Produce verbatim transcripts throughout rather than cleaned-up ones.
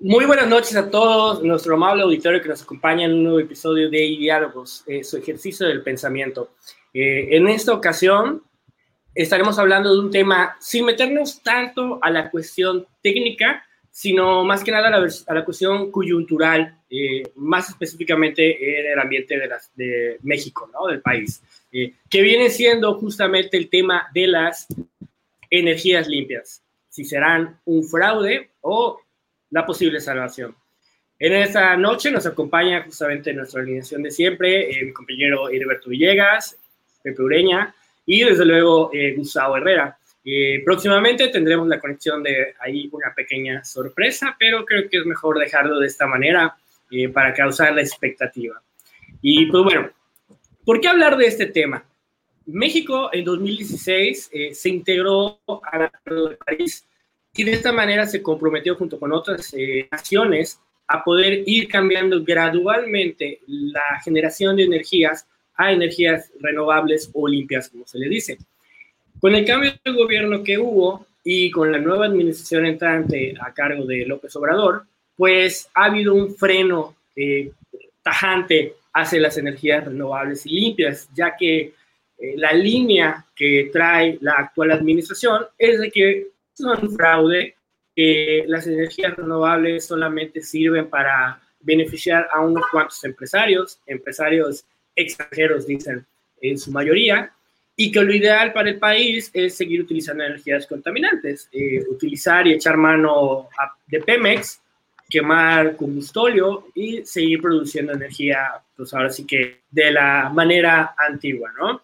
Muy buenas noches a todos, nuestro amable auditorio que nos acompaña en un nuevo episodio de Diálogos, eh, su ejercicio del pensamiento. Eh, en esta ocasión estaremos hablando de un tema sin meternos tanto a la cuestión técnica, sino más que nada a la, a la cuestión coyuntural, eh, más específicamente en el ambiente de, las, de México, ¿no? Del país, eh, que viene siendo justamente el tema de las energías limpias, si serán un fraude o la posible salvación. En esta noche nos acompaña justamente nuestra alineación de siempre, eh, mi compañero Heriberto Villegas, Pepe Ureña y desde luego eh, Gustavo Herrera. Eh, próximamente tendremos la conexión de ahí una pequeña sorpresa, pero creo que es mejor dejarlo de esta manera eh, para causar la expectativa. Y pues bueno, ¿por qué hablar de este tema? México en dos mil dieciséis eh, se integró al Acuerdo de París y de esta manera se comprometió junto con otras eh, naciones a poder ir cambiando gradualmente la generación de energías a energías renovables o limpias, como se le dice. Con el cambio de gobierno que hubo y con la nueva administración entrante a cargo de López Obrador, pues ha habido un freno eh, tajante hacia las energías renovables y limpias, ya que eh, la línea que trae la actual administración es de que son un fraude, que las energías renovables solamente sirven para beneficiar a unos cuantos empresarios, empresarios extranjeros dicen en su mayoría, y que lo ideal para el país es seguir utilizando energías contaminantes, eh, utilizar y echar mano a, de Pemex, quemar combustible y seguir produciendo energía, pues ahora sí que de la manera antigua, ¿no?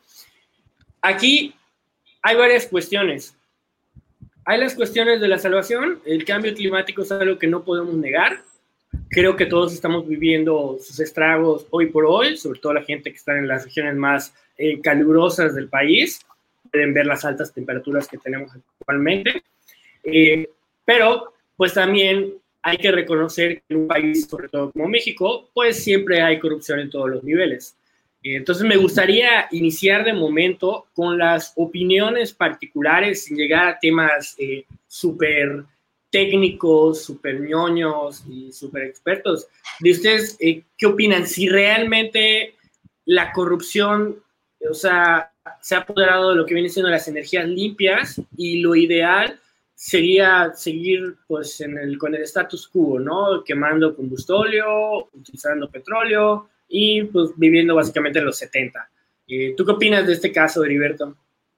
Aquí hay varias cuestiones. Hay las cuestiones de la salvación. El cambio climático es algo que no podemos negar. Creo que todos estamos viviendo sus estragos hoy por hoy, sobre todo la gente que está en las regiones más eh, calurosas del país. Pueden ver las altas temperaturas que tenemos actualmente. Eh, pero, pues también hay que reconocer que en un país, sobre todo como México, pues siempre hay corrupción en todos los niveles. Entonces me gustaría iniciar de momento con las opiniones particulares sin llegar a temas eh, súper técnicos, súper ñoños y súper expertos. De ustedes, eh, ¿qué opinan? Si realmente la corrupción, o sea, se ha apoderado de lo que viene siendo las energías limpias y lo ideal sería seguir pues en el, con el status quo, ¿no? Quemando combustible, utilizando petróleo y pues viviendo básicamente en los setenta. Eh, ¿Tú qué opinas de este caso, Heriberto?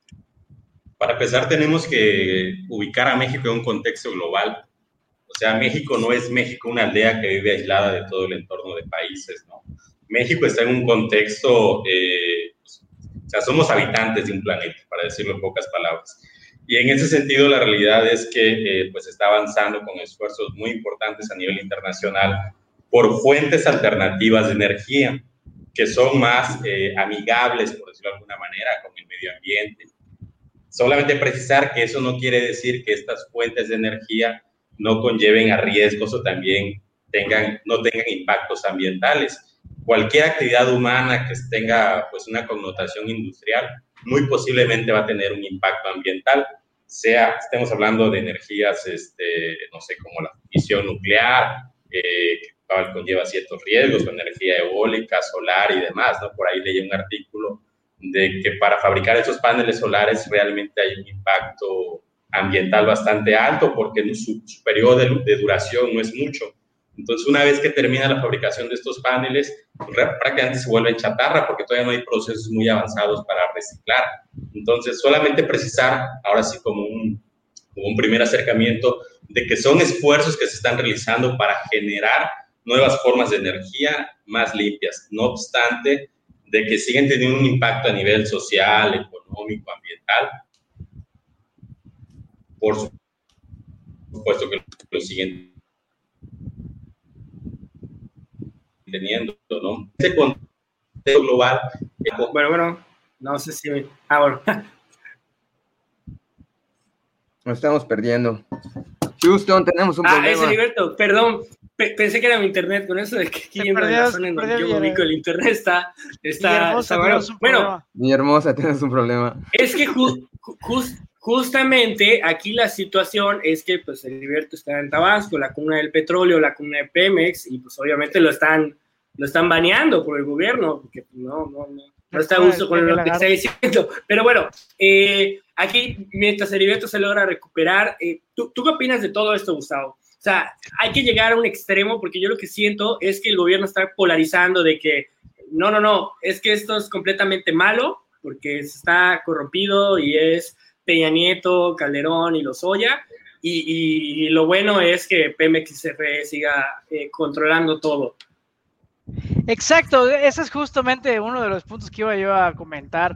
Para empezar, tenemos que ubicar a México en un contexto global. O sea, México no es México, una aldea que vive aislada de todo el entorno de países, ¿no? México está en un contexto, eh, pues, o sea, somos habitantes de un planeta, para decirlo en pocas palabras. Y en ese sentido, la realidad es que eh, pues está avanzando con esfuerzos muy importantes a nivel internacional por fuentes alternativas de energía que son más eh, amigables, por decirlo de alguna manera, con el medio ambiente. Solamente precisar que eso no quiere decir que estas fuentes de energía no conlleven a riesgos o también tengan, no tengan impactos ambientales. Cualquier actividad humana que tenga pues, una connotación industrial muy posiblemente va a tener un impacto ambiental, sea, estemos hablando de energías, este, no sé, como la fisión nuclear, eh, que conlleva ciertos riesgos, energía eólica, solar y demás, ¿no? Por ahí leí un artículo de que para fabricar esos paneles solares realmente hay un impacto ambiental bastante alto porque su, su periodo de, de duración no es mucho. Entonces, una vez que termina la fabricación de estos paneles, pues, prácticamente se vuelven chatarra porque todavía no hay procesos muy avanzados para reciclar. Entonces, solamente precisar, ahora sí como un, como un primer acercamiento, de que son esfuerzos que se están realizando para generar nuevas formas de energía más limpias. No obstante, de que siguen teniendo un impacto a nivel social, económico, ambiental. Por supuesto que lo siguen teniendo, ¿no? Ese contexto global. Bueno, bueno, no sé si... Me... Ah, bueno. Nos estamos perdiendo. Houston, tenemos un ah, problema. Ah, es Heriberto, perdón. P pensé que era mi internet, con eso de que aquí en la zona en donde yo me ubico el internet está... está, hermosa, está bueno. bueno, mi hermosa, tienes un problema. Es que ju ju justamente aquí la situación es que pues Heriberto está en Tabasco, la cuna del petróleo, la cuna de Pemex, y pues obviamente lo están, lo están baneando por el gobierno, porque no, no, no, no está a gusto con lo que está diciendo. Pero bueno, eh, aquí mientras Heriberto se logra recuperar, eh, ¿tú, ¿tú qué opinas de todo esto, Gustavo? O sea, hay que llegar a un extremo, porque yo lo que siento es que el gobierno está polarizando de que no, no, no, es que esto es completamente malo, porque está corrompido y es Peña Nieto, Calderón y Lozoya, y, y, y lo bueno es que Pemex y C F E siga eh, controlando todo. Exacto, ese es justamente uno de los puntos que iba yo a comentar.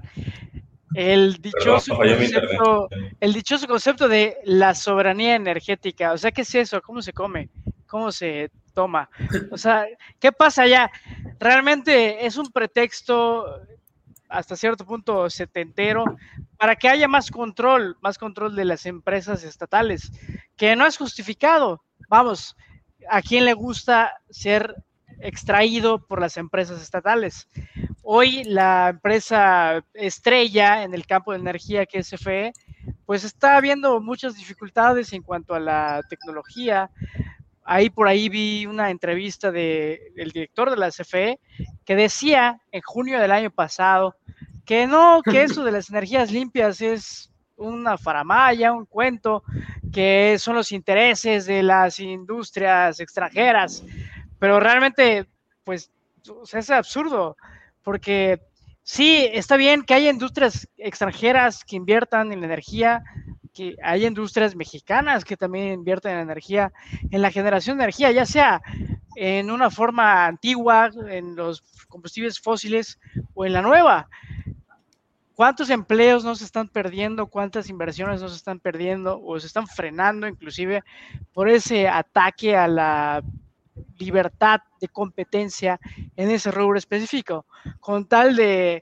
El dichoso, Perdón, concepto, el dichoso concepto de la soberanía energética. O sea, ¿qué es eso? ¿Cómo se come? ¿Cómo se toma? O sea, ¿qué pasa allá? Realmente es un pretexto hasta cierto punto setentero para que haya más control, más control de las empresas estatales, que no es justificado. Vamos, ¿a quién le gusta ser extraído por las empresas estatales? Hoy la empresa estrella en el campo de energía, que es C F E, pues está habiendo muchas dificultades en cuanto a la tecnología. Ahí por ahí vi una entrevista de, del director de la C F E que decía en junio del año pasado que no, que eso de las energías limpias es una faramaya, un cuento, que son los intereses de las industrias extranjeras, pero realmente pues es absurdo, porque sí, está bien que haya industrias extranjeras que inviertan en la energía, que hay industrias mexicanas que también invierten en energía, en la generación de energía, ya sea en una forma antigua, en los combustibles fósiles o en la nueva. ¿Cuántos empleos no se están perdiendo? ¿Cuántas inversiones no se están perdiendo o se están frenando inclusive por ese ataque a la libertad de competencia en ese rubro específico, con tal de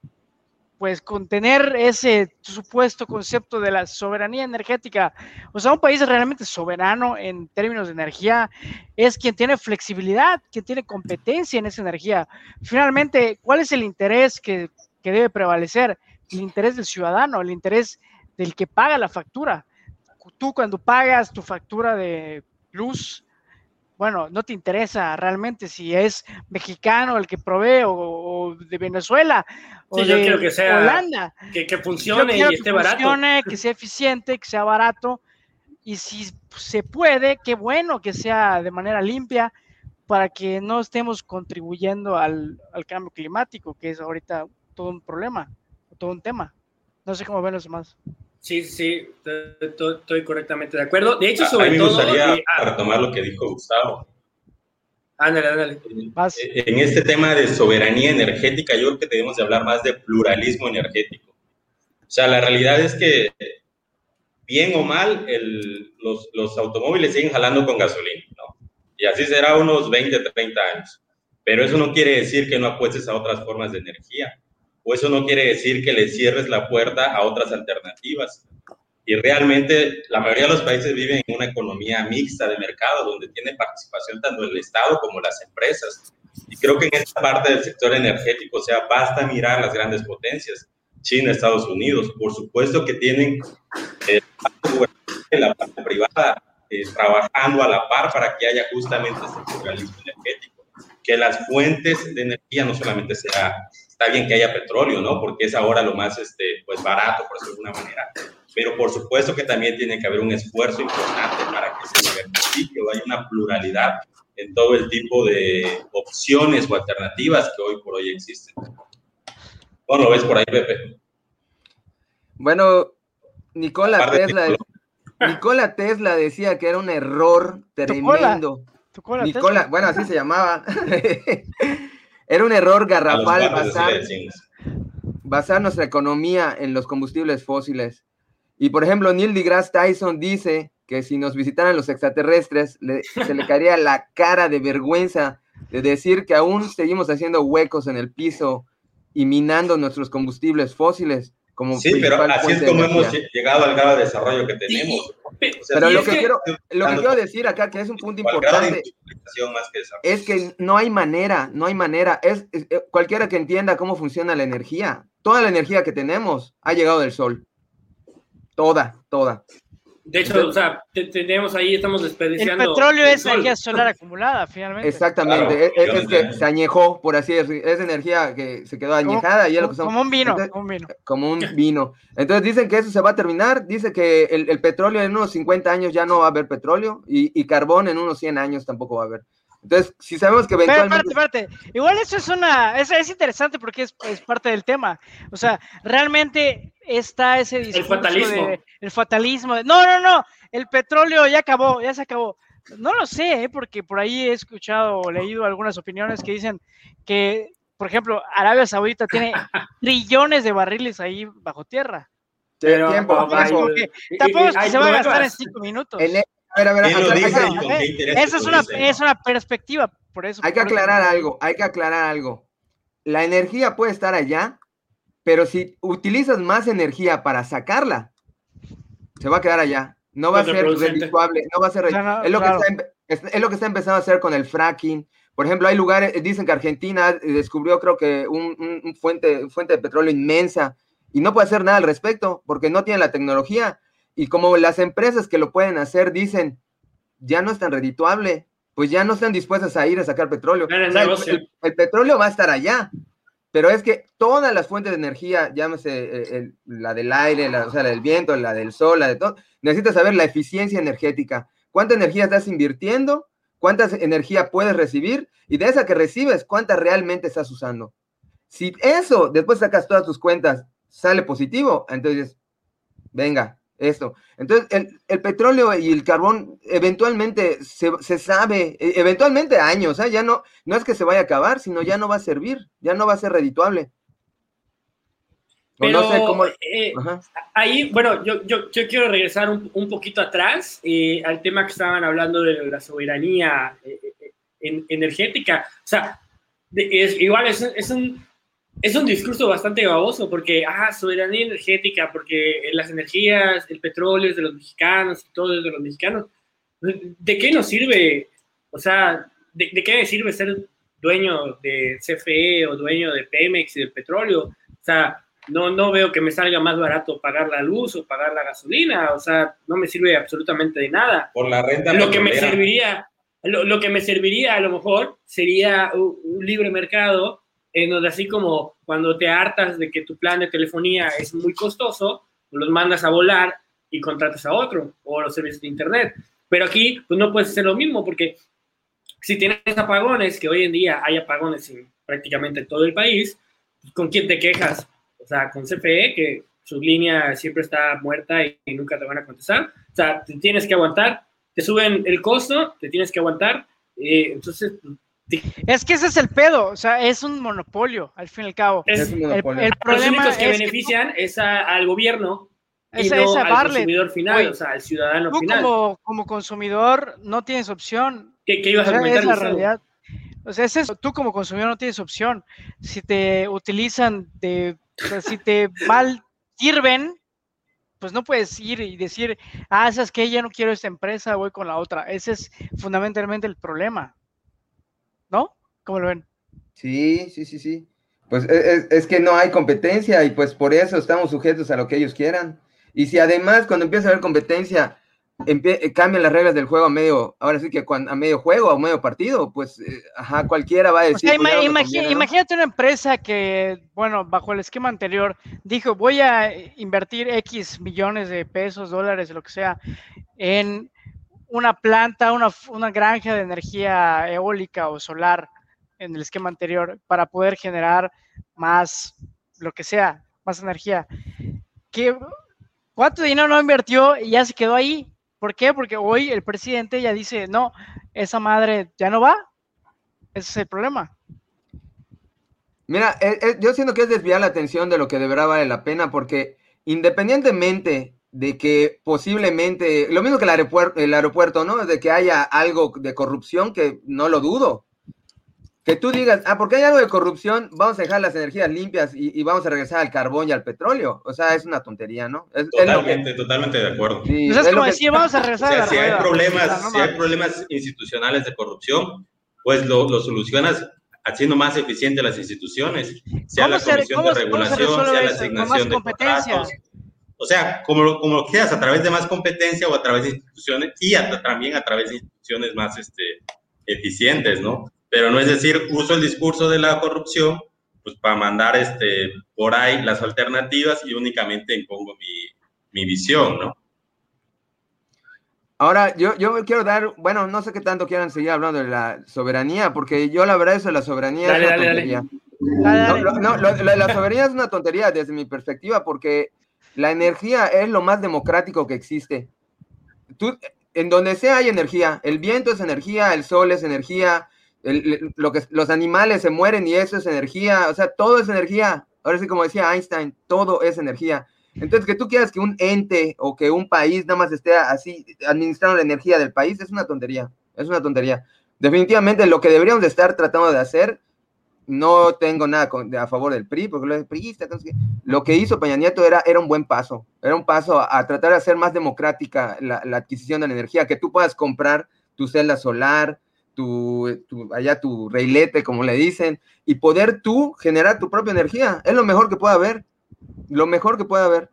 pues contener ese supuesto concepto de la soberanía energética? O sea, un país realmente soberano en términos de energía es quien tiene flexibilidad, quien tiene competencia en esa energía. Finalmente, ¿cuál es el interés que, que debe prevalecer? El interés del ciudadano, el interés del que paga la factura. Tú cuando pagas tu factura de luz, bueno, no te interesa realmente si es mexicano el que provee o, o de Venezuela o sí, de yo quiero que sea, Holanda. Que, que funcione y esté que barato. Funcione, que sea eficiente, que sea barato, y si se puede, qué bueno que sea de manera limpia para que no estemos contribuyendo al, al cambio climático, que es ahorita todo un problema, todo un tema. No sé cómo ven los demás. Sí, sí, estoy correctamente de acuerdo. De hecho, sobre todo... A mí me gustaría todo, eh, retomar lo que dijo Gustavo. Ándale, ándale. En este tema de soberanía energética, yo creo que debemos de hablar más de pluralismo energético. O sea, la realidad es que, bien o mal, el, los, los automóviles siguen jalando con gasolina, ¿no? Y así será unos veinte, treinta años. Pero eso no quiere decir que no apuestes a otras formas de energía. O eso no quiere decir que le cierres la puerta a otras alternativas. Y realmente la mayoría de los países viven en una economía mixta de mercado, donde tiene participación tanto el Estado como las empresas. Y creo que en esta parte del sector energético, o sea, basta mirar las grandes potencias, China, Estados Unidos, por supuesto que tienen eh, la parte privada eh, trabajando a la par para que haya justamente este pluralismo energético, que las fuentes de energía no solamente sea, está bien que haya petróleo, ¿no? Porque es ahora lo más este, pues barato, por decirlo de alguna manera, pero por supuesto que también tiene que haber un esfuerzo importante para que se diversifique o haya una pluralidad en todo el tipo de opciones o alternativas que hoy por hoy existen. ¿Cómo lo ves por ahí, Pepe? Bueno, Nikola Tesla, Nikola Tesla decía que era un error tremendo. Tucola, Nikola, bueno, así se llamaba. Era un error garrafal basar, basar nuestra economía en los combustibles fósiles. Y, por ejemplo, Neil deGrasse Tyson dice que si nos visitaran los extraterrestres, le, se le caería la cara de vergüenza de decir que aún seguimos haciendo huecos en el piso y minando nuestros combustibles fósiles. Como sí, pero así es como hemos llegado al grado de desarrollo que tenemos. Sí, o sea, pero lo que, que quiero, lo que quiero decir acá, que es un punto importante, más que es que no hay manera, no hay manera. Es, es, cualquiera que entienda cómo funciona la energía, toda la energía que tenemos ha llegado del sol. toda, toda. De hecho, o sea, tenemos ahí, estamos desperdiciando. El petróleo es energía solar acumulada, finalmente. Exactamente, claro, es, es que se añejó, por así decirlo, es energía que se quedó añejada. Como, y es lo que son, como un vino, entonces, como un vino. Como un vino. Entonces dicen que eso se va a terminar, dice que el, el petróleo en unos cincuenta años ya no va a haber petróleo, y, y carbón en unos cien años tampoco va a haber. Entonces, si sabemos que eventualmente... Pero, espérate, espérate. Igual eso es una... Es, es interesante porque es, es parte del tema. O sea, realmente está ese discurso el fatalismo. De, el fatalismo. De, no, no, no. El petróleo ya acabó, ya se acabó. No lo sé, ¿eh? Porque por ahí he escuchado o leído algunas opiniones que dicen que, por ejemplo, Arabia Saudita tiene trillones de barriles ahí bajo tierra. Pero, tiempo, tampoco es, que, tampoco es que se va a gastar en cinco minutos. En el, a ver, a ver, acá, dice, acá, esa es una, es una perspectiva, por eso. Hay que aclarar algo, hay que aclarar algo. La energía puede estar allá, pero si utilizas más energía para sacarla, se va a quedar allá. No va a ser redituable, no va a ser redituable. No, no, es, lo claro. que está, es, es lo que está empezando a hacer con el fracking. Por ejemplo, hay lugares, dicen que Argentina descubrió, creo que, un, un, un fuente, fuente de petróleo inmensa y no puede hacer nada al respecto porque no tiene la tecnología. Y como las empresas que lo pueden hacer dicen, ya no es tan redituable, pues ya no están dispuestas a ir a sacar petróleo. El, o sea, el, el, el petróleo va a estar allá, pero es que todas las fuentes de energía, llámese el, la del aire, la, o sea, la del viento, la del sol, la de todo, necesitas saber la eficiencia energética. ¿Cuánta energía estás invirtiendo? ¿Cuánta energía puedes recibir? Y de esa que recibes, ¿cuánta realmente estás usando? Si eso, después sacas todas tus cuentas, sale positivo, entonces, venga, esto. Entonces, el, el petróleo y el carbón eventualmente se, se sabe, eventualmente años, ¿eh? Ya no, no es que se vaya a acabar, sino ya no va a servir, ya no va a ser redituable. Pero no sé cómo... eh, ahí, bueno, yo, yo, yo quiero regresar un, un poquito atrás eh, al tema que estaban hablando de la soberanía eh, en, energética. O sea, de, es, igual es, es un... Es un discurso bastante baboso porque, ah, soberanía energética, porque las energías, el petróleo es de los mexicanos y todo es de los mexicanos. ¿De qué nos sirve? O sea, ¿de, de qué me sirve ser dueño de C F E o dueño de Pemex y del petróleo? O sea, no, no veo que me salga más barato pagar la luz o pagar la gasolina. O sea, no me sirve absolutamente de nada. Por la renta Lo que me serviría, lo, lo que me serviría a lo mejor sería un, un libre mercado en donde así como cuando te hartas de que tu plan de telefonía es muy costoso, los mandas a volar y contratas a otro, o los servicios de internet. Pero aquí, pues no puedes hacer lo mismo, porque si tienes apagones, que hoy en día hay apagones en prácticamente todo el país, ¿con quién te quejas? O sea, con C F E, que su línea siempre está muerta y, y nunca te van a contestar. O sea, te tienes que aguantar, te suben el costo, te tienes que aguantar, eh, entonces... Es que ese es el pedo, o sea, es un monopolio, al fin y al cabo. Es el, el problema los únicos que es benefician que, es a, al gobierno y esa, no esa al Barlet, consumidor final, oye, o sea, al ciudadano tú final. Como, como consumidor no tienes opción. ¿Qué, qué ibas o sea, a comentar? Es la realidad. O sea, es eso, tú como consumidor no tienes opción. Si te utilizan, de, o sea, si te mal sirven, pues no puedes ir y decir, ah, ¿sabes qué? Ya no quiero esta empresa, voy con la otra. Ese es fundamentalmente el problema, ¿no? ¿Cómo lo ven? Sí, sí, sí, sí. Pues es, es que no hay competencia y pues por eso estamos sujetos a lo que ellos quieran. Y si además cuando empieza a haber competencia cambian las reglas del juego a medio, ahora sí que cuando, a medio juego o medio partido, pues eh, ajá, cualquiera va a decir. O sea, pues, ima no imagi conviene, ¿no? Imagínate una empresa que, bueno, bajo el esquema anterior, dijo, voy a invertir X millones de pesos, dólares, lo que sea, en una planta, una, una granja de energía eólica o solar en el esquema anterior para poder generar más, lo que sea, más energía. ¿Qué, ¿Cuánto dinero no invirtió y ya se quedó ahí? ¿Por qué? Porque hoy el presidente ya dice, no, esa madre ya no va. Ese es el problema. Mira, eh, eh, yo siento que es desviar la atención de lo que de verdad vale la pena, porque independientemente de que posiblemente, lo mismo que el aeropuerto, el aeropuerto, ¿no? De que haya algo de corrupción, que no lo dudo. Que tú digas, ah, porque hay algo de corrupción, vamos a dejar las energías limpias y, y vamos a regresar al carbón y al petróleo. O sea, es una tontería, ¿no? Es, totalmente, es que, totalmente de acuerdo. Sí, pues es, es como decir, que, vamos a regresar o sea, a la si rueda. Hay problemas, O sea, no si hay problemas institucionales de corrupción, pues lo, lo solucionas haciendo más eficientes las instituciones, sea la Comisión de Regulación, sea la asignación de contratos. O sea, como lo, como lo quieras, a través de más competencia o a través de instituciones y a, también a través de instituciones más este, eficientes, ¿no? Pero no es decir, uso el discurso de la corrupción pues para mandar este, por ahí las alternativas y únicamente impongo mi, mi visión, ¿no? Ahora, yo, yo quiero dar, bueno, no sé qué tanto quieran seguir hablando de la soberanía, porque yo la verdad eso de la soberanía dale, es una dale, tontería. Dale. No, lo, no lo, la, la soberanía es una tontería desde mi perspectiva, porque la energía es lo más democrático que existe. Tú, en donde sea hay energía, el viento es energía, el sol es energía, el, lo que, los animales se mueren y eso es energía, o sea, todo es energía. Ahora sí, como decía Einstein, todo es energía. Entonces, que tú quieras que un ente o que un país nada más esté así administrando la energía del país es una tontería, es una tontería. Definitivamente lo que deberíamos de estar tratando de hacer, no tengo nada con, a favor del P R I, porque lo es priista, entonces, lo que hizo Peña Nieto era, era un buen paso, era un paso a, a tratar de hacer más democrática la, la adquisición de la energía, que tú puedas comprar tu celda solar, tu, tu, allá tu reilete, como le dicen, y poder tú generar tu propia energía, es lo mejor que pueda haber. Lo mejor que pueda haber.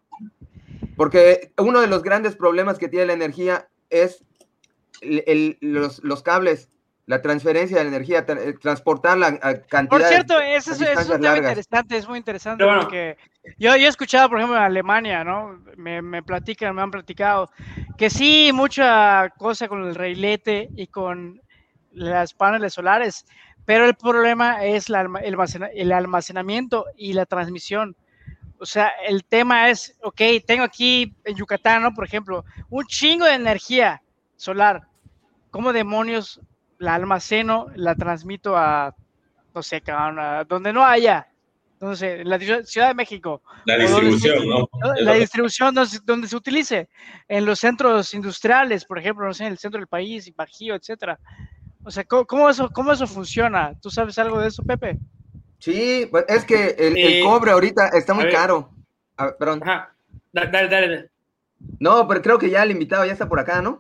Porque uno de los grandes problemas que tiene la energía es el, el, los, los cables, la transferencia de la energía, tra transportarla a cantidades. Por cierto, eso es, es un tema largas. interesante, es muy interesante bueno. porque yo, yo he escuchado, por ejemplo, en Alemania, ¿no? Me, me platican, me han platicado que sí, mucha cosa con el reilete y con las paneles solares, pero el problema es la, el, almacena, el almacenamiento y la transmisión. O sea, el tema es, ok, tengo aquí en Yucatán, ¿no? Por ejemplo, un chingo de energía solar. ¿Cómo demonios la almaceno, la transmito a, no sé, a donde no haya? Entonces, en la Ciudad de México. La distribución, se, ¿no? La distribución donde, donde se utilice. En los centros industriales, por ejemplo, no sé, en el centro del país, Bajío, etcétera. O sea, ¿cómo, cómo, eso, ¿cómo eso funciona? ¿Tú sabes algo de eso, Pepe? Sí, pues es que el, eh, el cobre ahorita está muy caro. A ver, perdón. Ajá. Dale, dale, dale. No, pero creo que ya el invitado ya está por acá, ¿no?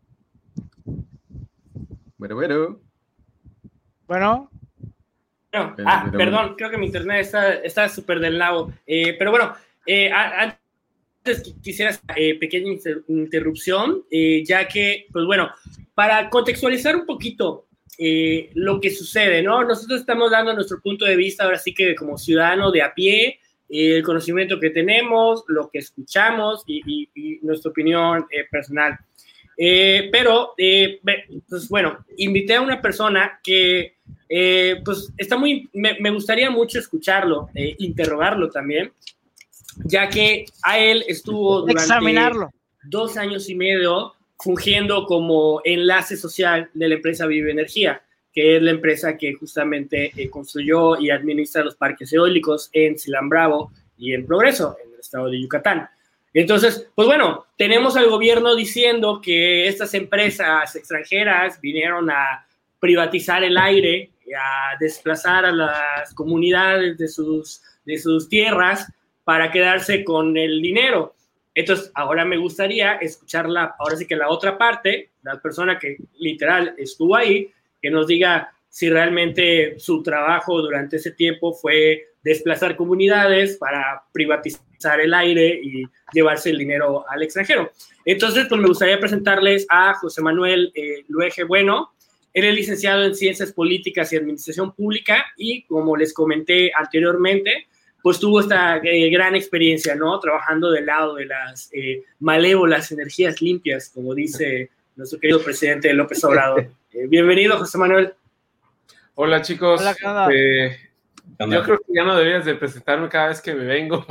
Bueno, bueno. No, Bueno. ah, bueno, perdón, bueno. Creo que mi internet está súper está del lado. Eh, pero bueno, eh, antes quisiera eh, pequeña inter interrupción, eh, ya que, pues bueno, para contextualizar un poquito Eh, lo que sucede, ¿no? Nosotros estamos dando nuestro punto de vista, ahora sí que como ciudadano de a pie, eh, el conocimiento que tenemos, lo que escuchamos y, y, y nuestra opinión eh, personal. Eh, pero, eh, pues bueno, invité a una persona que, eh, pues está muy, me, me gustaría mucho escucharlo, eh, interrogarlo también, ya que a él estuvo durante examinarlo dos años y medio fungiendo como enlace social de la empresa Vive Energía, que es la empresa que justamente eh, construyó y administra los parques eólicos en Silán Bravo y en Progreso, en el estado de Yucatán. Entonces, pues bueno, tenemos al gobierno diciendo que estas empresas extranjeras vinieron a privatizar el aire, a desplazar a las comunidades de sus, de sus tierras para quedarse con el dinero. Entonces, ahora me gustaría escuchar la, ahora sí que la otra parte, la persona que literal estuvo ahí, que nos diga si realmente su trabajo durante ese tiempo fue desplazar comunidades para privatizar el aire y llevarse el dinero al extranjero. Entonces, pues me gustaría presentarles a José Manuel eh, Luege Bueno. Él es licenciado en Ciencias Políticas y Administración Pública y, como les comenté anteriormente, pues tuvo esta eh, gran experiencia, ¿no? Trabajando del lado de las eh, malévolas energías limpias, como dice nuestro querido presidente López Obrador. Eh, bienvenido, José Manuel. Hola, chicos. Hola, eh, yo creo que ya no deberías de presentarme cada vez que me vengo.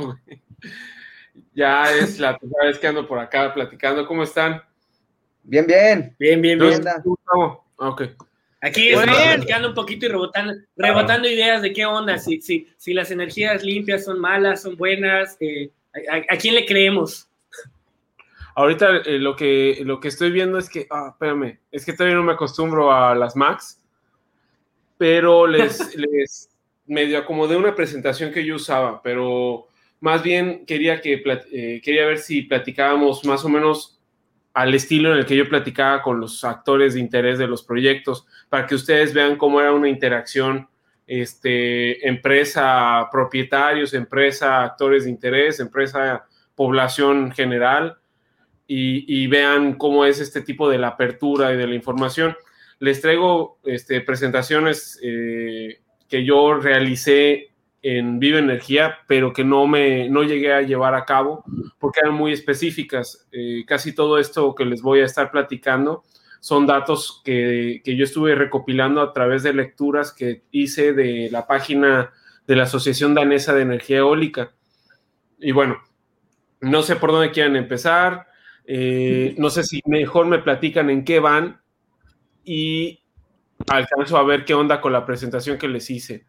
Ya es la tercera vez que ando por acá platicando. ¿Cómo están? Bien, bien. Bien, bien, bien. Ok. Aquí estamos platicando un poquito y rebotando, rebotando ah. ideas de qué onda, si, si, si las energías limpias son malas, son buenas, eh, ¿a, a quién le creemos? Ahorita eh, lo, que, lo que estoy viendo es que, ah, espérame, es que todavía no me acostumbro a las Macs, pero les, les medio acomodé una presentación que yo usaba, pero más bien quería, que, eh, quería ver si platicábamos más o menos al estilo en el que yo platicaba con los actores de interés de los proyectos, para que ustedes vean cómo era una interacción este, empresa propietarios, empresa actores de interés, empresa población general y, y vean cómo es este tipo de la apertura y de la información. Les traigo este, presentaciones eh, que yo realicé en Viva Energía, pero que no me no llegué a llevar a cabo porque eran muy específicas. Eh, casi todo esto que les voy a estar platicando son datos que, que yo estuve recopilando a través de lecturas que hice de la página de la Asociación Danesa de Energía Eólica. Y bueno, no sé por dónde quieran empezar, eh, no sé si mejor me platican en qué van y alcanzo a ver qué onda con la presentación que les hice.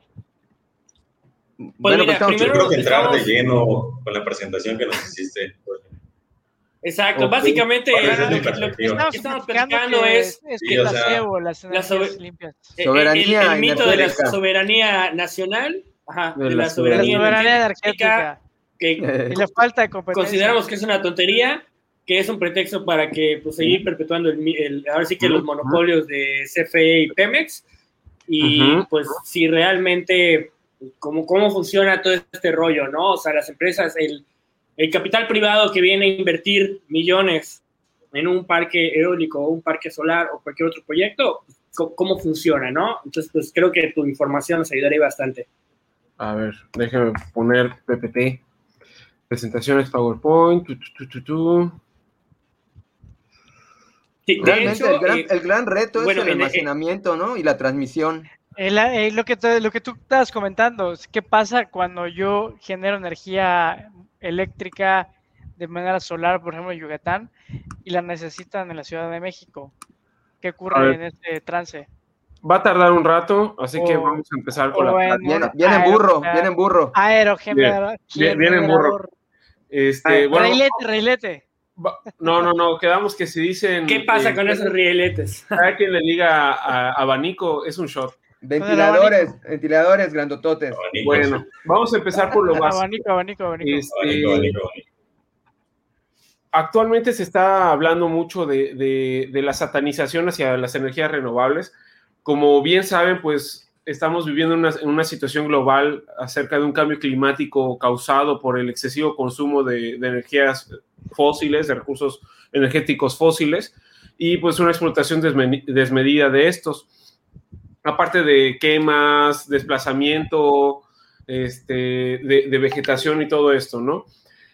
Pues bueno, mira, pues yo creo que entrar de lleno con la presentación que nos hiciste. Exacto, okay. Básicamente bueno, lo, que, lo que estamos, estamos platicando es, es que sí, la C E O, las energías la sober limpias. Soberanía el, el, el mito de la soberanía nacional, ajá, de, de la, la soberanía, soberanía energética, que y la falta de competencia. Consideramos que es una tontería, que es un pretexto para que pues, seguir perpetuando el, el, ahora sí que uh-huh. los monopolios de C F E y Pemex, y uh-huh. pues si realmente cómo, cómo funciona todo este rollo, ¿no? O sea, las empresas, el El capital privado que viene a invertir millones en un parque eólico o un parque solar o cualquier otro proyecto, ¿cómo funciona, no? Entonces, pues creo que tu información nos ayudaría bastante. A ver, déjame poner P P T. Presentaciones PowerPoint. Tu, tu, tu, tu. Sí, realmente hecho, el, gran, eh, el gran reto bueno, es el almacenamiento, eh, ¿no? Y la transmisión. El, eh, lo, que te, lo que tú estabas comentando, ¿qué pasa cuando yo genero energía eléctrica de manera solar, por ejemplo, en Yucatán, y la necesitan en la Ciudad de México? ¿Qué ocurre en este trance? Va a tardar un rato, así o, que vamos a empezar con la en, Viene, viene en burro, viene en burro. Aerogenerador. Viene, viene en burro. Este, bueno, reilete, reilete. No, no, no, quedamos que si dicen... ¿Qué pasa eh, con esos rieletes? Cada quien le diga a, a abanico, es un shot. Ventiladores, ventiladores grandototes. Abanico, bueno, sí. Vamos a empezar por lo básico. Abanico, abanico, abanico. Este, abanico, abanico, abanico. Actualmente se está hablando mucho de, de, de la satanización hacia las energías renovables. Como bien saben, pues estamos viviendo una, en una situación global acerca de un cambio climático causado por el excesivo consumo de, de energías fósiles, de recursos energéticos fósiles, y pues una explotación desme, desmedida de estos. Aparte de quemas, desplazamiento, este, de, de vegetación y todo esto, ¿no?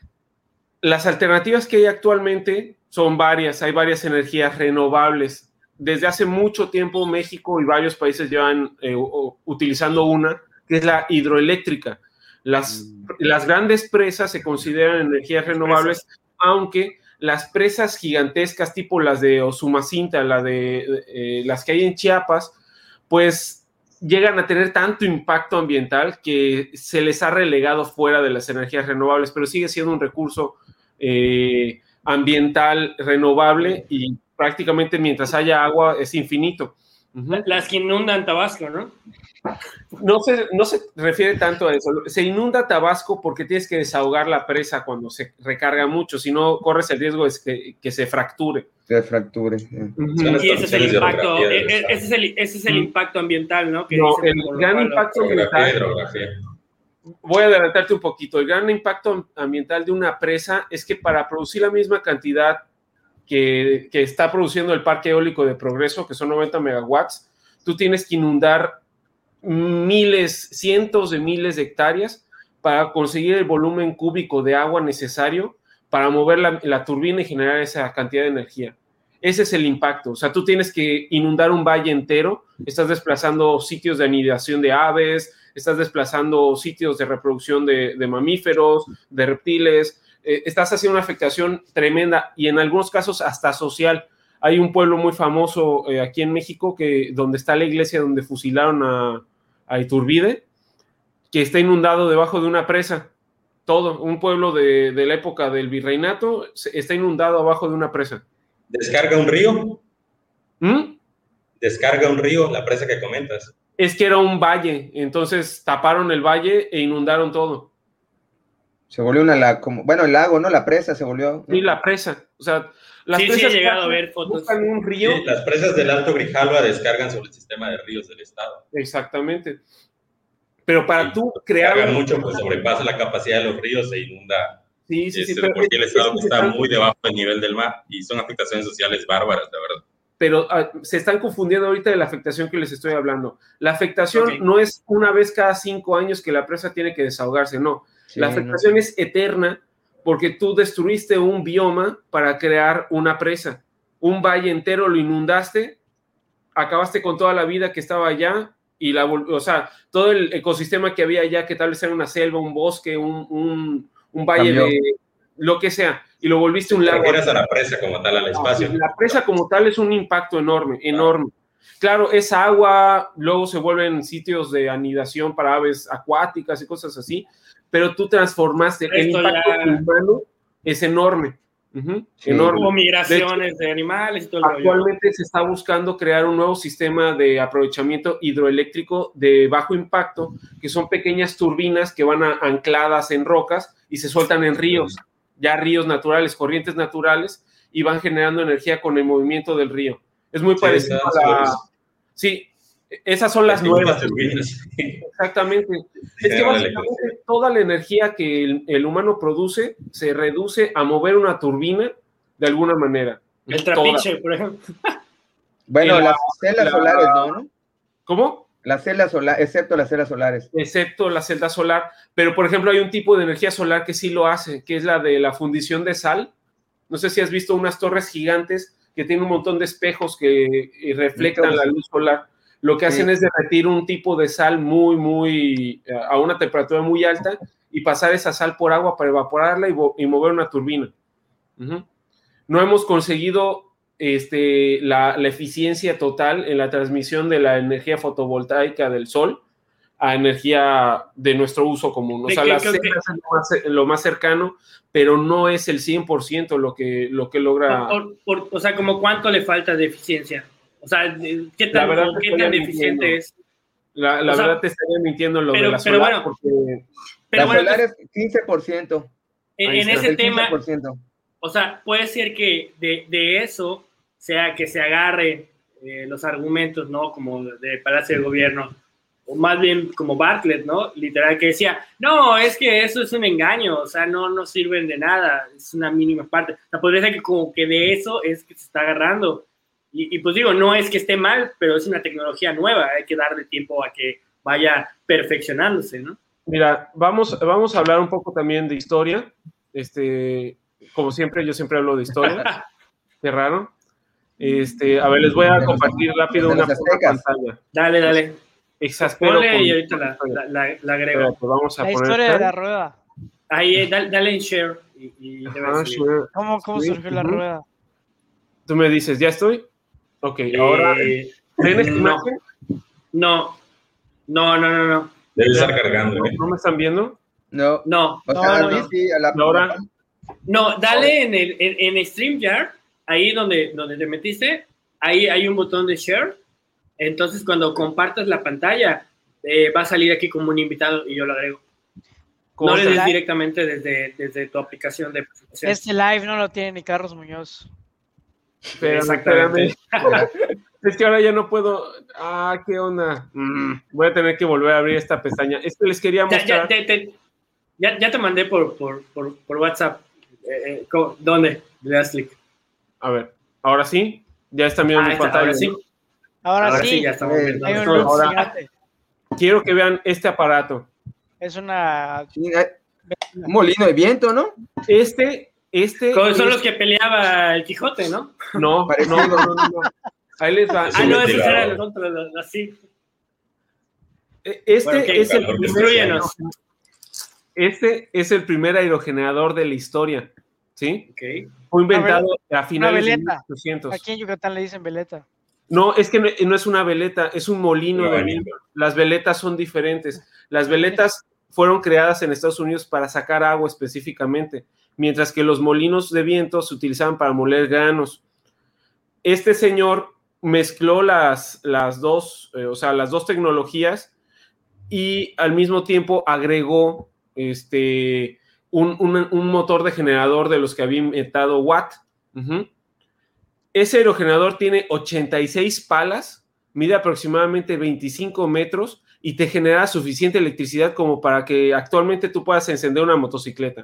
Las alternativas que hay actualmente son varias, hay varias energías renovables. Desde hace mucho tiempo México y varios países llevan eh, utilizando una, que es la hidroeléctrica. Las, mm. las grandes presas se consideran energías renovables, aunque las presas gigantescas tipo las de Osumacinta, la de, eh, las que hay en Chiapas, pues llegan a tener tanto impacto ambiental que se les ha relegado fuera de las energías renovables, pero sigue siendo un recurso eh, ambiental renovable y prácticamente mientras haya agua es infinito. Uh-huh. Las que inundan Tabasco, ¿no? No se, no se refiere tanto a eso. Se inunda Tabasco porque tienes que desahogar la presa cuando se recarga mucho, si no corres el riesgo de que, que se fracture. Se fracture. Uh-huh. Y ese es el impacto, ese es el, ese es el impacto ambiental, ¿no? Que no, dice, el gran impacto ambiental. Voy a adelantarte un poquito. El gran impacto ambiental de una presa es que para producir la misma cantidad que, que está produciendo el parque eólico de Progreso, que son noventa megawatts, tú tienes que inundar miles, cientos de miles de hectáreas para conseguir el volumen cúbico de agua necesario para mover la, la turbina y generar esa cantidad de energía. Ese es el impacto. O sea, tú tienes que inundar un valle entero, estás desplazando sitios de anidación de aves, estás desplazando sitios de reproducción de, de mamíferos, de reptiles, eh, estás haciendo una afectación tremenda y en algunos casos hasta social. Hay un pueblo muy famoso eh, aquí en México que, donde está la iglesia donde fusilaron a, a Iturbide, que está inundado debajo de una presa. Todo, un pueblo de, de la época del virreinato está inundado abajo de una presa. ¿Descarga un río? ¿Mm? ¿Descarga un río, la presa que comentas? Es que era un valle, entonces taparon el valle e inundaron todo. Se volvió una, como, bueno, el lago, ¿no? La presa se volvió. Sí, la presa. O sea, las sí, presas sí, he llegado a ver fotos. Buscan un río. Sí, las presas del Alto Grijalva descargan sobre el sistema de ríos del estado. Exactamente. Pero para sí, tú crear... Descargan mucho, pues sobrepasa la capacidad de los ríos e inunda Sí, sí, sí. Este, Pero porque el es- estado es que se está están- muy debajo del nivel del mar y son afectaciones sociales bárbaras, la verdad. pero ah, se están confundiendo ahorita de la afectación que les estoy hablando. La afectación Ok. no es una vez cada cinco años que la presa tiene que desahogarse, no. Sí, La afectación no. es eterna porque tú destruiste un bioma para crear una presa. Un valle entero lo inundaste, acabaste con toda la vida que estaba allá y la, vol- o sea, todo el ecosistema que había allá, que tal vez era una selva, un bosque, un, un, un valle Cambió. de lo que sea, y lo volviste un Te lago. refieres a la presa como tal, al espacio. La presa como tal es un impacto enorme, enorme. Claro, es agua, luego se vuelven sitios de anidación para aves acuáticas y cosas así, pero tú transformaste, el Esto impacto ya- humano es enorme, ujú, Sí. enorme. Hubo migraciones de, animales y todo el rollo. Actualmente se está buscando crear un nuevo sistema de aprovechamiento hidroeléctrico de bajo impacto, que son pequeñas turbinas que van a- ancladas en rocas y se sueltan en ríos, ya ríos naturales, corrientes naturales, y van generando energía con el movimiento del río. Es muy Sí, parecido está- a sí lo he la... visto. Sí, esas son las nuevas. turbinas. Exactamente. Es que Generan la básicamente toda la energía que el, el humano produce se reduce a mover una turbina de alguna manera. El Toda. trapiche, por ejemplo. Bueno, la- las celdas la- solares, ¿no? ¿no? ¿Cómo? Las celdas solares, excepto las celdas solares. Excepto la celda solar. Pero, por ejemplo, hay un tipo de energía solar que sí lo hace, que es la de la fundición de sal. No sé si has visto unas torres gigantes que tienen un montón de espejos que eh, reflectan la luz solar. Lo que hacen Sí. es derretir un tipo de sal muy, muy, eh, a una temperatura muy alta y pasar esa sal por agua para evaporarla y, vo- y mover una turbina. Ujú. No hemos conseguido este, la, la eficiencia total en la transmisión de la energía fotovoltaica del sol a energía de nuestro uso común. O ¿De sea, qué- las qué- celdas es lo más, lo más cercano, pero no es el cien por ciento lo que, lo que logra... Por- por- o sea, como cuánto le falta de eficiencia. O sea, de- ¿qué La tan, verdad o te qué estaría tan deficiente mintiendo. es? La, la o sea, verdad te estaría mintiendo en lo pero- de la pero solar, bueno, porque Pero Las bueno, solares, quince por ciento. en, ahí en está. ese El tema, quince por ciento. o sea, puede ser que de, de eso sea que se agarre eh, los argumentos, ¿no? Como de Palacio de Gobierno, o más bien como Bartlett, ¿no? Literal, que decía, no, es que eso es un engaño, o sea, no, no sirven de nada, es una mínima parte. O sea, podría ser que como que de eso es que se está agarrando. Y, y pues digo, no es que esté mal, pero es una tecnología nueva, hay que darle tiempo a que vaya perfeccionándose, ¿no? Mira, vamos, vamos a hablar un poco también de historia. Este, como siempre, yo siempre hablo de historia. Qué raro. Este, a ver, les voy a De los- compartir rápido de una, los una aztecas. pantalla. Dale, dale. Exaspero Ponle con- y ahorita la, la, la, la agrego. Espérate, vamos a La poner historia de tal. la rueda. Ahí, eh, dale, dale en share y, y debe Ajá, salir. sure. ¿Cómo, cómo Sí, surgió la ujú. rueda? Tú me dices, ¿ya estoy? Ok, ahora, Eh, ¿ven esta no, imagen? no, no, no, no, no, Debe estar cargando, ¿eh? ¿No me están viendo? No. no, O No, sea, no, sí, no. sí, a la, Y ahora, no, dale en, el, en, en StreamYard, ahí donde, donde te metiste, ahí hay un botón de share, entonces cuando compartas la pantalla, eh, va a salir aquí como un invitado y yo lo agrego. No le cosa- des directamente desde, desde tu aplicación de presentación. Este live no lo tiene ni Carlos Muñoz. espérame, Exactamente. espérame. Es que ahora ya no puedo. Ah, ¿qué onda? Mm, voy a tener que volver a abrir esta pestaña. Es que les quería Ya, mostrar. ya, te, te- ya, ya te mandé por, por, por, por WhatsApp. Eh, eh, ¿cómo? ¿Dónde? Le das clic. A ver, ahora sí. Ya están viendo Ah, mi está, pantalla. ahora sí. ¿no? Ahora, Ahora sí, sí, ya estamos Eh, viendo. hay un No, luz ahora- gigante. Quiero que vean este aparato. Es una... sí, hay- un molino de viento, ¿no? Este, este. Con- Son es- los que peleaba el Quijote, ¿no? No, Parecido. no, no, no, no. Ahí les va. Es Ah, un no, esos ventilador. eran los otros, los- así. Este Bueno, ok, es el calor que primer, Instruyenos. este es el primer aerogenerador de la historia, ¿sí? Ok. Fue inventado a finales de mil veleta. ochocientos. Aquí en Yucatán le dicen veleta. No, es que no, no es una veleta, es un molino Un de abanico. viento. Las veletas son diferentes. Las veletas fueron creadas en Estados Unidos para sacar agua específicamente, mientras que los molinos de viento se utilizaban para moler granos. Este señor mezcló las, las dos, eh, o sea, las dos tecnologías y al mismo tiempo agregó este, un, un- un motor de generador de los que había inventado Watt. Ujú. Ese aerogenerador tiene ochenta y seis palas, mide aproximadamente veinticinco metros y te genera suficiente electricidad como para que actualmente tú puedas encender una motocicleta.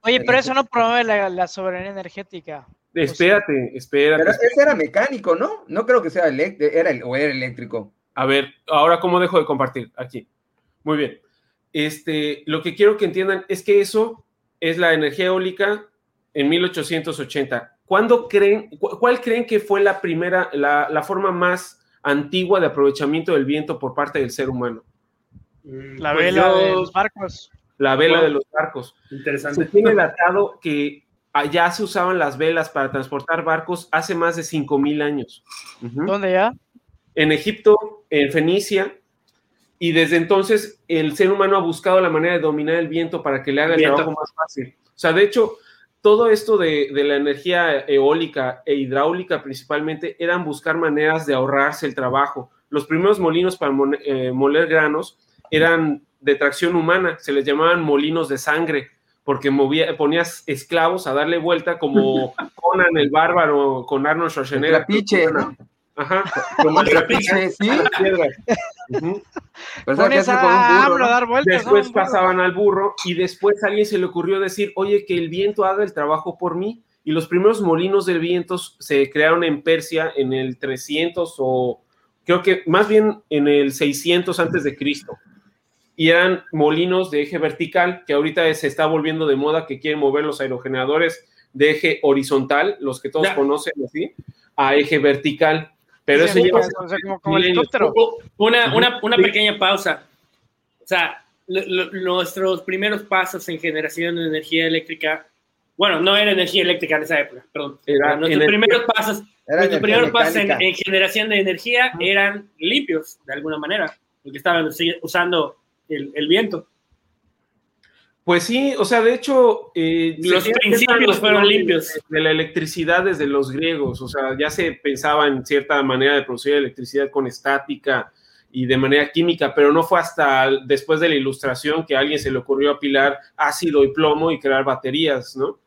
Oye, pero eso no promueve la, la soberanía energética. Espérate, espérate. Pero espérate. ese era mecánico, ¿no? No creo que sea eléctrico, era, o era eléctrico. A ver, ahora cómo dejo de compartir aquí. Muy bien. Este, lo que quiero que entiendan es que eso es la energía eólica en mil ochocientos ochenta. ¿Cuándo creen, cu- cuál creen que fue la primera, la, la forma más antigua de aprovechamiento del viento por parte del ser humano? La Pues vela yo- de los barcos. La vela Wow. de los barcos. Interesante. Se tiene datado que allá se usaban las velas para transportar barcos hace más de cinco mil años. Ujú. ¿Dónde ya? En Egipto, en Fenicia, y desde entonces el ser humano ha buscado la manera de dominar el viento para que le haga el Viento. trabajo más fácil. O sea, de hecho, todo esto de, de la energía eólica e hidráulica principalmente eran buscar maneras de ahorrarse el trabajo. Los primeros molinos para mon- eh, moler granos eran de tracción humana, se les llamaban molinos de sangre, porque movía, ponías esclavos a darle vuelta como Conan el Bárbaro con Arnold El Schwarzenegger. trapiche, ¿no? Ajá. Como el trapiche, sí. Las piedras. Ujú. Pero ¿sabes qué Pones hacer con un a burro, AMLO a no? dar vueltas. Después ¿no? Un burro. pasaban al burro y después a alguien se le ocurrió decir, oye, que el viento haga el trabajo por mí. Y los primeros molinos de vientos se crearon en Persia en el trescientos o creo que más bien en el seiscientos antes de Cristo. Y eran molinos de eje vertical, que ahorita se está volviendo de moda, que quieren mover los aerogeneradores de eje horizontal, los que todos Ya. conocen así, a eje vertical. Pero Sí, eso lleva o sea, como, como milenios. helicóptero. Una, Ujú. una, una Sí. pequeña pausa. O sea, lo- lo- nuestros primeros pasos en generación de energía eléctrica, bueno, no era energía eléctrica en esa época, perdón. Era nuestros energía- primeros pasos, Era nuestros energía primeros pasos en, mecánica. en generación de energía eran limpios, de alguna manera, porque estaban usi- usando el, el viento. Pues sí, o sea, de hecho, eh, Los se tiene que principios pensar en fueron los limpios. De, de la electricidad desde los griegos, o sea, ya se pensaba en cierta manera de producir electricidad con estática y de manera química, pero no fue hasta después de la Ilustración que a alguien se le ocurrió apilar ácido y plomo y crear baterías, ¿no?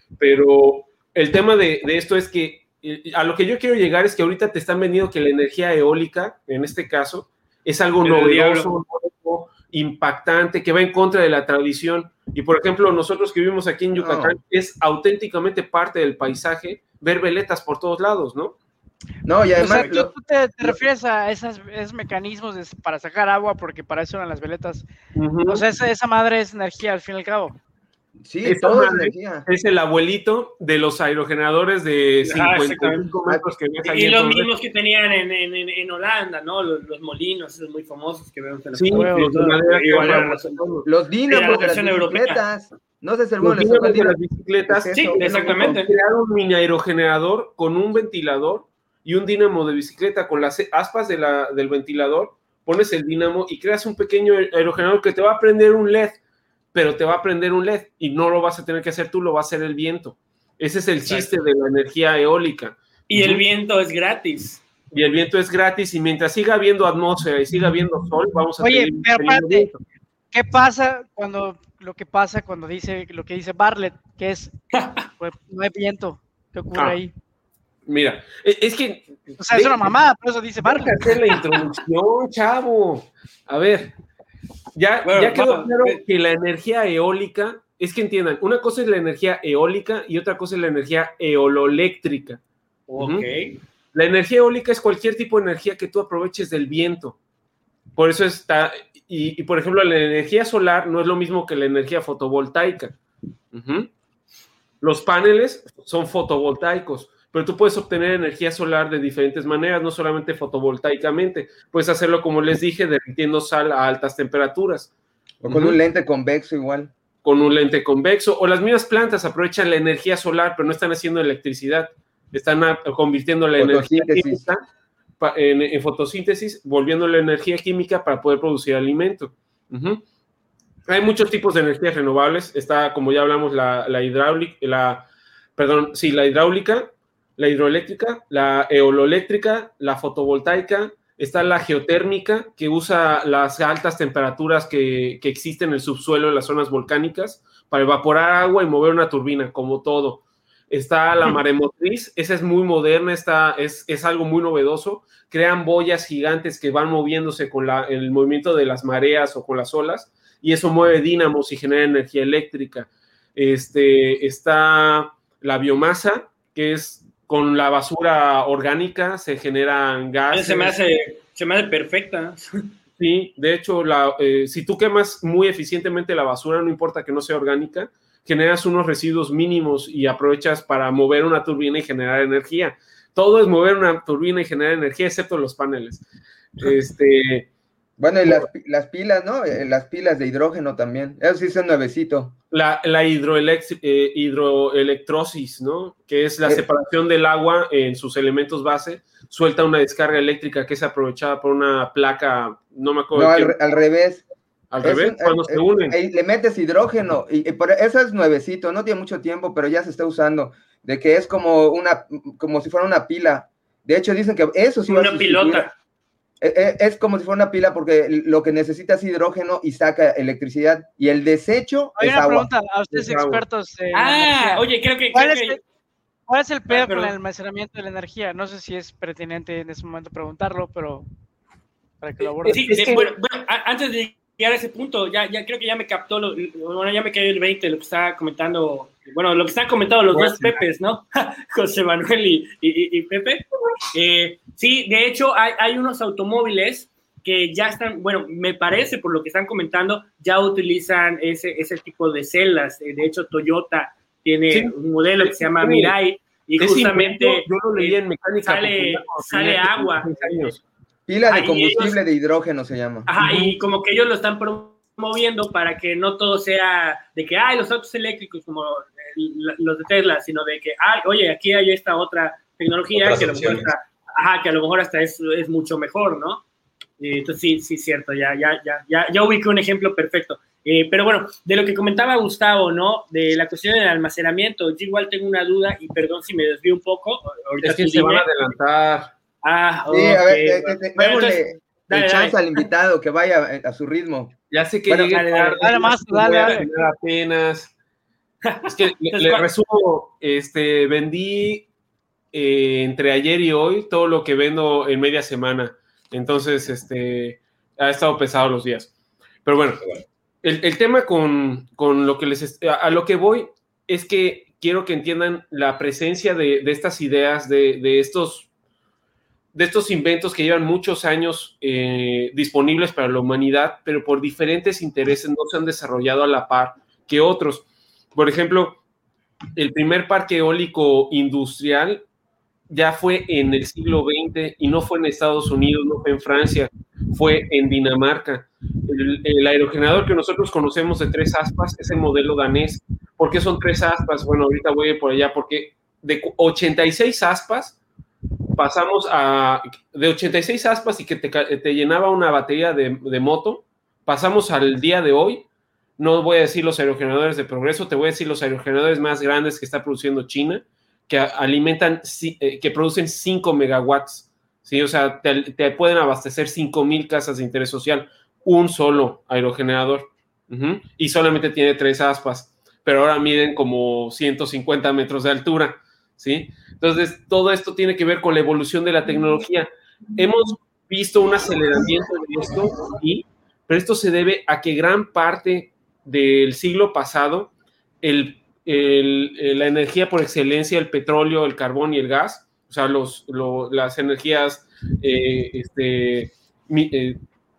Pero el tema de, de esto es que eh, a lo que yo quiero llegar es que ahorita te están vendiendo que la energía eólica, en este caso, es algo El novedoso, diablo. nuevo, impactante, que va en contra de la tradición. Y por ejemplo, nosotros que vivimos aquí en Yucatán, No. es auténticamente parte del paisaje ver veletas por todos lados, ¿no? No, y O además, sea, tú, lo- tú te, te refieres a esas, esos mecanismos de- para sacar agua, porque para eso eran las veletas. Uh-huh. O sea, esa, esa madre es energía al fin y al cabo. sí, Esa todo es madre energía. es el abuelito de los aerogeneradores de Ajá, cincuenta y cinco metros que ves ahí Y en los Torres. mismos que tenían en, en, en- en Holanda, ¿no? Los, los molinos, esos muy famosos que vemos en la Sí, foto. los de madera que Igual eran eran más los- todos. Los Era dínamos la de las versión europea. bicicletas. No sé si el Los mundo les tocó el dínamos de dínamo. las bicicletas, ¿Qué es Sí, eso? exactamente. crear un mini aerogenerador con un ventilador y un dínamo de bicicleta con las aspas de la, del ventilador, pones el dínamo y creas un pequeño aerogenerador que te va a prender un L E D, pero te va a prender un L E D y no lo vas a tener que hacer tú, lo va a hacer el viento. Ese es el Exacto. chiste de la energía eólica. Y el Ujú. viento es gratis. Y el viento es gratis y mientras siga habiendo atmósfera y siga habiendo sol, vamos a Oye, seguir pero teniendo espérate. viento. ¿Qué pasa cuando lo que pasa cuando dice lo que dice Bartlett, que es pues, no hay viento? ¿Qué ocurre Ah. ahí? Mira, e- es que... O sea, es una mamada, por eso dice Deja Bartlett. hacer la introducción, chavo. A ver, ya, Bueno, ya quedó vamos. claro que la energía eólica, es que entiendan, una cosa es la energía eólica y otra cosa es la energía eoloeléctrica. Ok. Ujú. La energía eólica es cualquier tipo de energía que tú aproveches del viento. Por eso está, y, y por ejemplo, la energía solar no es lo mismo que la energía fotovoltaica. Ujú. Los paneles son fotovoltaicos, pero tú puedes obtener energía solar de diferentes maneras, no solamente fotovoltaicamente. Puedes hacerlo, como les dije, derritiendo sal a altas temperaturas. O con Ujú. un lente convexo igual. Con un lente convexo, o las mismas plantas aprovechan la energía solar, pero no están haciendo electricidad, están a, convirtiendo la energía Fotosíntesis. química pa, en, en fotosíntesis, volviendo la energía química para poder producir alimento. Uh-huh. Hay muchos tipos de energías renovables, está, como ya hablamos, la, la hidráulica, la, perdón, sí, la hidráulica, la hidroeléctrica, la eoloeléctrica, la fotovoltaica, está la geotérmica, que usa las altas temperaturas que, que existen en el subsuelo en las zonas volcánicas para evaporar agua y mover una turbina, como todo. Está la maremotriz, esa es muy moderna, está, es, es algo muy novedoso. Crean boyas gigantes que van moviéndose con la, el movimiento de las mareas o con las olas, y eso mueve dínamos y genera energía eléctrica. Este, está la biomasa, que es con la basura orgánica, se generan gases. Se me hace, se me hace perfecta. Sí, de hecho, la, eh, si tú quemas muy eficientemente la basura, no importa que no sea orgánica, generas unos residuos mínimos y aprovechas para mover una turbina y generar energía. Todo es mover una turbina y generar energía, excepto los paneles. Este, bueno, y las, las pilas, ¿no? Las pilas de hidrógeno también. Eso sí es nuevecito. La, la hidroelect, eh, hidroelectrosis, ¿no? Que es la eh, separación del agua en sus elementos base, suelta una descarga eléctrica que es aprovechada por una placa, no me acuerdo. No, al, al revés. Al revés, un, cuando eh, se unen. Eh, le metes hidrógeno, y, y por eso es nuevecito, no tiene mucho tiempo, pero ya se está usando, de que es como una, como si fuera una pila. De hecho, dicen que eso sí va a una pilota. Es, es como si fuera una pila, porque lo que necesita es hidrógeno y saca electricidad, y el desecho Hay es una agua. pregunta a ustedes es expertos. En ah, oye, creo que... ¿Cuál, creo es que... el, ¿Cuál es el pedo ah, con el almacenamiento de la energía? No sé si es pertinente en ese momento preguntarlo, pero para que lo aborden. Sí, sí, bueno, bueno, antes de llegar a ese punto, ya, ya creo que ya me captó, lo, bueno, ya me cayó el veinte lo que estaba comentando, bueno, lo que están comentando los bueno, dos Pepes, ¿no? José Manuel y, y, y Pepe. Eh, sí, de hecho, hay, hay unos automóviles que ya están, bueno, me parece, por lo que están comentando, ya utilizan ese, ese tipo de celdas. De hecho, Toyota tiene sí, un modelo que se llama sí, Mirai, y justamente invento, yo lo leí en mecánica sale, sale agua. Pila de combustible ellos, de hidrógeno se llama. Ajá, y como que ellos lo están promoviendo para que no todo sea de que, ay, los autos eléctricos como los de Tesla, sino de que, ay, oye, aquí hay esta otra tecnología que a, lo mejor está, ajá, que a lo mejor hasta es, es mucho mejor, ¿no? Eh, entonces sí, sí, cierto, ya, ya, ya, ya, ya ubiqué un ejemplo perfecto. Eh, pero bueno, de lo que comentaba Gustavo, ¿no? De la cuestión del almacenamiento, yo igual tengo una duda, y perdón si me desvío un poco. Ahorita es que se van a adelantar. Ah, sí, okay. a ver, eh, eh, bueno, démosle el chance al invitado que vaya a su ritmo. Ya sé que bueno, llegue dale, dale, dale más, dale, dale. Apenas. Es que le, le resumo, este, vendí eh, entre ayer y hoy todo lo que vendo en media semana. Entonces, este, ha estado pesado los días. Pero bueno, el, el tema con, con lo que les, a, a lo que voy es que quiero que entiendan la presencia de, de estas ideas, de, de estos de estos inventos que llevan muchos años eh, disponibles para la humanidad, pero por diferentes intereses no se han desarrollado a la par que otros. Por ejemplo, el primer parque eólico industrial ya fue en el siglo veinte y no fue en Estados Unidos, no fue en Francia, fue en Dinamarca. El, el aerogenerador que nosotros conocemos de tres aspas es el modelo danés. ¿Por qué son tres aspas? Bueno, ahorita voy a ir por allá, porque de ochenta y seis aspas pasamos a, de ochenta y seis aspas y que te, te llenaba una batería de, de moto, pasamos al día de hoy, no voy a decir los aerogeneradores de progreso, te voy a decir los aerogeneradores más grandes que está produciendo China, que alimentan, que producen cinco megawatts, ¿sí? O sea, te, te pueden abastecer cinco mil casas de interés social, un solo aerogenerador, uh-huh, y solamente tiene tres aspas, pero ahora miden como ciento cincuenta metros de altura, ¿sí? Entonces, todo esto tiene que ver con la evolución de la tecnología. Hemos visto un aceleramiento de esto, ¿sí? Pero esto se debe a que gran parte del siglo pasado, el, el, la energía por excelencia, el petróleo, el carbón y el gas, o sea, los, lo, las energías eh, este, eh,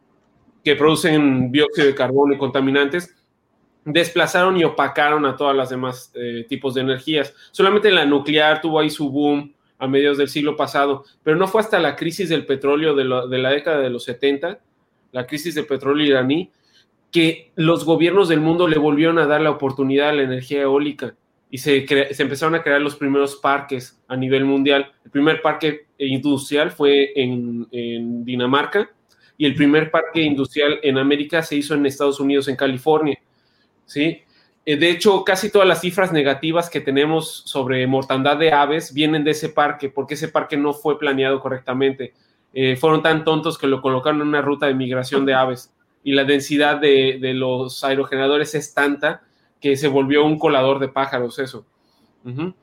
que producen dióxido de carbono y contaminantes, desplazaron y opacaron a todas las demás eh, tipos de energías. Solamente la nuclear tuvo ahí su boom a mediados del siglo pasado, pero no fue hasta la crisis del petróleo de, lo, de la década de los setenta, la crisis del petróleo iraní, que los gobiernos del mundo le volvieron a dar la oportunidad a la energía eólica y se, cre- se empezaron a crear los primeros parques a nivel mundial. El primer parque industrial fue en, en Dinamarca y el primer parque industrial en América se hizo en Estados Unidos, en California. ¿Sí? De hecho, casi todas las cifras negativas que tenemos sobre mortandad de aves vienen de ese parque, porque ese parque no fue planeado correctamente. Eh, fueron tan tontos que lo colocaron en una ruta de migración de aves y la densidad de, de los aerogeneradores es tanta que se volvió un colador de pájaros eso. Uh-huh.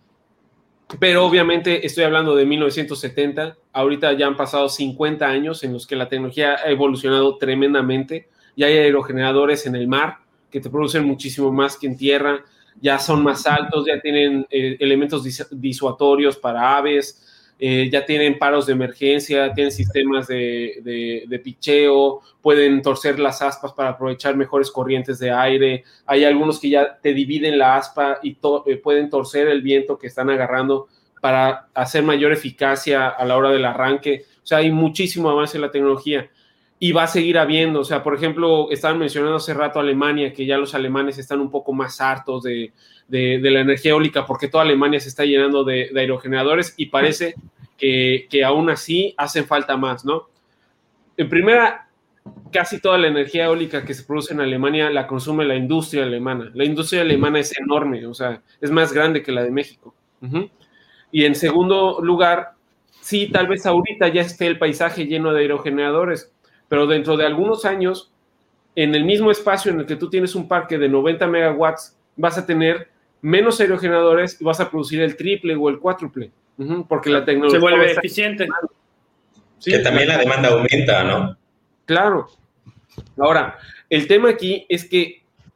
Pero obviamente estoy hablando de mil novecientos setenta, ahorita ya han pasado cincuenta años en los que la tecnología ha evolucionado tremendamente, ya hay aerogeneradores en el mar que te producen muchísimo más que en tierra. ya son más altos, ya tienen eh, elementos dis disuatorios para aves, eh, ya tienen paros de emergencia, tienen sistemas de, de, de picheo, pueden torcer las aspas para aprovechar mejores corrientes de aire. Hay algunos que ya te dividen la aspa y to eh, pueden torcer el viento que están agarrando para hacer mayor eficacia a la hora del arranque. O sea, hay muchísimo avance en la tecnología y va a seguir habiendo. O sea, por ejemplo, estaban mencionando hace rato Alemania, que ya los alemanes están un poco más hartos de, de, de la energía eólica porque toda Alemania se está llenando de, de aerogeneradores y parece que, que aún así hacen falta más, ¿no? En primera, casi toda la energía eólica que se produce en Alemania la consume la industria alemana. La industria alemana es enorme, o sea, es más grande que la de México. Uh-huh. Y en segundo lugar, sí, tal vez ahorita ya esté el paisaje lleno de aerogeneradores, pero dentro de algunos años, en el mismo espacio en el que tú tienes un parque de noventa megawatts, vas a tener menos aerogeneradores y vas a producir el triple o el cuádruple, uh-huh, porque la tecnología se vuelve eficiente. Sí, que también la demanda aumenta, ¿no? Claro. Ahora, el tema aquí es que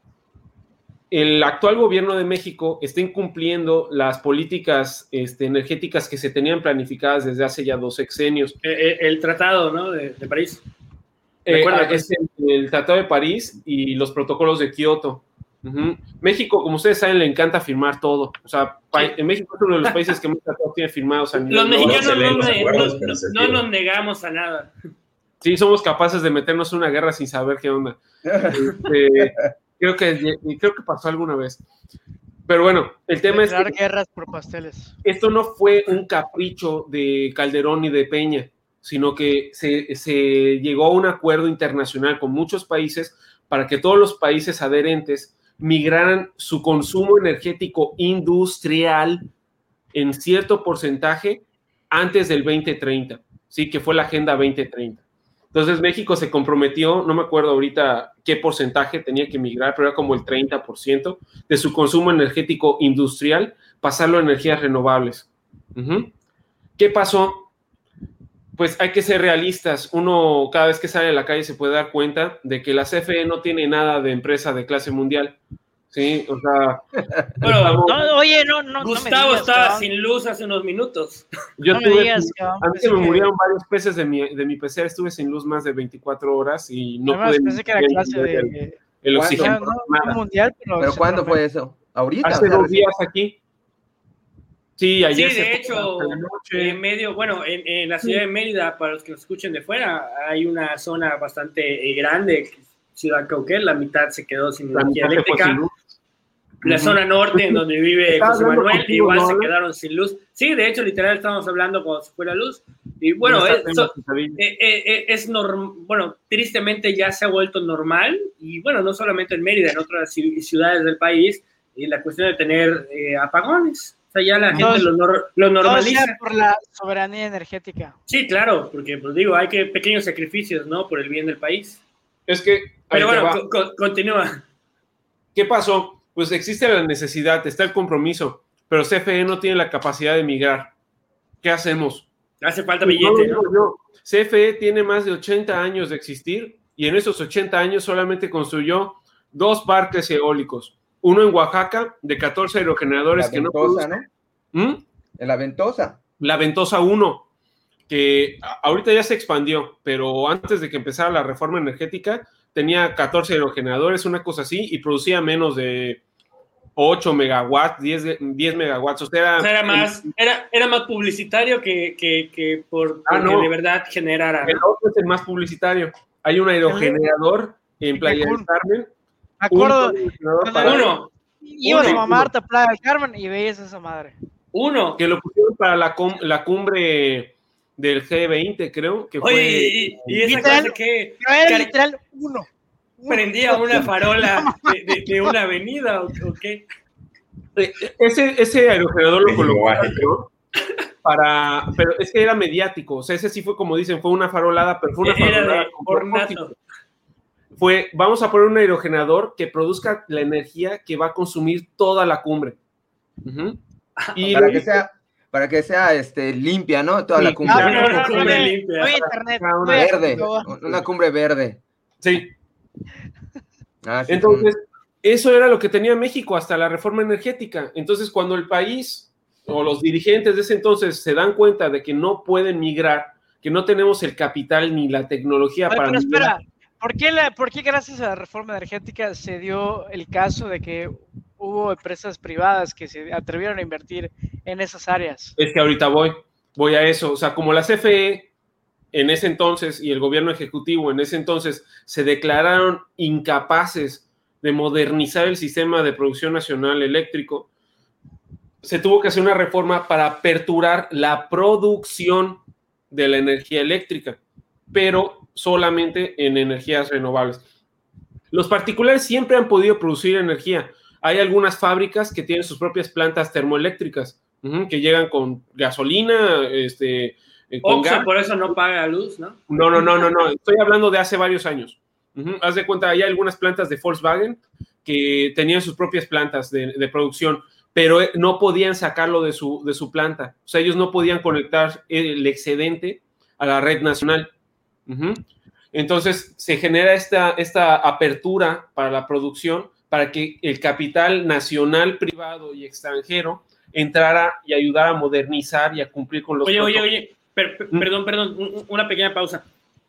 el actual gobierno de México está incumpliendo las políticas este, energéticas que se tenían planificadas desde hace ya dos sexenios. El, el tratado, ¿no? de, de París. Eh, es el, el Tratado de París y los protocolos de Kioto. Uh-huh. México, como ustedes saben, le encanta firmar todo. O sea, sí. En México es uno de los países que más tratados tiene firmados a nivel. Los mexicanos no, no, acuerdos, no, no, no nos negamos a nada. Sí, somos capaces de meternos en una guerra sin saber qué onda. Este, creo que creo que pasó alguna vez. Pero bueno, el tema es que guerras por pasteles. Esto no fue un capricho de Calderón y de Peña, sino que se, se llegó a un acuerdo internacional con muchos países para que todos los países adherentes migraran su consumo energético industrial en cierto porcentaje antes del veinte treinta, sí, que fue la Agenda veinte treinta. Entonces México se comprometió, no me acuerdo ahorita qué porcentaje tenía que migrar, pero era como el treinta por ciento de su consumo energético industrial, pasarlo a energías renovables. Uh-huh. ¿Qué pasó? Pues hay que ser realistas. Uno cada vez que sale a la calle se puede dar cuenta de que la C F E no tiene nada de empresa de clase mundial. Sí, o sea... Bueno, estamos... no, oye, no, no, Gustavo no me digas, estaba cabrón. sin luz hace unos minutos. Yo no tuve, me digas, cabrón, a mí se me que... murieron varios peces de mi, de mi P C, estuve sin luz más de veinticuatro horas y no Además, pude... pensé que era clase de... El, el oxígeno. No, no, no mundial, pero... ¿Pero cuándo fue eso? ¿Ahorita? Hace o sea, dos días aquí. Sí, ayer sí, se de fue hecho, hasta la noche. en medio, bueno, en, en la ciudad de Mérida, para los que nos escuchen de fuera, hay una zona bastante eh, grande, Ciudad Cauquel, la mitad se quedó sin La energía mitad se fue eléctrica. sin luz. La Ujú. zona norte, en donde vive Estaba José hablando Manuel, contigo, igual ¿no, se Alan? quedaron sin luz. Sí, de hecho, literal, estábamos hablando cuando se fue la luz. Y bueno, No está es, tema, so- Cristabel. eh, eh, es norm- bueno, tristemente ya se ha vuelto normal, y bueno, no solamente en Mérida, en otras ci- ciudades del país, y la cuestión de tener eh, apagones. O sea, ya la Todo- gente lo, nor- lo Todo normaliza. sea por la soberanía energética. Sí, claro, porque pues digo, hay que pequeños sacrificios, ¿no? Por el bien del país. Es que, ahí Pero te bueno, va. co- co- continúa. ¿Qué pasó? Pues existe la necesidad, está el compromiso, pero C F E no tiene la capacidad de migrar. ¿Qué hacemos? Hace falta Pues no lo billete, digo ¿no? yo. C F E tiene más de ochenta años de existir y en esos ochenta años solamente construyó dos parques eólicos. Uno en Oaxaca, de catorce aerogeneradores La que no Ventosa, producen. ¿no? ¿Mm? En la Ventosa. La Ventosa uno, que a- ahorita ya se expandió, pero antes de que empezara la reforma energética, tenía catorce aerogeneradores, una cosa así, y producía menos de ocho megawatts, diez, diez megawatts. O sea, era, O sea, era más, era, era más publicitario que, que, que por Ah, porque no. de verdad generara. el otro es el más publicitario. Hay un aerogenerador en Playa del Carmen. Me acuerdo, un aerogenerador cuando para- Uno, ibas uno. a mamarte a Playa del Carmen y veías esa madre. uno. que lo pusieron para la, cum- la cumbre del G veinte, creo, que fue... Oye, y, y esa Literal, cosa que Pero era Cari- literal uno. Uno. prendía una farola de, de, de una avenida o, o qué. Eh, Ese, ese aerogenerador lo México colocó mágico. para... Pero es que era mediático, o sea, ese sí fue como dicen, fue una farolada, pero fue una Era farolada de con ornato. propósito. Fue, vamos a poner un aerogenerador que produzca la energía que va a consumir toda la cumbre. Ujú. Y Para lo que hizo. sea, para que sea este, limpia, ¿no? Toda Sí, la cumbre. Ah, Una- pero una no, cumbre no, limpia. no hay internet. Una no hay- Verde. no. Una cumbre verde. Sí, Ah, sí, entonces, eso era lo que tenía México hasta la reforma energética. Entonces, cuando el país o los dirigentes de ese entonces se dan cuenta de que no pueden migrar, que no tenemos el capital ni la tecnología Oye, para pero migrar. espera, ¿por qué, la, ¿por qué gracias a la reforma energética se dio el caso de que hubo empresas privadas que se atrevieron a invertir en esas áreas? Es que ahorita voy, voy a eso. O sea, como la C F E en ese entonces y el gobierno ejecutivo en ese entonces se declararon incapaces de modernizar el sistema de producción nacional eléctrico, se tuvo que hacer una reforma para aperturar la producción de la energía eléctrica, pero solamente en energías renovables. Los particulares siempre han podido producir energía. Hay algunas fábricas que tienen sus propias plantas termoeléctricas, uh-huh, que llegan con gasolina, este, con Oxxo, gas. por eso no paga luz, ¿no? No, no, no, no, no. Estoy hablando de hace varios años. Uh-huh. Haz de cuenta, hay algunas plantas de Volkswagen que tenían sus propias plantas de, de producción, pero no podían sacarlo de su, de su planta. O sea, ellos no podían conectar el excedente a la red nacional. Uh-huh. Entonces, se genera esta, esta apertura para la producción para que el capital nacional, privado y extranjero entrara y ayudara a modernizar y a cumplir con los... Oye, oye, oye, per, per, perdón, perdón, una pequeña pausa.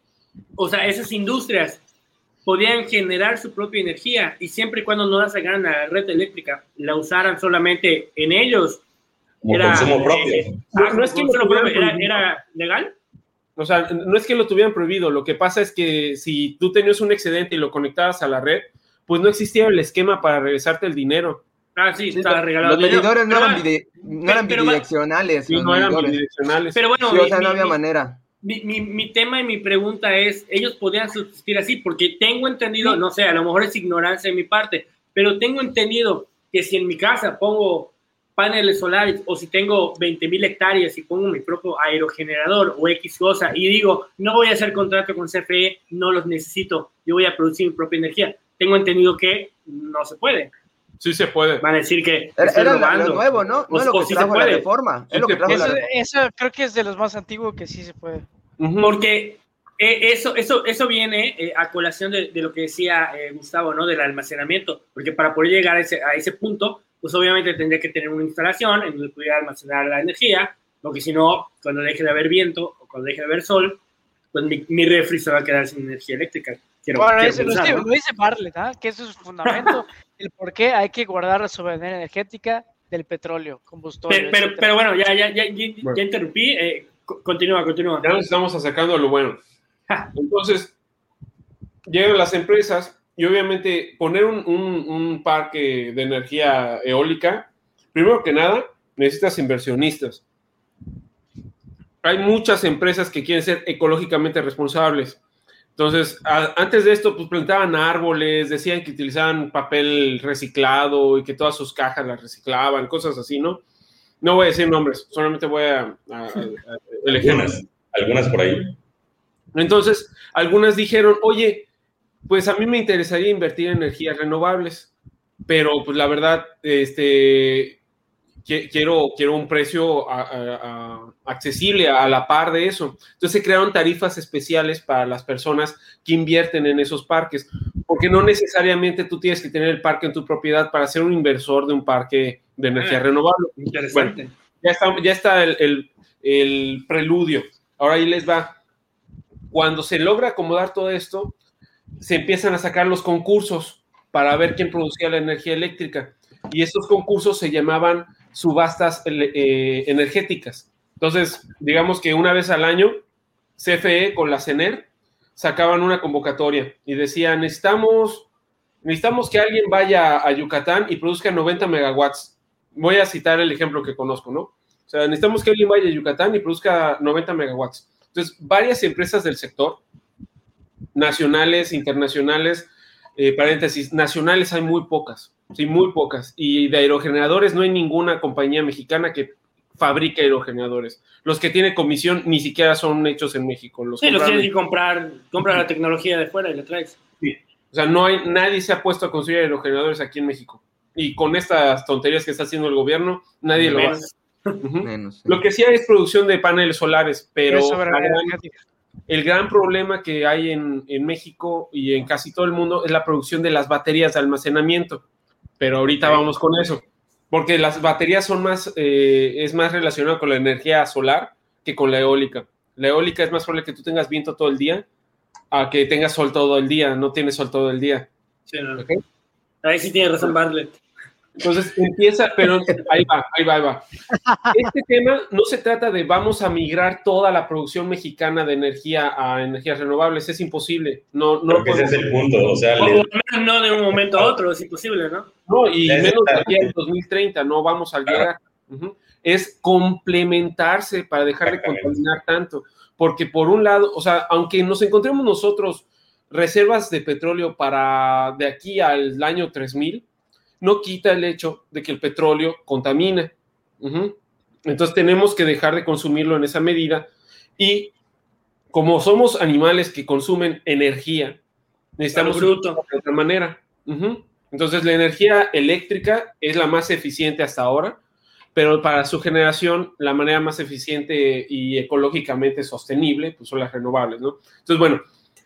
O sea, esas industrias podían generar su propia energía y siempre y cuando no la sacaran a la red eléctrica, la usaran solamente en ellos. Como era, consumo propio. Eh, ah, no es que lo propio, era, ¿Era legal? O sea, no es que lo tuvieran prohibido, lo que pasa es que si tú tenías un excedente y lo conectabas a la red, pues no existía el esquema para regresarte el dinero. Ah, sí, sí, estaba regalado. Los medidores no eran, bide, no eran pero, bidireccionales. Sí, no eran bidireccionales. Pero bueno, sí, mi, o sea, no mi, había mi, manera. Mi, mi, mi tema y mi pregunta es, ellos podían subsistir así, porque tengo entendido, no sé, a lo mejor es ignorancia de mi parte, pero tengo entendido que si en mi casa pongo paneles solares o si tengo veinte mil hectáreas y pongo mi propio aerogenerador o X cosa y digo, no voy a hacer contrato con C F E, no los necesito, yo voy a producir mi propia energía. Tengo entendido que no se puede. Sí se puede. Van a decir que Era, estoy era robando. lo nuevo, ¿no? No o, es lo que o sí trajo se la puede. reforma. Sí es lo que trajo eso, la reforma. eso creo que es de los más antiguos que sí se puede. Uh-huh. Porque eh, eso, eso, eso viene eh, a colación de, de lo que decía eh, Gustavo, ¿no? Del almacenamiento. Porque para poder llegar a ese, a ese punto, pues obviamente tendría que tener una instalación en donde pudiera almacenar la energía, porque si no, cuando deje de haber viento o cuando deje de haber sol, pues mi, mi refri se va a quedar sin energía eléctrica. Quiero, bueno, quiero ese, pensar, lo, ¿no? lo dice Bartlett, ¿eh? Que eso es fundamento, el por qué hay que guardar la soberanía energética del petróleo, combustible. Pero, pero, pero bueno, ya, ya, ya, ya, bueno. ya interrumpí. Eh, continúa, continúa. Ya nos estamos acercando a lo bueno. Entonces, llegan las empresas y obviamente poner un, un, un parque de energía eólica, primero que nada, necesitas inversionistas. Hay muchas empresas que quieren ser ecológicamente responsables. Entonces, a, antes de esto, pues plantaban árboles, decían que utilizaban papel reciclado y que todas sus cajas las reciclaban, cosas así, ¿no? No voy a decir nombres, solamente voy a, a, a, a elegir. Algunas, algunas por ahí. Entonces, algunas dijeron, oye, pues a mí me interesaría invertir en energías renovables, pero pues la verdad, este, quiero, quiero un precio a, a, a accesible a la par de eso. Entonces se crearon tarifas especiales para las personas que invierten en esos parques, porque no necesariamente tú tienes que tener el parque en tu propiedad para ser un inversor de un parque de energía ah, renovable. Interesante. Bueno, ya está, ya está el, el, el preludio. Ahora ahí les va. Cuando se logra acomodar todo esto, se empiezan a sacar los concursos para ver quién producía la energía eléctrica. Y estos concursos se llamaban subastas eh, energéticas. Entonces, digamos que una vez al año, C F E con la CENER sacaban una convocatoria y decían, necesitamos, necesitamos que alguien vaya a Yucatán y produzca noventa megawatts. Voy a citar el ejemplo que conozco, ¿no? O sea, necesitamos que alguien vaya a Yucatán y produzca noventa megawatts. Entonces, varias empresas del sector, nacionales, internacionales, eh, paréntesis, nacionales hay muy pocas, sí, muy pocas. Y de aerogeneradores no hay ninguna compañía mexicana que fabrique aerogeneradores. Los que tienen comisión ni siquiera son hechos en México. Los sí, los tienes que comprar, comprar la tecnología de fuera y la traes. Sí. O sea, no hay, nadie se ha puesto a construir aerogeneradores aquí en México. Y con estas tonterías que está haciendo el gobierno, nadie lo hace. Uh-huh. Menos, sí. Lo que sí hay es producción de paneles solares, pero la gran, el gran problema que hay en, en México y en casi todo el mundo es la producción de las baterías de almacenamiento. Pero ahorita vamos con eso, porque las baterías son más, eh, es más relacionado con la energía solar que con la eólica. La eólica es más probable que tú tengas viento todo el día a que tengas sol todo el día, no tienes sol todo el día. Sí, no. ¿Okay? Ahí sí tiene razón Bartlett. Entonces empieza, pero ahí va, ahí va, ahí va. Este tema no se trata de vamos a migrar toda la producción mexicana de energía a energías renovables, es imposible. No, no ese es el punto, o sea... O, le... o no de un momento a otro, es imposible, ¿no? No, y menos de aquí al dos mil treinta, no vamos a llegar. Uh-huh. Es complementarse para dejar de contaminar tanto, porque por un lado, o sea, aunque nos encontremos nosotros reservas de petróleo para de aquí al año tres mil, no quita el hecho de que el petróleo contamina. Uh-huh. Entonces tenemos que dejar de consumirlo en esa medida y como somos animales que consumen energía, necesitamos de otra manera. Uh-huh. Entonces la energía eléctrica es la más eficiente hasta ahora, pero para su generación la manera más eficiente y ecológicamente sostenible pues son las renovables, ¿no? Entonces, bueno,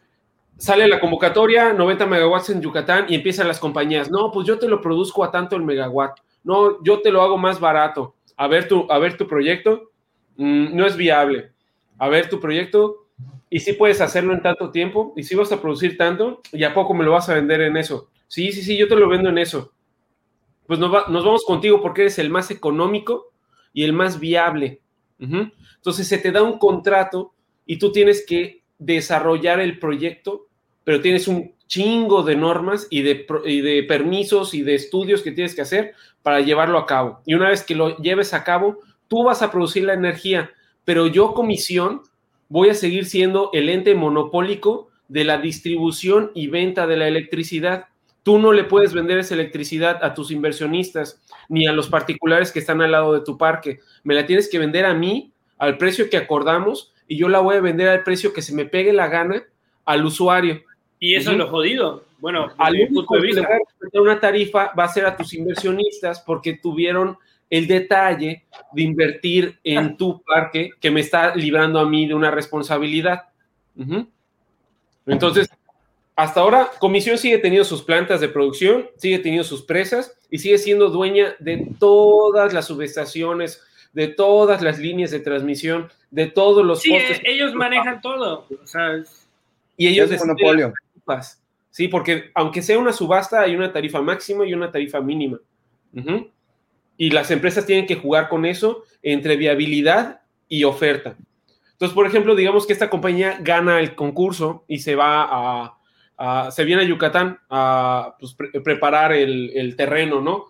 sale la convocatoria, noventa megawatts en Yucatán y empiezan las compañías. No, pues yo te lo produzco a tanto el megawatt. No, yo te lo hago más barato. A ver tu, a ver tu proyecto. Mm, no es viable. A ver tu proyecto. Y sí puedes hacerlo en tanto tiempo. Y sí vas a producir tanto. ¿Y a poco me lo vas a vender en eso? Sí, sí, sí, yo te lo vendo en eso. Pues nos, va, nos vamos contigo porque eres el más económico y el más viable. Uh-huh. Entonces se te da un contrato y tú tienes que desarrollar el proyecto, pero tienes un chingo de normas y de, y de permisos y de estudios que tienes que hacer para llevarlo a cabo. Y una vez que lo lleves a cabo, tú vas a producir la energía, pero yo, comisión, voy a seguir siendo el ente monopólico de la distribución y venta de la electricidad. Tú no le puedes vender esa electricidad a tus inversionistas ni a los particulares que están al lado de tu parque. Me la tienes que vender a mí al precio que acordamos y yo la voy a vender al precio que se me pegue la gana al usuario. Y eso uh-huh. es lo jodido. Bueno, al único que le va a respetar una tarifa va a ser a tus inversionistas porque tuvieron el detalle de invertir en tu parque que me está librando a mí de una responsabilidad. Uh-huh. Entonces, hasta ahora, Comisión sigue teniendo sus plantas de producción, sigue teniendo sus presas y sigue siendo dueña de todas las subestaciones, de todas las líneas de transmisión, de todos los sí, postes. Sí, ellos manejan todo. O sea, es... Y ellos es un monopolio. Tarifas. Sí, porque aunque sea una subasta, hay una tarifa máxima y una tarifa mínima. Uh-huh. Y las empresas tienen que jugar con eso entre viabilidad y oferta. Entonces, por ejemplo, digamos que esta compañía gana el concurso y se va a, a se viene a Yucatán a pues, pre- preparar el, el terreno, ¿no?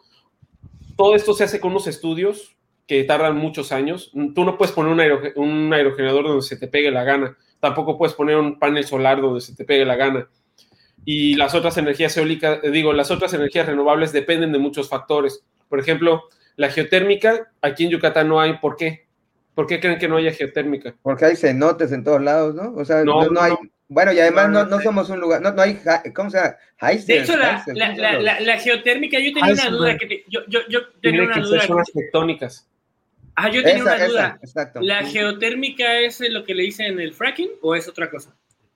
Todo esto se hace con unos estudios que tardan muchos años. Tú no puedes poner un, aeroge- un aerogenerador donde se te pegue la gana. Tampoco puedes poner un panel solar donde se te pegue la gana. Y las otras energías eólicas, digo, las otras energías renovables dependen de muchos factores. Por ejemplo, la geotérmica, aquí en Yucatán no hay. ¿Por qué? ¿Por qué creen que no haya geotérmica? Porque hay cenotes en todos lados, ¿no? O sea, no, no, no hay... No. Bueno, y además no, no, no somos un lugar, no, no hay, ¿cómo se llama? Heisen, de hecho, la, Heisen, la, la, la, la geotérmica, yo tenía Heisen, una duda, que te, yo, yo, yo tenía una que duda. Son las tectónicas. Ah, yo tenía esa, una duda. Esa, exacto. ¿La geotérmica es lo que le dicen el fracking o es otra cosa?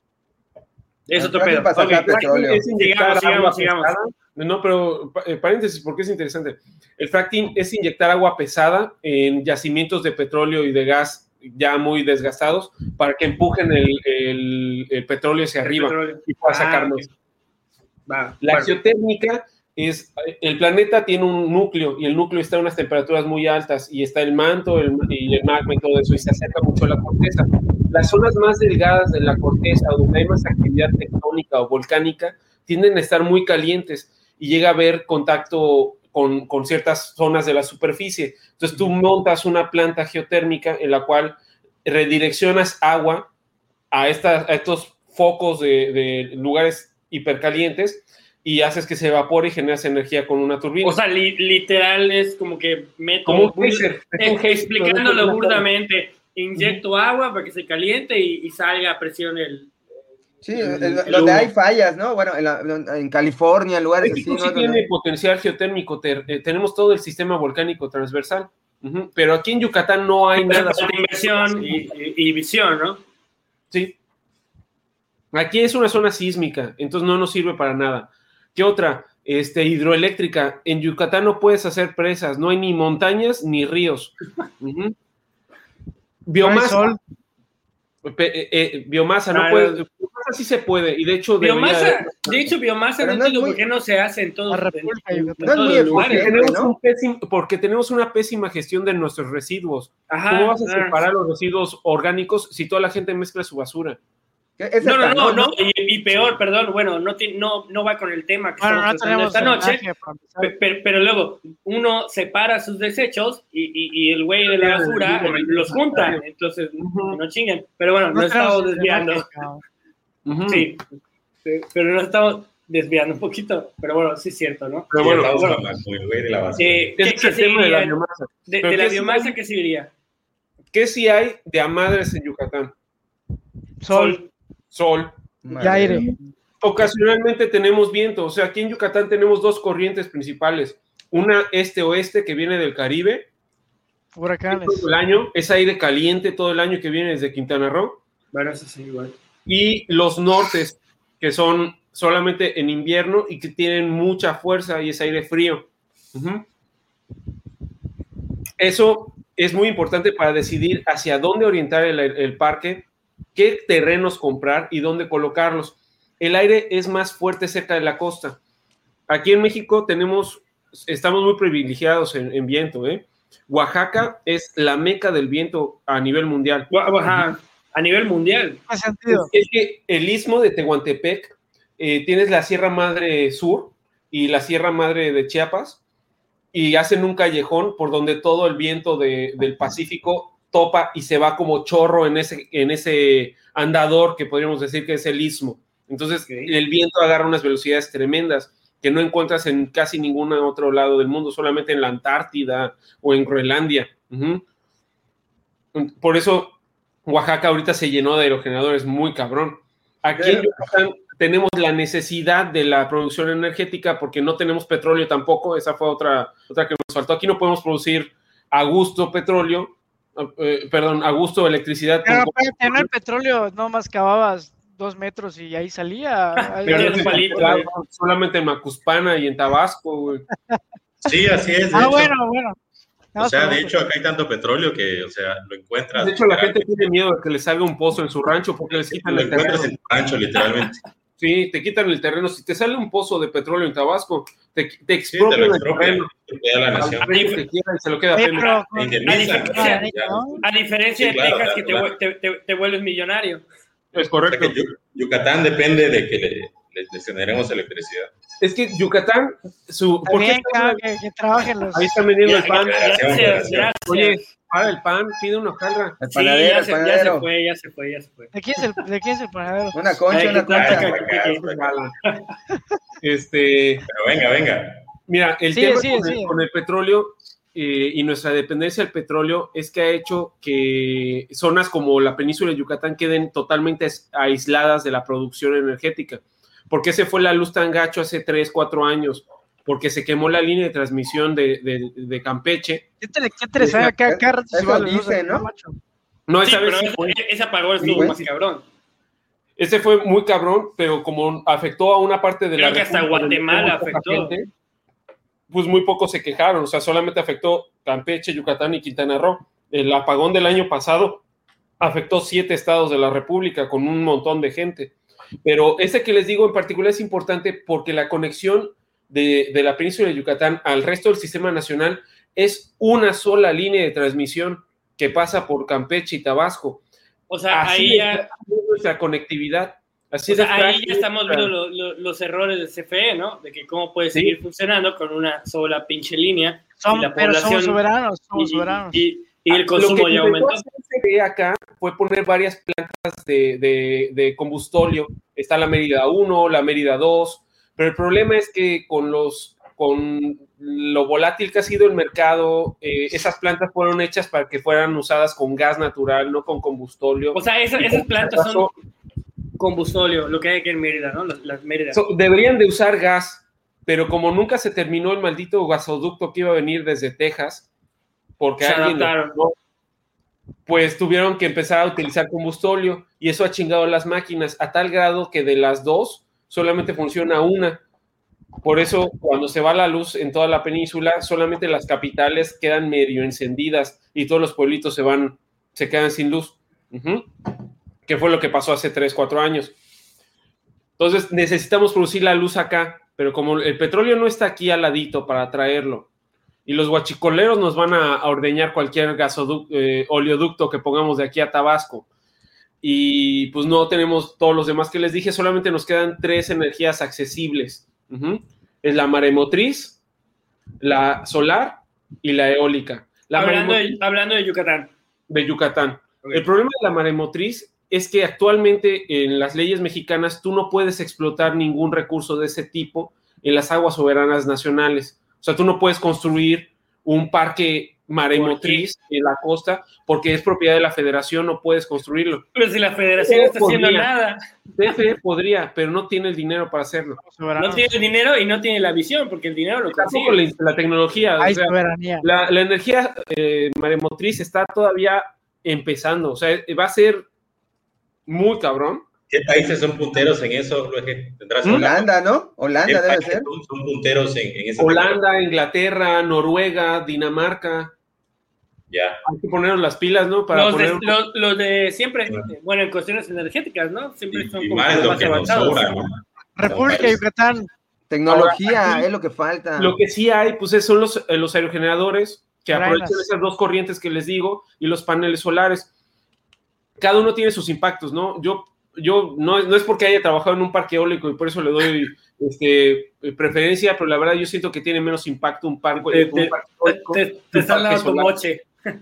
Es el otro pedo. Para sacar okay, petróleo. Es inyectar sigamos, sigamos, sigamos. No, pero eh, paréntesis, porque es interesante. El fracking es inyectar agua pesada en yacimientos de petróleo y de gas ya muy desgastados para que empujen el, el, el petróleo hacia el arriba petróleo. Y pueda ah, sacarnos. Okay. Va, la bueno. Geotérmica es, el planeta tiene un núcleo y el núcleo está a unas temperaturas muy altas y está el manto el, y el magma y todo eso y se acerca mucho a la corteza. Las zonas más delgadas de la corteza o donde hay más actividad tectónica o volcánica tienden a estar muy calientes y llega a haber contacto con, con ciertas zonas de la superficie. Entonces tú montas una planta geotérmica en la cual redireccionas agua a, esta, a estos focos de, de lugares hipercalientes y haces que se evapore y generas energía con una turbina. O sea, li- literal es como que meto... Como un geyser. Eh, explicándolo burdamente, inyecto uh-huh. agua para que se caliente y, y salga a presión el... Sí, el, el, donde hay fallas, ¿no? Bueno, en, la, en California, en lugares México así, sí ¿no? tiene Donde... potencial geotérmico, ter, eh, tenemos todo el sistema volcánico transversal, uh-huh. pero aquí en Yucatán no hay pero nada. Pero inversión y, y, y visión, ¿no? Sí, Aquí es una zona sísmica, entonces no nos sirve para nada. ¿Qué otra? Este, hidroeléctrica. En Yucatán no puedes hacer presas, no hay ni montañas ni ríos. Uh-huh. Biomasa. No eh, eh, biomasa, no puede. Biomasa sí se puede, y de hecho. Biomasa, de, de hecho, biomasa no entiendo por qué no se hace en todos los lugares. Porque tenemos una pésima gestión de nuestros residuos. Ajá, ¿cómo vas a claro. separar los residuos orgánicos si toda la gente mezcla su basura? No, no, no, no, y, y peor, perdón, bueno, no, no, no va con el tema que bueno, estamos tratando no esta noche, pero, pero luego uno separa sus desechos y, y, y el güey de la basura los junta, entonces uh-huh. no chinguen, pero bueno, no nos estamos desviando. Uh-huh. Sí, pero nos estamos desviando un poquito, pero bueno, sí es cierto, ¿no? Pero bueno, estamos bueno, con el güey de la basura. Eh, ¿Qué, ¿qué de la biomasa? De, de la biomasa, si ¿qué sí diría? ¿Qué sí hay de a madres en Yucatán? Sol. Sol y aire. Ocasionalmente tenemos viento, o sea, aquí en Yucatán tenemos dos corrientes principales, una este-oeste que viene del Caribe, huracanes. Todo el año, es aire caliente todo el año que viene desde Quintana Roo. Bueno, eso sí, igual. Y los nortes, que son solamente en invierno y que tienen mucha fuerza y es aire frío. Uh-huh. Eso es muy importante para decidir hacia dónde orientar el, el parque, qué terrenos comprar y dónde colocarlos. El aire es más fuerte cerca de la costa. Aquí en México tenemos, estamos muy privilegiados en, en viento, ¿eh? Oaxaca es la meca del viento a nivel mundial. Ajá, a nivel mundial. ¿Qué sentido? Es que el istmo de Tehuantepec, eh, tienes la Sierra Madre Sur y la Sierra Madre de Chiapas, y hacen un callejón por donde todo el viento de, del Pacífico topa y se va como chorro en ese, en ese andador que podríamos decir que es el istmo. Entonces, okay. El viento agarra unas velocidades tremendas que no encuentras en casi ningún otro lado del mundo, solamente en la Antártida o en Groenlandia. Uh-huh. Por eso, Oaxaca ahorita se llenó de aerogeneradores muy cabrón. Aquí en Yucatán tenemos la necesidad de la producción energética porque no tenemos petróleo tampoco. Esa fue otra, otra que nos faltó. Aquí no podemos producir a gusto petróleo, Eh, perdón, a gusto electricidad. Pero para tener el petróleo no más cavabas dos metros y ahí salía. Pero no palito, claro, solamente en Macuspana y en Tabasco, güey. Sí, así es. Ah, hecho. bueno, bueno. No, o sea, de hecho, acá hay tanto petróleo que, o sea, lo encuentras. De hecho, la gente tiene miedo de que le salga un pozo en su rancho porque les quitan lo el terreno. Lo encuentras en tu rancho, literalmente. Sí, te quitan el terreno. Si te sale un pozo de petróleo en Tabasco, te, te expropian sí, el terreno. Te queda la nación. A, que quiera y se lo queda sí, pero, a, diferencia, a diferencia sí, de claro, Texas, claro, que claro. Te, te, te vuelves millonario. Es correcto. O sea, que Yucatán depende de que le, le, le generemos electricidad. Es que Yucatán, su... ¿por qué está, que, que trabajen los... Ahí están vendiendo el pan. Gracias, gracias. gracias. Oye, para el pan, pide una hojaldra. El panadero, sí, ya, el se, panadero. ya se fue, ya se fue, ya se fue. ¿De quién es el, de quién es el panadero? Una concha, Ay, una concha. Este... Pero venga, venga. Mira, el sí, tema sí, con, sí. El, con el petróleo eh, y nuestra dependencia del petróleo es que ha hecho que zonas como la península de Yucatán queden totalmente aisladas de la producción energética. ¿Por qué se fue la luz tan gacho hace tres, cuatro años? Porque se quemó la línea de transmisión de, de, de Campeche. ¿Qué te, qué te sabe acá? Acá eso dice, ¿no? No, sí, esa vez pero fue. Ese apagón estuvo sí, más cabrón. Ese fue muy cabrón, pero como afectó a una parte de Creo la... Creo que hasta Guatemala afectó. Gente, pues muy pocos se quejaron, o sea, solamente afectó Campeche, Yucatán y Quintana Roo. El apagón del año pasado afectó siete estados de la República con un montón de gente. Pero ese que les digo en particular es importante porque la conexión de, de la península de Yucatán al resto del sistema nacional es una sola línea de transmisión que pasa por Campeche y Tabasco. O sea, así ahí ya... es nuestra conectividad. Así o sea, ahí ya estamos viendo lo, lo, los errores del C F E, ¿no? De que cómo puede sí. seguir funcionando con una sola pinche línea. Som, y la pero población, somos soberanos, somos y, soberanos. Y, y el consumo lo que ya aumentó. El C F E acá fue poner varias plantas de, de, de combustóleo. Está la Mérida uno, la Mérida dos, pero el problema es que con los con lo volátil que ha sido el mercado, eh, esas plantas fueron hechas para que fueran usadas con gas natural, no con combustóleo. O sea, esa, esas plantas son combustóleo, lo que hay aquí en Mérida, ¿no? Las, las Méridas. So, deberían de usar gas, pero como nunca se terminó el maldito gasoducto que iba a venir desde Texas, porque se alguien adaptaron. Lo, pues tuvieron que empezar a utilizar combustóleo y eso ha chingado las máquinas a tal grado que de las dos solamente funciona una. Por eso, cuando se va la luz en toda la península, solamente las capitales quedan medio encendidas y todos los pueblitos se van, se quedan sin luz. Uh-huh. Que fue lo que pasó hace tres, cuatro años. Entonces, necesitamos producir la luz acá, pero como el petróleo no está aquí al ladito para traerlo, y los guachicoleros nos van a, a ordeñar cualquier gasoducto, eh, oleoducto que pongamos de aquí a Tabasco, y pues no tenemos todos los demás que les dije, solamente nos quedan tres energías accesibles. Uh-huh. Es la maremotriz, la solar y la eólica. La hablando, de, hablando de Yucatán. De Yucatán. Okay. El problema de la maremotriz es que actualmente en las leyes mexicanas tú no puedes explotar ningún recurso de ese tipo en las aguas soberanas nacionales. O sea, tú no puedes construir un parque maremotriz en la costa porque es propiedad de la federación, no puedes construirlo. Pero si la federación no está podría, haciendo nada. D F E podría, pero no tiene el dinero para hacerlo. No tiene el dinero y no tiene la visión porque el dinero lo consigue. La, la tecnología, o sea, la, la energía eh, maremotriz está todavía empezando, o sea, va a ser muy cabrón. ¿Qué países son punteros en eso? Holanda, ¿no? Holanda debe ser. Son, son punteros en, en esa Holanda, tecnología. Inglaterra, Noruega, Dinamarca. Ya. Hay que ponernos las pilas, ¿no? Para los, poner... de, los, los de siempre, bueno, en cuestiones energéticas, ¿no? Siempre son y, y más, más avanzados. Sobra, ¿no? República Yucatán. Tecnología Ahora, es lo que falta. Lo que sí hay, pues, son los, los aerogeneradores que Reinas. aprovechan esas dos corrientes que les digo y los paneles solares. Cada uno tiene sus impactos, ¿no? Yo, yo no, no es porque haya trabajado en un parque eólico y por eso le doy este, preferencia, pero la verdad yo siento que tiene menos impacto un parque, te, un parque eólico. Te, te, te están dando tu moche.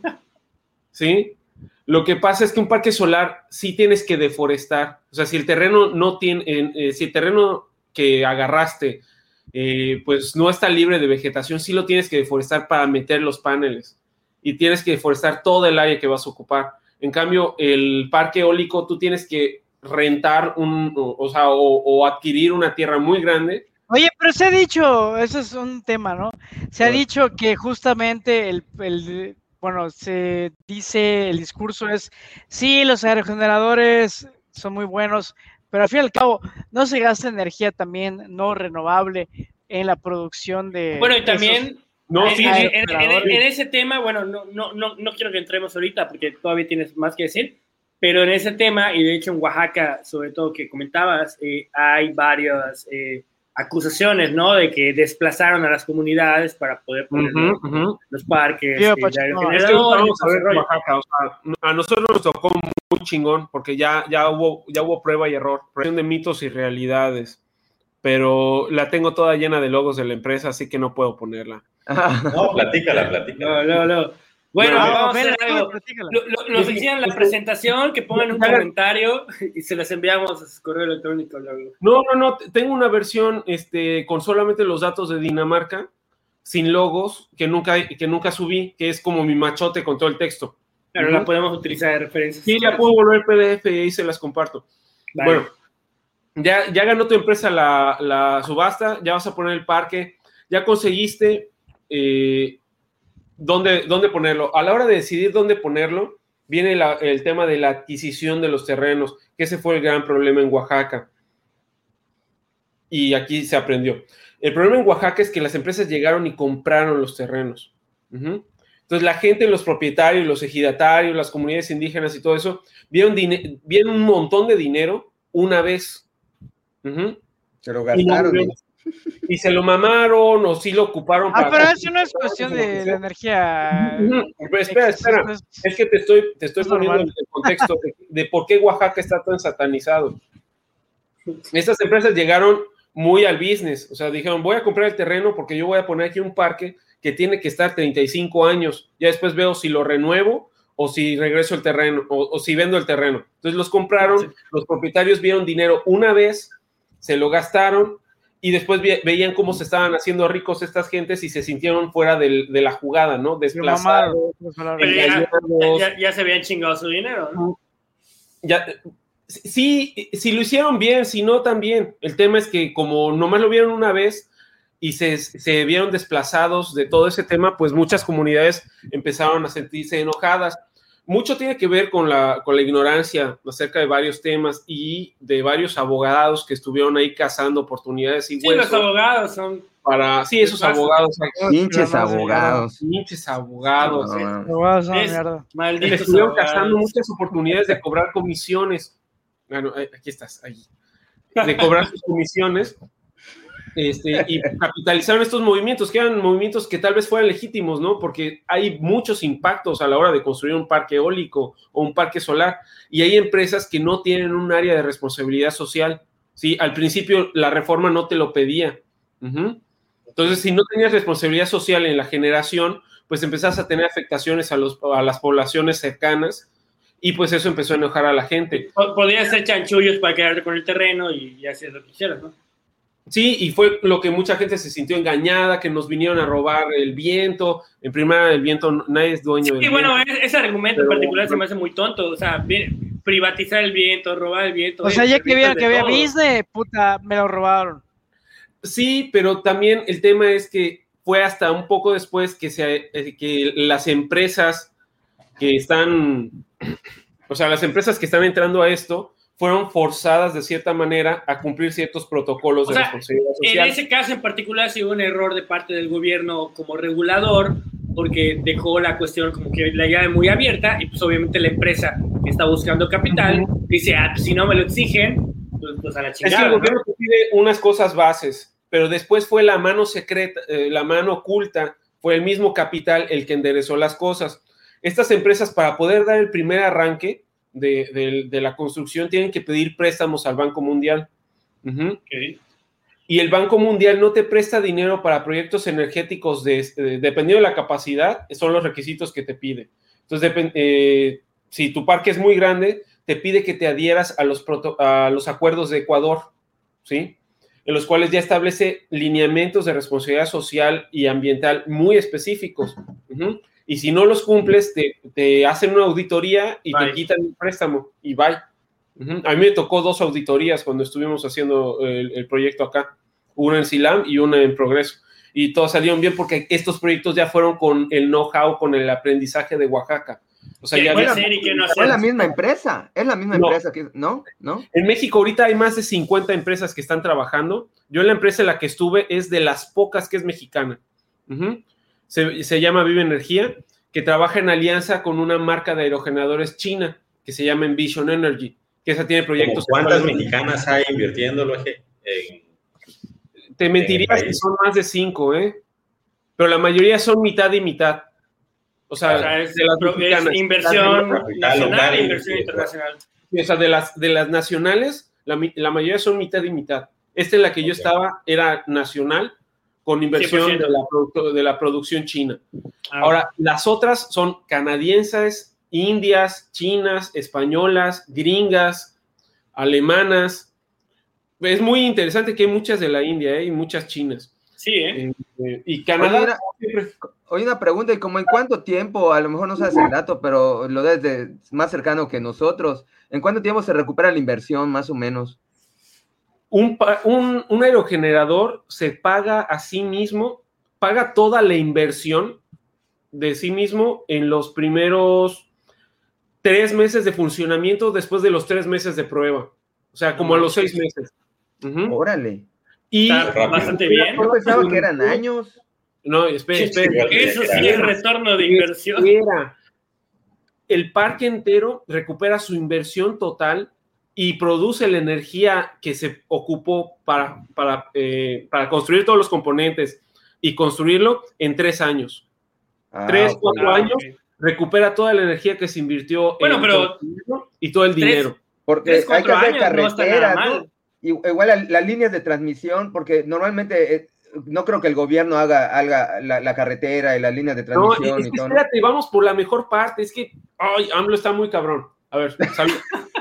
¿Sí? Lo que pasa es que un parque solar sí tienes que deforestar. O sea, si el terreno no tiene, eh, si el terreno que agarraste eh, pues no está libre de vegetación, sí lo tienes que deforestar para meter los paneles y tienes que deforestar todo el área que vas a ocupar. En cambio, el parque eólico tú tienes que rentar un, o, o sea, o, o adquirir una tierra muy grande. Oye, pero se ha dicho, eso es un tema, ¿no? Se ha dicho que justamente el, el bueno, se dice, el discurso es, sí, los aerogeneradores son muy buenos, pero al fin y al cabo no se gasta energía también no renovable en la producción de... Bueno, y también... Esos... No, en, sí, en, sí, en, en, en ese tema, bueno, no, no, no, no quiero que entremos ahorita porque todavía tienes más que decir, pero en ese tema, y de hecho en Oaxaca, sobre todo que comentabas, eh, hay varias eh, acusaciones, ¿no? De que desplazaron a las comunidades para poder poner uh-huh, uh-huh. los parques. Sí, eh, pues, no, es que vamos a ver Oaxaca, o sea, a nosotros nos tocó muy chingón porque ya, ya, hubo, ya hubo prueba y error, prueba de mitos y realidades, pero la tengo toda llena de logos de la empresa, así que no puedo ponerla. No, platícala, platícala. No, no, no. Bueno, no, vamos a hacer algo. Lo, lo, nos hicieron la presentación, que pongan un comentario y se les enviamos a su correo electrónico. Luego. No, no, no. Tengo una versión este, con solamente los datos de Dinamarca, sin logos, que nunca, que nunca subí, que es como mi machote con todo el texto. Claro, uh-huh. La podemos utilizar de referencia. Sí, la puedo volver P D F y ahí se las comparto. Vale. Bueno, ya, ya ganó tu empresa la, la subasta, ya vas a poner el parque, ya conseguiste... Eh, ¿dónde, dónde ponerlo? A la hora de decidir dónde ponerlo, viene la, el tema de la adquisición de los terrenos, que ese fue el gran problema en Oaxaca. Y aquí se aprendió. El problema en Oaxaca es que las empresas llegaron y compraron los terrenos. Uh-huh. Entonces la gente, los propietarios, los ejidatarios, las comunidades indígenas y todo eso, vieron, dine- vieron un montón de dinero una vez. Uh-huh. Se lo gastaron. Y, no, y se lo mamaron o sí lo ocuparon. Ah, para pero eso no es cuestión de, de energía. Uh-huh. Pero espera, espera. Es, es que te estoy, te estoy poniendo normal. El contexto de, de por qué Oaxaca está tan satanizado. Estas empresas llegaron muy al business. O sea, dijeron, voy a comprar el terreno porque yo voy a poner aquí un parque que tiene que estar treinta y cinco años. Ya después veo si lo renuevo o si regreso el terreno o, o si vendo el terreno. Entonces los compraron, sí. Los propietarios vieron dinero una vez, se lo gastaron y después ve, veían cómo se estaban haciendo ricos estas gentes y se sintieron fuera del, de la jugada, ¿no? Desplazados. Ya, ya, ya se habían chingado su dinero, ¿no? Ya, sí, si lo hicieron bien, si no también. El tema es que como nomás lo vieron una vez y se, se vieron desplazados de todo ese tema, pues muchas comunidades empezaron a sentirse enojadas. mucho tiene que ver con la, con la ignorancia acerca de varios temas y de varios abogados que estuvieron ahí cazando oportunidades y sí, huesos. los abogados son... Para, sí, esos abogados. Pinches abogados. Pinches abogados. No, eh. no. Abogados son Es- mierda. Malditos Estuvieron abogados. cazando muchas oportunidades de cobrar comisiones. Bueno, aquí estás, ahí. De cobrar sus comisiones. Este, y capitalizaron estos movimientos, que eran movimientos que tal vez fueran legítimos, ¿no? Porque hay muchos impactos a la hora de construir un parque eólico o un parque solar, y hay empresas que no tienen un área de responsabilidad social, ¿sí? Al principio la reforma no te lo pedía. Uh-huh. Entonces, si no tenías responsabilidad social en la generación, pues empezás a tener afectaciones a, los, a las poblaciones cercanas, y pues eso empezó a enojar a la gente. Podías hacer chanchullos para quedarte con el terreno y, y hacer lo que quisieras, ¿no? Sí, y fue lo que mucha gente se sintió engañada, que nos vinieron a robar el viento. En primera, el viento, nadie es dueño del Sí, bueno, viento. ese argumento en Pero, particular pero, se me hace muy tonto. O sea, bien, privatizar el viento, robar el viento. O sea, ya que vieron que había business, business, puta, me lo robaron. Sí, pero también el tema es que fue hasta un poco después que, se, que las empresas que están, o sea, las empresas que están entrando a esto, fueron forzadas de cierta manera a cumplir ciertos protocolos o de sea, responsabilidad social. En ese caso en particular sí hubo un error de parte del gobierno como regulador, porque dejó la cuestión como que la llave muy abierta, y pues obviamente la empresa que está buscando capital uh-huh. dice, ah, pues si no me lo exigen, pues, pues a la chingada. Es que el gobierno ¿no? pide unas cosas bases, pero después fue la mano secreta, eh, la mano oculta, fue el mismo capital el que enderezó las cosas. Estas empresas, para poder dar el primer arranque De, de, de la construcción, tienen que pedir préstamos al Banco Mundial. Uh-huh. Okay. Y el Banco Mundial no te presta dinero para proyectos energéticos, de, de, dependiendo de la capacidad, son los requisitos que te pide. Entonces, depend, eh, si tu parque es muy grande, te pide que te adhieras a los, proto, a los acuerdos de Ecuador, ¿sí? En los cuales ya establece lineamientos de responsabilidad social y ambiental muy específicos. Uh-huh. Y si no los cumples, te, te hacen una auditoría y bye. Te quitan el préstamo y bye. Uh-huh. A mí me tocó dos auditorías cuando estuvimos haciendo el, el proyecto acá, una en SILAM y una en Progreso, y todos salieron bien porque estos proyectos ya fueron con el know-how, con el aprendizaje de Oaxaca. O sea, ya bueno, hacer y qué no hacer. Es la misma empresa, es la misma no. empresa que, ¿no? ¿no? En México ahorita hay más de cincuenta empresas que están trabajando. Yo en la empresa en la que estuve es de las pocas que es mexicana. Uh-huh. Se, se llama Vive Energía, que trabaja en alianza con una marca de aerogeneradores china que se llama Envision Energy, que esa tiene proyectos. ¿Cuántas mexicanas hay invirtiéndolo en, Te mentirías que son más de cinco, ¿eh? Pero la mayoría son mitad y mitad. O sea, o sea es, de las es inversión nacional e inversión internacional. O sea, de las, de las nacionales, la, la mayoría son mitad y mitad. Esta en la que okay. yo estaba era nacional, con inversión de la, de la producción china. Ah, Ahora, las otras son canadienses, indias, chinas, españolas, gringas, alemanas. Es muy interesante que hay muchas de la India, ¿eh? Y muchas chinas. Sí, ¿eh? eh y Canadá... Oye, una, oye, una pregunta, ¿y como en cuánto tiempo, a lo mejor no sabes el dato, pero lo desde más cercano que nosotros, ¿en cuánto tiempo se recupera la inversión, más o menos? Un, un, un aerogenerador se paga a sí mismo, paga toda la inversión de sí mismo en los primeros tres meses de funcionamiento después de los tres meses de prueba. O sea, como a los seis meses. Uh-huh. Órale. Y está bastante bien. Yo pensaba que eran años. No, espera, espera. Eso sí es retorno de inversión. Espera. El parque entero recupera su inversión total y produce la energía que se ocupó para, para, eh, para construir todos los componentes y construirlo en tres años. Ah, tres, cuatro ah, años, okay. recupera toda la energía que se invirtió bueno, en pero todo y todo el tres, dinero. Porque tres, hay que hacer carreteras, no ¿no? Igual las la líneas de transmisión, porque normalmente eh, no creo que el gobierno haga, haga la, la carretera y las líneas de transmisión. No, es, y que todo, espérate, ¿no? Vamos por la mejor parte. Es que, ay, AMLO está muy cabrón. A ver, salud.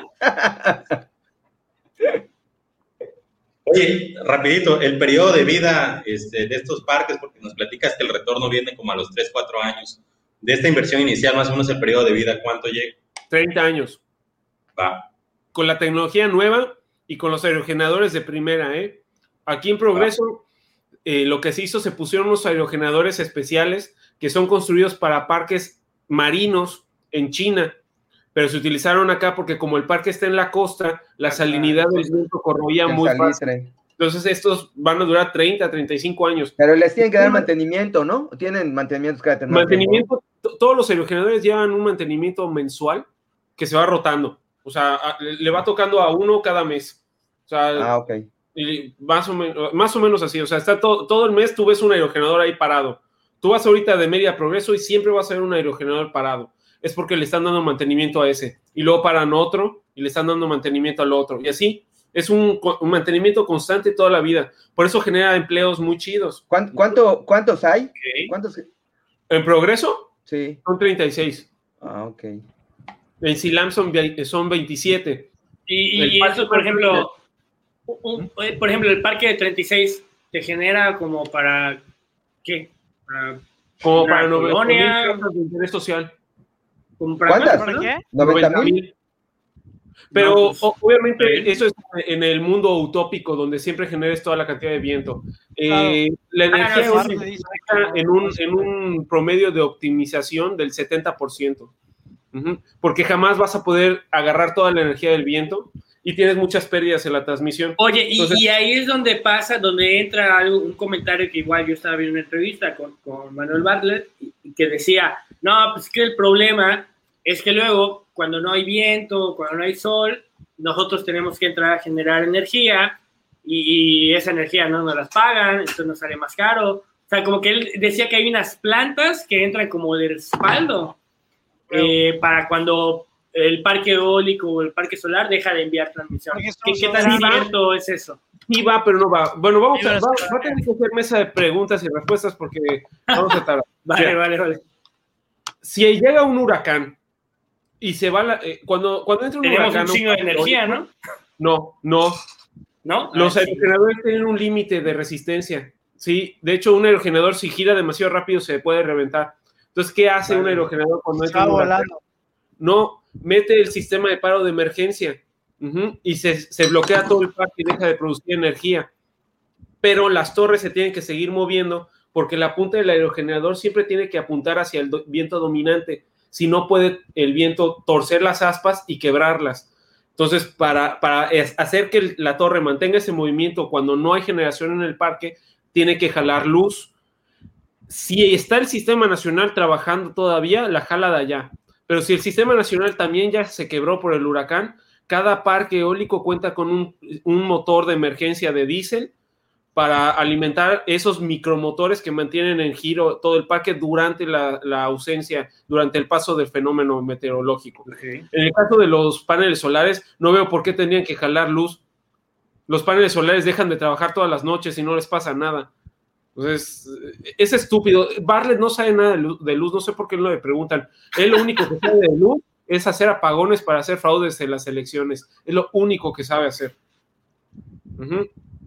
Oye, rapidito, el periodo de vida este, de estos parques, porque nos platicas que el retorno viene como a los tres, cuatro años. De esta inversión inicial, más o menos el periodo de vida, ¿cuánto llega? treinta años. Va. Con la tecnología nueva y con los aerogeneradores de primera, ¿eh? Aquí en Progreso, eh, lo que se hizo, se pusieron unos aerogeneradores especiales que son construidos para parques marinos en China. pero se utilizaron acá porque como el parque está en la costa, la salinidad del viento corroía muy fácil. Entonces estos van a durar treinta, treinta y cinco años. Pero les tienen que dar mantenimiento, ¿no? Tienen mantenimientos cada tener Mantenimiento, todos los aerogeneradores llevan un mantenimiento mensual que se va rotando. O sea, a, le va tocando a uno cada mes. O sea, ah, ok. Y más, o menos, más o menos así. O sea, está todo, todo el mes tú ves un aerogenerador ahí parado. Tú vas ahorita de Media Progreso y siempre vas a ver un aerogenerador parado. Es porque le están dando mantenimiento a ese. Y luego paran otro y le están dando mantenimiento al otro. Y así. Es un, un mantenimiento constante toda la vida. Por eso genera empleos muy chidos. ¿Cuánto, cuánto, ¿Cuántos hay? Okay. ¿Cuántos? ¿En Progreso? Sí. Son treinta y seis. Ah, ok. En Silam son, son veintisiete. Y, y eso, por ejemplo, un, por ejemplo, el parque de treinta y seis te genera como para, ¿qué? Para, como para noventa mil de interés social. ¿Cuántas? ¿Para qué? noventa mil. Pero no, pues, obviamente ¿sí? Eso es en el mundo utópico donde siempre generes toda la cantidad de viento. Eh, claro. La energía ah, no, sí, está en un, en un promedio de optimización del setenta por ciento. Uh-huh. Porque jamás vas a poder agarrar toda la energía del viento y tienes muchas pérdidas en la transmisión. Oye, y, Entonces, y ahí es donde pasa, donde entra algo, un comentario que igual yo estaba viendo una entrevista con, con Manuel Bartlett y que decía, no, pues que el problema es que luego, cuando no hay viento, cuando no hay sol, nosotros tenemos que entrar a generar energía y, y esa energía no nos las pagan, entonces nos sale más caro. O sea, como que él decía que hay unas plantas que entran como de respaldo eh, para cuando el parque eólico o el parque solar deja de enviar transmisión. ¿Qué, ¿Qué tan cierto es eso? Sí va, pero no va. Bueno, vamos a, va, va a tener que hacer mesa de preguntas y respuestas porque vamos a tardar. Vale, o sea, vale, vale. Si llega un huracán y se va la, eh, cuando, cuando entra un Tenemos huracán... un chingo de energía, ¿no? No, no. ¿No? Los ah, aerogeneradores sí. tienen un límite de resistencia. Sí, de hecho, un aerogenerador, si gira demasiado rápido, se puede reventar. Entonces, ¿qué hace vale. un aerogenerador cuando entra un huracán? No, mete el sistema de paro de emergencia uh-huh, y se, se bloquea todo el parque y deja de producir energía. Pero las torres se tienen que seguir moviendo porque la punta del aerogenerador siempre tiene que apuntar hacia el do- viento dominante. Si no puede el viento torcer las aspas y quebrarlas. Entonces, para, para hacer que la torre mantenga ese movimiento cuando no hay generación en el parque, tiene que jalar luz. Si está el sistema nacional trabajando todavía, la jala de allá. Pero si el sistema nacional también ya se quebró por el huracán, cada parque eólico cuenta con un, un motor de emergencia de diésel para alimentar esos micromotores que mantienen en giro todo el parque durante la, la ausencia, durante el paso del fenómeno meteorológico. Okay. En el caso de los paneles solares, no veo por qué tendrían que jalar luz. Los paneles solares dejan de trabajar todas las noches y no les pasa nada. Entonces, es estúpido. Bartlett no sabe nada de luz, de luz, no sé por qué no le preguntan. Él lo único que sabe de luz es hacer apagones para hacer fraudes en las elecciones. Es lo único que sabe hacer. Uh-huh.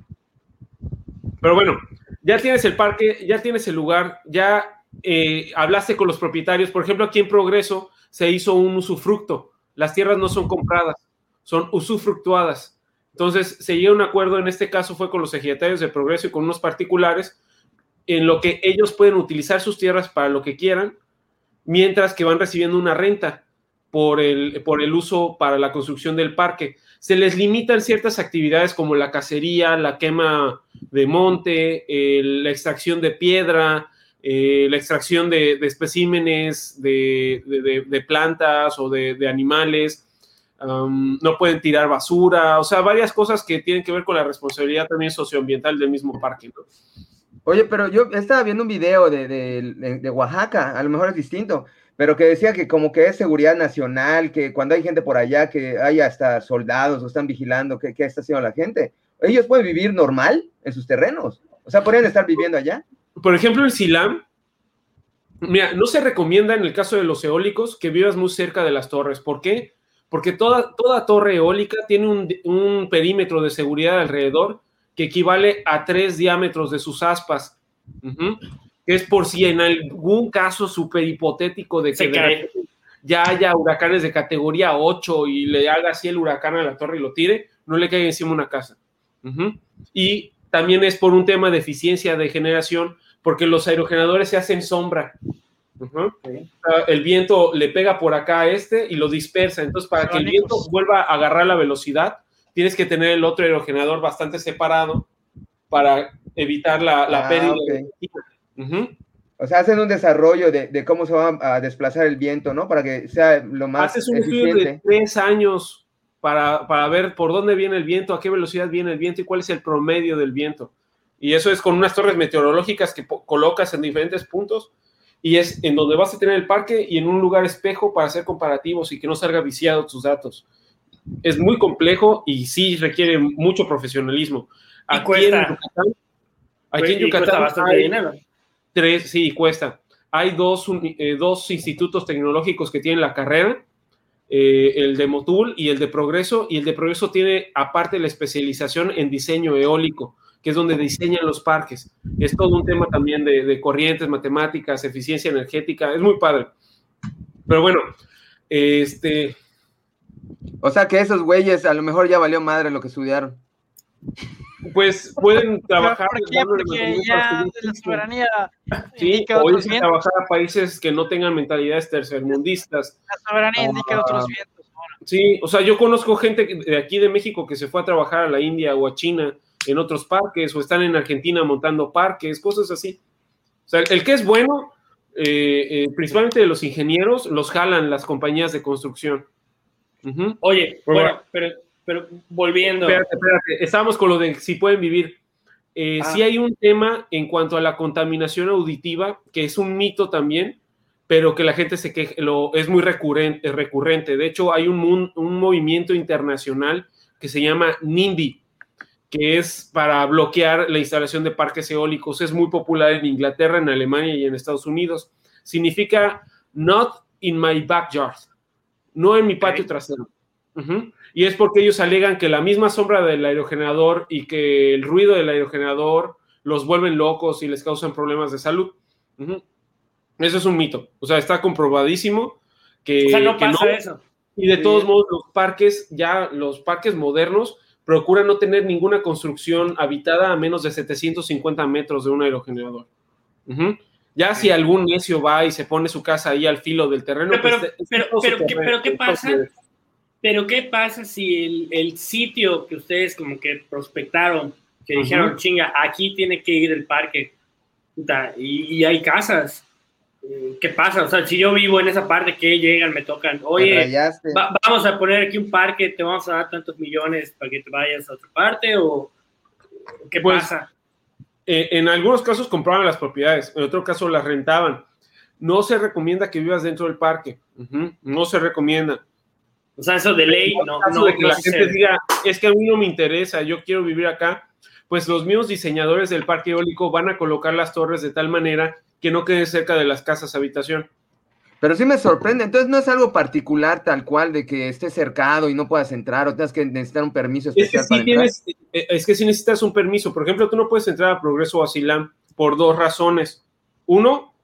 Pero bueno, ya tienes el parque, ya tienes el lugar, ya eh, hablaste con los propietarios. Por ejemplo, aquí en Progreso se hizo un usufructo. Las tierras no son compradas, son usufructuadas. Entonces, se llega a un acuerdo, en este caso fue con los ejidatarios de Progreso y con unos particulares, en lo que ellos pueden utilizar sus tierras para lo que quieran, mientras que van recibiendo una renta por el, por el uso para la construcción del parque. Se les limitan ciertas actividades como la cacería, la quema de monte, eh, la extracción de piedra, eh, la extracción de, de especímenes de, de, de, de plantas o de, de animales. Um, no pueden tirar basura, o sea, varias cosas que tienen que ver con la responsabilidad también socioambiental del mismo parque, ¿no? Oye, pero yo estaba viendo un video de, de, de, de Oaxaca, a lo mejor es distinto, pero que decía que como que es seguridad nacional, que cuando hay gente por allá, que hay hasta soldados o están vigilando qué, qué está haciendo la gente. Ellos pueden vivir normal en sus terrenos, o sea, podrían estar viviendo allá. Por ejemplo, el Silam, mira, no se recomienda en el caso de los eólicos que vivas muy cerca de las torres. ¿Por qué? Porque toda, toda torre eólica tiene un, un perímetro de seguridad alrededor que equivale a tres diámetros de sus aspas, uh-huh, que es por si en algún caso súper hipotético de que de ya haya huracanes de categoría ocho y le haga así el huracán a la torre y lo tire, no le caiga encima una casa. Uh-huh. Y también es por un tema de eficiencia de generación, porque los aerogeneradores se hacen sombra. Uh-huh. Sí. El viento le pega por acá a este y lo dispersa. Entonces, para que el viento vuelva a agarrar la velocidad, tienes que tener el otro aerogenerador bastante separado para evitar la, la ah, pérdida okay. de energía. Uh-huh. O sea, hacen un desarrollo de, de cómo se va a desplazar el viento, ¿no? Para que sea lo más Haces un eficiente. Estudio de tres años para, para ver por dónde viene el viento, a qué velocidad viene el viento y cuál es el promedio del viento. Y eso es con unas torres meteorológicas que colocas en diferentes puntos y es en donde vas a tener el parque y en un lugar espejo para hacer comparativos y que no salga viciado tus datos. Es muy complejo y sí requiere mucho profesionalismo. Aquí y cuesta. En Yucatán, aquí en Yucatán hay tres, sí, cuesta. Hay dos, eh, dos institutos tecnológicos que tienen la carrera, eh, el de Motul y el de Progreso, y el de Progreso tiene aparte la especialización en diseño eólico, que es donde diseñan los parques. Es todo un tema también de, de corrientes, matemáticas, eficiencia energética, es muy padre. Pero bueno, este... O sea que esos güeyes a lo mejor ya valió madre lo que estudiaron. Pues pueden trabajar... ¿Por qué? Porque ya de la soberanía... Sí, o irse a trabajar a países que no tengan mentalidades tercermundistas. La soberanía indica uh, otros vientos. Bueno. Sí, o sea, yo conozco gente de aquí de México que se fue a trabajar a la India o a China en otros parques, o están en Argentina montando parques, cosas así. O sea, el que es bueno, eh, eh, principalmente de los ingenieros, los jalan las compañías de construcción. Uh-huh. Oye, bueno, bueno, pero, pero volviendo... Espérate, espérate, estábamos con lo de si pueden vivir. Eh, ah. Sí hay un tema en cuanto a la contaminación auditiva, que es un mito también, pero que la gente se queja, lo, es muy recurrente, recurrente. De hecho, hay un, un movimiento internacional que se llama NIMBY, que es para bloquear la instalación de parques eólicos. Es muy popular en Inglaterra, en Alemania y en Estados Unidos. Significa not in my backyard, no en mi patio okay. trasero. Uh-huh. Y es porque ellos alegan que la misma sombra del aerogenerador y que el ruido del aerogenerador los vuelven locos y les causan problemas de salud. Uh-huh. Eso es un mito. O sea, está comprobadísimo que, o sea, no que pasa no. Eso. Y de todos sí. modos, los parques, ya los parques modernos, procura no tener ninguna construcción habitada a menos de setecientos cincuenta metros de un aerogenerador. Uh-huh. Ya si algún necio va y se pone su casa ahí al filo del terreno... Pero, pues, pero, pero, pero, ¿qué, pero ¿qué pasa? Pero ¿qué pasa si el, el sitio que ustedes como que prospectaron, que uh-huh. dijeron, chinga, aquí tiene que ir el parque, puta, y, y hay casas? ¿Qué pasa? O sea, si yo vivo en esa parte, que llegan, me tocan, oye, va, vamos a poner aquí un parque, te vamos a dar tantos millones para que te vayas a otra parte, o ¿qué pues, pasa? Eh, en algunos casos compraban las propiedades, en otro caso las rentaban. No se recomienda que vivas dentro del parque, uh-huh. no se recomienda. O sea, eso de ley, no. no de que no la gente diga, es que a mí no me interesa, yo quiero vivir acá, pues los mismos diseñadores del parque eólico van a colocar las torres de tal manera que no quede cerca de las casas habitación. Pero sí me sorprende, entonces no es algo particular tal cual de que esté cercado y no puedas entrar o tengas que necesitar un permiso especial es que sí para tienes, entrar. Es que sí necesitas un permiso. Por ejemplo, tú no puedes entrar a Progreso o a Silam por dos razones. Uno,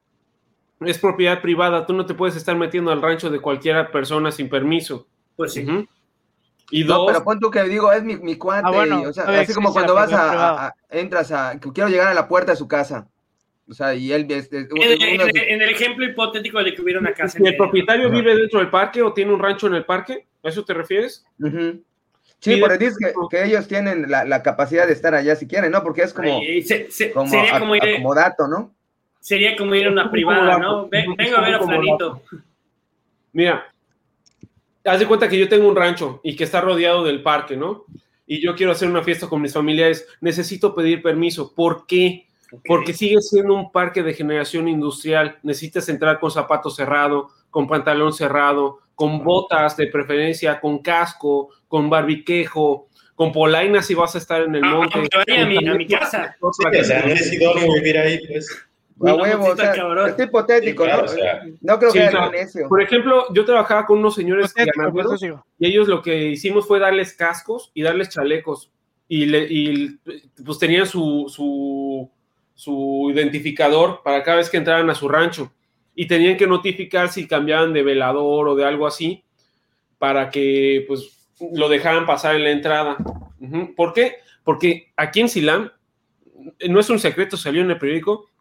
es propiedad privada, tú no te puedes estar metiendo al rancho de cualquier persona sin permiso. Pues sí. Uh-huh. Y no, dos, pero pon tú que digo, es mi, mi cuate, ah, bueno, y, o sea, no así como cuando vas a, a, a, entras a, quiero llegar a la puerta de su casa. O sea, y él... Es, es, en, el, en, el, en el ejemplo hipotético de que hubiera una casa... ¿Y el propietario vive dentro del parque o tiene un rancho en el parque? ¿A eso te refieres? Uh-huh. Sí, porque dices que, que ellos tienen la, la capacidad de estar allá si quieren, ¿no? Porque es como, se, se, como, sería a, como, ir, como dato, ¿no? Sería como ir a una privada, ¿no? Ven, vengo a ver a Flanito. Mira, haz de cuenta que yo tengo un rancho y que está rodeado del parque, ¿no? Y yo quiero hacer una fiesta con mis familiares. Necesito pedir permiso. ¿Por qué? Okay. Porque sigue siendo un parque de generación industrial. Necesitas entrar con zapato cerrado, con pantalón cerrado, con botas de preferencia, con casco, con barbiquejo, con polainas si vas a estar en el ah, monte. Aunque vaya a mi, a mi casa. Sí, o sea, no es idóneo vivir ahí, pues. A huevo, o sea, es hipotético, sí, claro, ¿no? O sea, no creo sí, que haya algo necio. Por ejemplo, yo trabajaba con unos señores ganaderos y ellos lo que hicimos fue darles cascos y darles chalecos. Y, le, y pues tenían su... su su identificador para cada vez que entraran a su rancho y tenían que notificar si cambiaban de velador o de algo así para que pues lo dejaran pasar en la entrada. Uh-huh. ¿Por qué? Porque aquí en Silam, no es un secreto, salió en el periódico,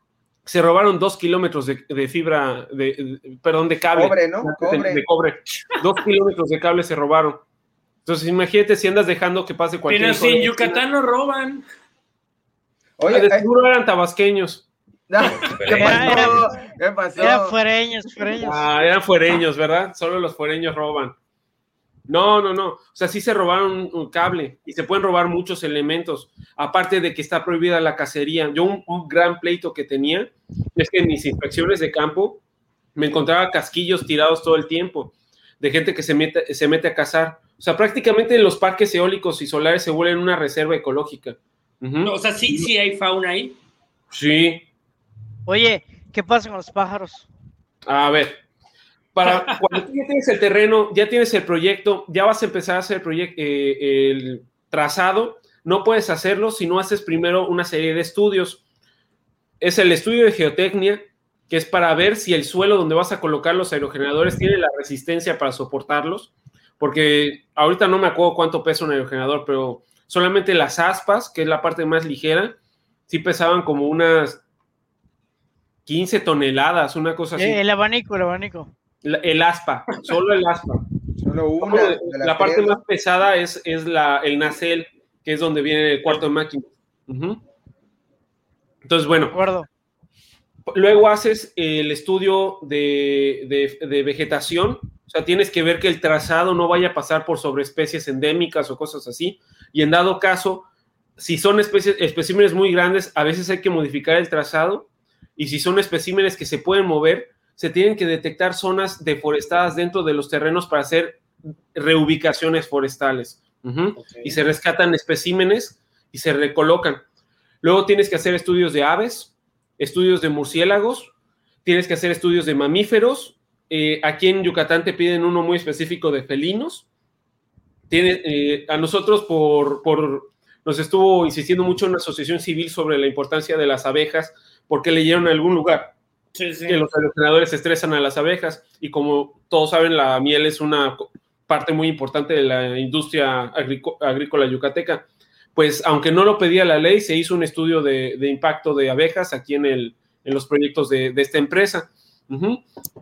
se robaron dos kilómetros de, de fibra, de, de, perdón, de cable. Cobre, ¿no? Cobre. De, de cobre. Dos kilómetros de cable se robaron. Entonces, imagínate si andas dejando que pase cualquier... Pero si en Yucatán no roban. Oye, de seguro eran tabasqueños. No, ¿qué pasó? ¿Qué pasó? Eran fuereños, fuereños. Ah, eran fuereños, ¿verdad? Solo los fuereños roban. No, no, no. O sea, sí se robaron un, un cable y se pueden robar muchos elementos. Aparte de que está prohibida la cacería. Yo un, un gran pleito que tenía es que en mis inspecciones de campo me encontraba casquillos tirados todo el tiempo de gente que se mete, se mete a cazar. O sea, prácticamente los parques eólicos y solares se vuelven una reserva ecológica. Uh-huh. No, o sea, sí, sí hay fauna ahí. Sí. Oye, ¿qué pasa con los pájaros? A ver, para cuando tú ya tienes el terreno, ya tienes el proyecto, ya vas a empezar a hacer el, proyecto, eh, el trazado, no puedes hacerlo si no haces primero una serie de estudios. Es el estudio de geotecnia, que es para ver si el suelo donde vas a colocar los aerogeneradores tiene la resistencia para soportarlos, porque ahorita no me acuerdo cuánto pesa un aerogenerador, pero solamente las aspas, que es la parte más ligera, sí pesaban como unas quince toneladas, una cosa así. El abanico, el abanico. La, el aspa, solo el aspa. Solo una. De la parte tres. Más pesada es, es la, el nacel, que es donde viene el cuarto de máquinas. Uh-huh. Entonces, bueno. Acuerdo. Luego haces el estudio de, de, de vegetación. O sea, tienes que ver que el trazado no vaya a pasar por sobreespecies endémicas o cosas así. Y en dado caso, si son especies, especímenes muy grandes, a veces hay que modificar el trazado. Y si son especímenes que se pueden mover, se tienen que detectar zonas deforestadas dentro de los terrenos para hacer reubicaciones forestales. Uh-huh. Okay. Y se rescatan especímenes y se recolocan. Luego tienes que hacer estudios de aves, estudios de murciélagos, tienes que hacer estudios de mamíferos. Eh, aquí en Yucatán te piden uno muy específico de felinos. Tiene, eh, a nosotros por, por, nos estuvo insistiendo mucho una asociación civil sobre la importancia de las abejas, porque leyeron en algún lugar sí, sí. que los aerogeneradores estresan a las abejas, y como todos saben, la miel es una parte muy importante de la industria agrícola yucateca. Pues aunque no lo pedía la ley, se hizo un estudio de, de impacto de abejas aquí en, el, en los proyectos de, de esta empresa. Uh-huh.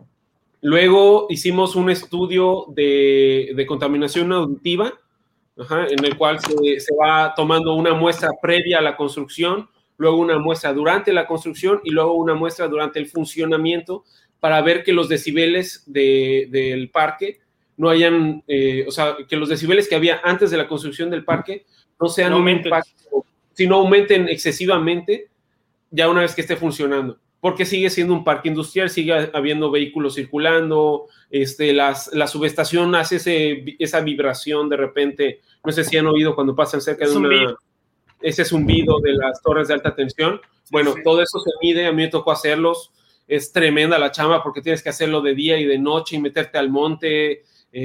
Luego hicimos un estudio de, de contaminación auditiva, ajá, en el cual se, se va tomando una muestra previa a la construcción, luego una muestra durante la construcción y luego una muestra durante el funcionamiento para ver que los decibeles de, del parque no hayan, eh, o sea, que los decibeles que había antes de la construcción del parque no sean no un impacto, sino aumenten excesivamente ya una vez que esté funcionando, porque sigue siendo un parque industrial, sigue habiendo vehículos circulando, este, las, la subestación hace ese, esa vibración de repente, no sé si han oído cuando pasan cerca de una... ese zumbido de las torres de alta tensión. Bueno, sí, sí. Todo eso se mide, a mí me tocó hacerlos, es tremenda la chamba porque tienes que hacerlo de día y de noche y meterte al monte,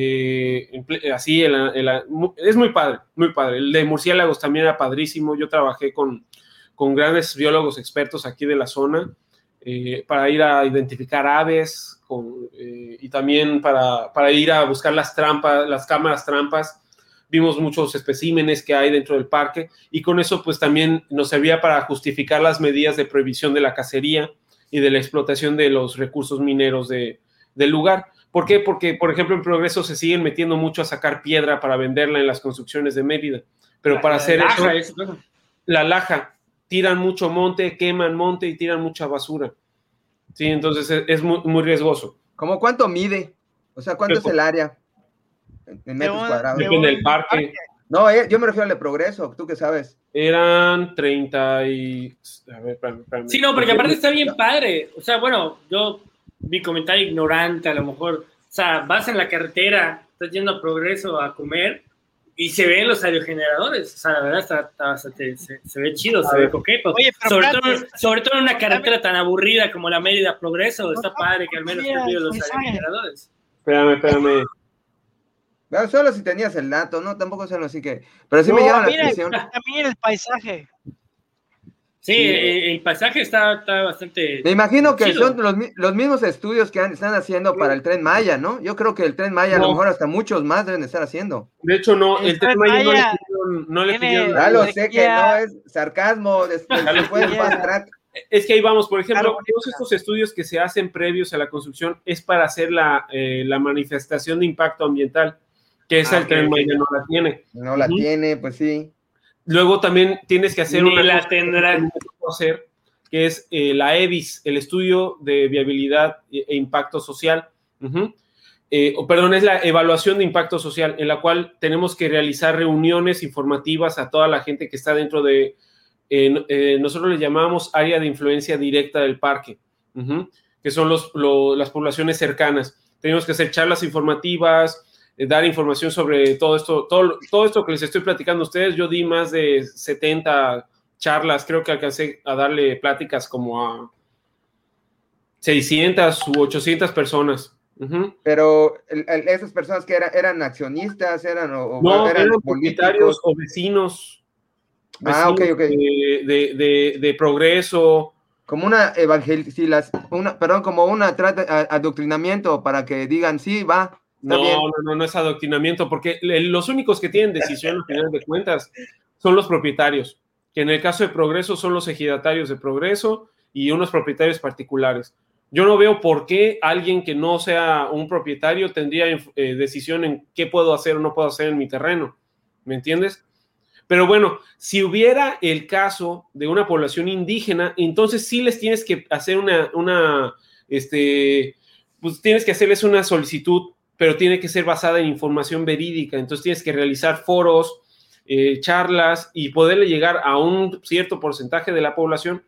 eh, así, en la, en la, es muy padre, muy padre. El de murciélagos también era padrísimo, yo trabajé con, con grandes biólogos expertos aquí de la zona, eh, para ir a identificar aves, con, eh, y también para, para ir a buscar las trampas, las cámaras trampas. Vimos muchos especímenes que hay dentro del parque y con eso pues también nos servía para justificar las medidas de prohibición de la cacería y de la explotación de los recursos mineros de, del lugar. ¿Por qué? Porque, por ejemplo, en Progreso se siguen metiendo mucho a sacar piedra para venderla en las construcciones de Mérida, pero la, para la hacer laja, eso, eso, la laja, tiran mucho monte, queman monte y tiran mucha basura. Sí, entonces es, es muy, muy riesgoso. ¿Cómo cuánto mide? O sea, ¿cuánto pero, es el área? En metros cuadrados. Depende del parque. No, eh, yo me refiero al de Progreso, ¿tú qué sabes? Eran treinta y... A ver, espérame, espérame. Sí, no, porque aparte está bien padre. O sea, bueno, yo, mi comentario ignorante, a lo mejor, o sea, vas en la carretera, estás yendo a Progreso a comer y se ven los aerogeneradores. O sea, la verdad, está, está, se, se, se ve chido, se ve coqueto. Oye, sobre, todo, sobre todo en una carretera tan aburrida como la Mérida Progreso, está padre que al menos te pido los aerogeneradores. Espérame, espérame. Claro, solo si tenías el dato, ¿no? Tampoco solo así que... Pero sí no, me llama la atención. También el paisaje. Sí, sí. El, el paisaje está, está bastante... Me imagino que chido. Son los, los mismos estudios que han, están haciendo para el Tren Maya, ¿no? Yo creo que el Tren Maya no. A lo mejor hasta muchos más deben estar haciendo. De hecho, no, el, el Tren Maya, Maya no le pidieron... No le pidieron ya lo sé que no es sarcasmo, después, después fast track. Es que ahí vamos, por ejemplo, claro, todos estos estudios que se hacen previos a la construcción es para hacer la, eh, la manifestación de impacto ambiental, que es ah, el okay, Tren Maya okay. no la tiene. No la uh-huh. tiene, pues sí. Luego también tienes que hacer Ni una la tendrá. Que, hacer, que es eh, la E V I S, el estudio de viabilidad e, e impacto social. Uh-huh. Eh, o, perdón, es la evaluación de impacto social, en la cual tenemos que realizar reuniones informativas a toda la gente que está dentro de... Eh, eh, nosotros le llamamos área de influencia directa del parque, uh-huh, que son los, lo, las poblaciones cercanas. Tenemos que hacer charlas informativas, eh, dar información sobre todo esto, todo, todo esto que les estoy platicando a ustedes. Yo di más de setenta charlas, creo que alcancé a darle pláticas como a seiscientas u ochocientas personas. Uh-huh. Pero el, el, esas personas que eran, eran accionistas, eran o no, eran, eran propietarios o vecinos. Ah, ok, ok. De, de, de, de progreso. Como una evangelización, una, perdón, como una trata, adoctrinamiento para que digan, sí, va. No, bien. no, no, no es adoctrinamiento, porque los únicos que tienen decisión al final de cuentas son los propietarios, que en el caso de Progreso son los ejidatarios de Progreso y unos propietarios particulares. Yo no veo por qué alguien que no sea un propietario tendría eh, decisión en qué puedo hacer o no puedo hacer en mi terreno, ¿me entiendes? Pero bueno, si hubiera el caso de una población indígena, entonces sí les tienes que hacer una, una este, pues tienes que hacerles una solicitud, pero tiene que ser basada en información verídica. Entonces tienes que realizar foros, eh, charlas y poderle llegar a un cierto porcentaje de la población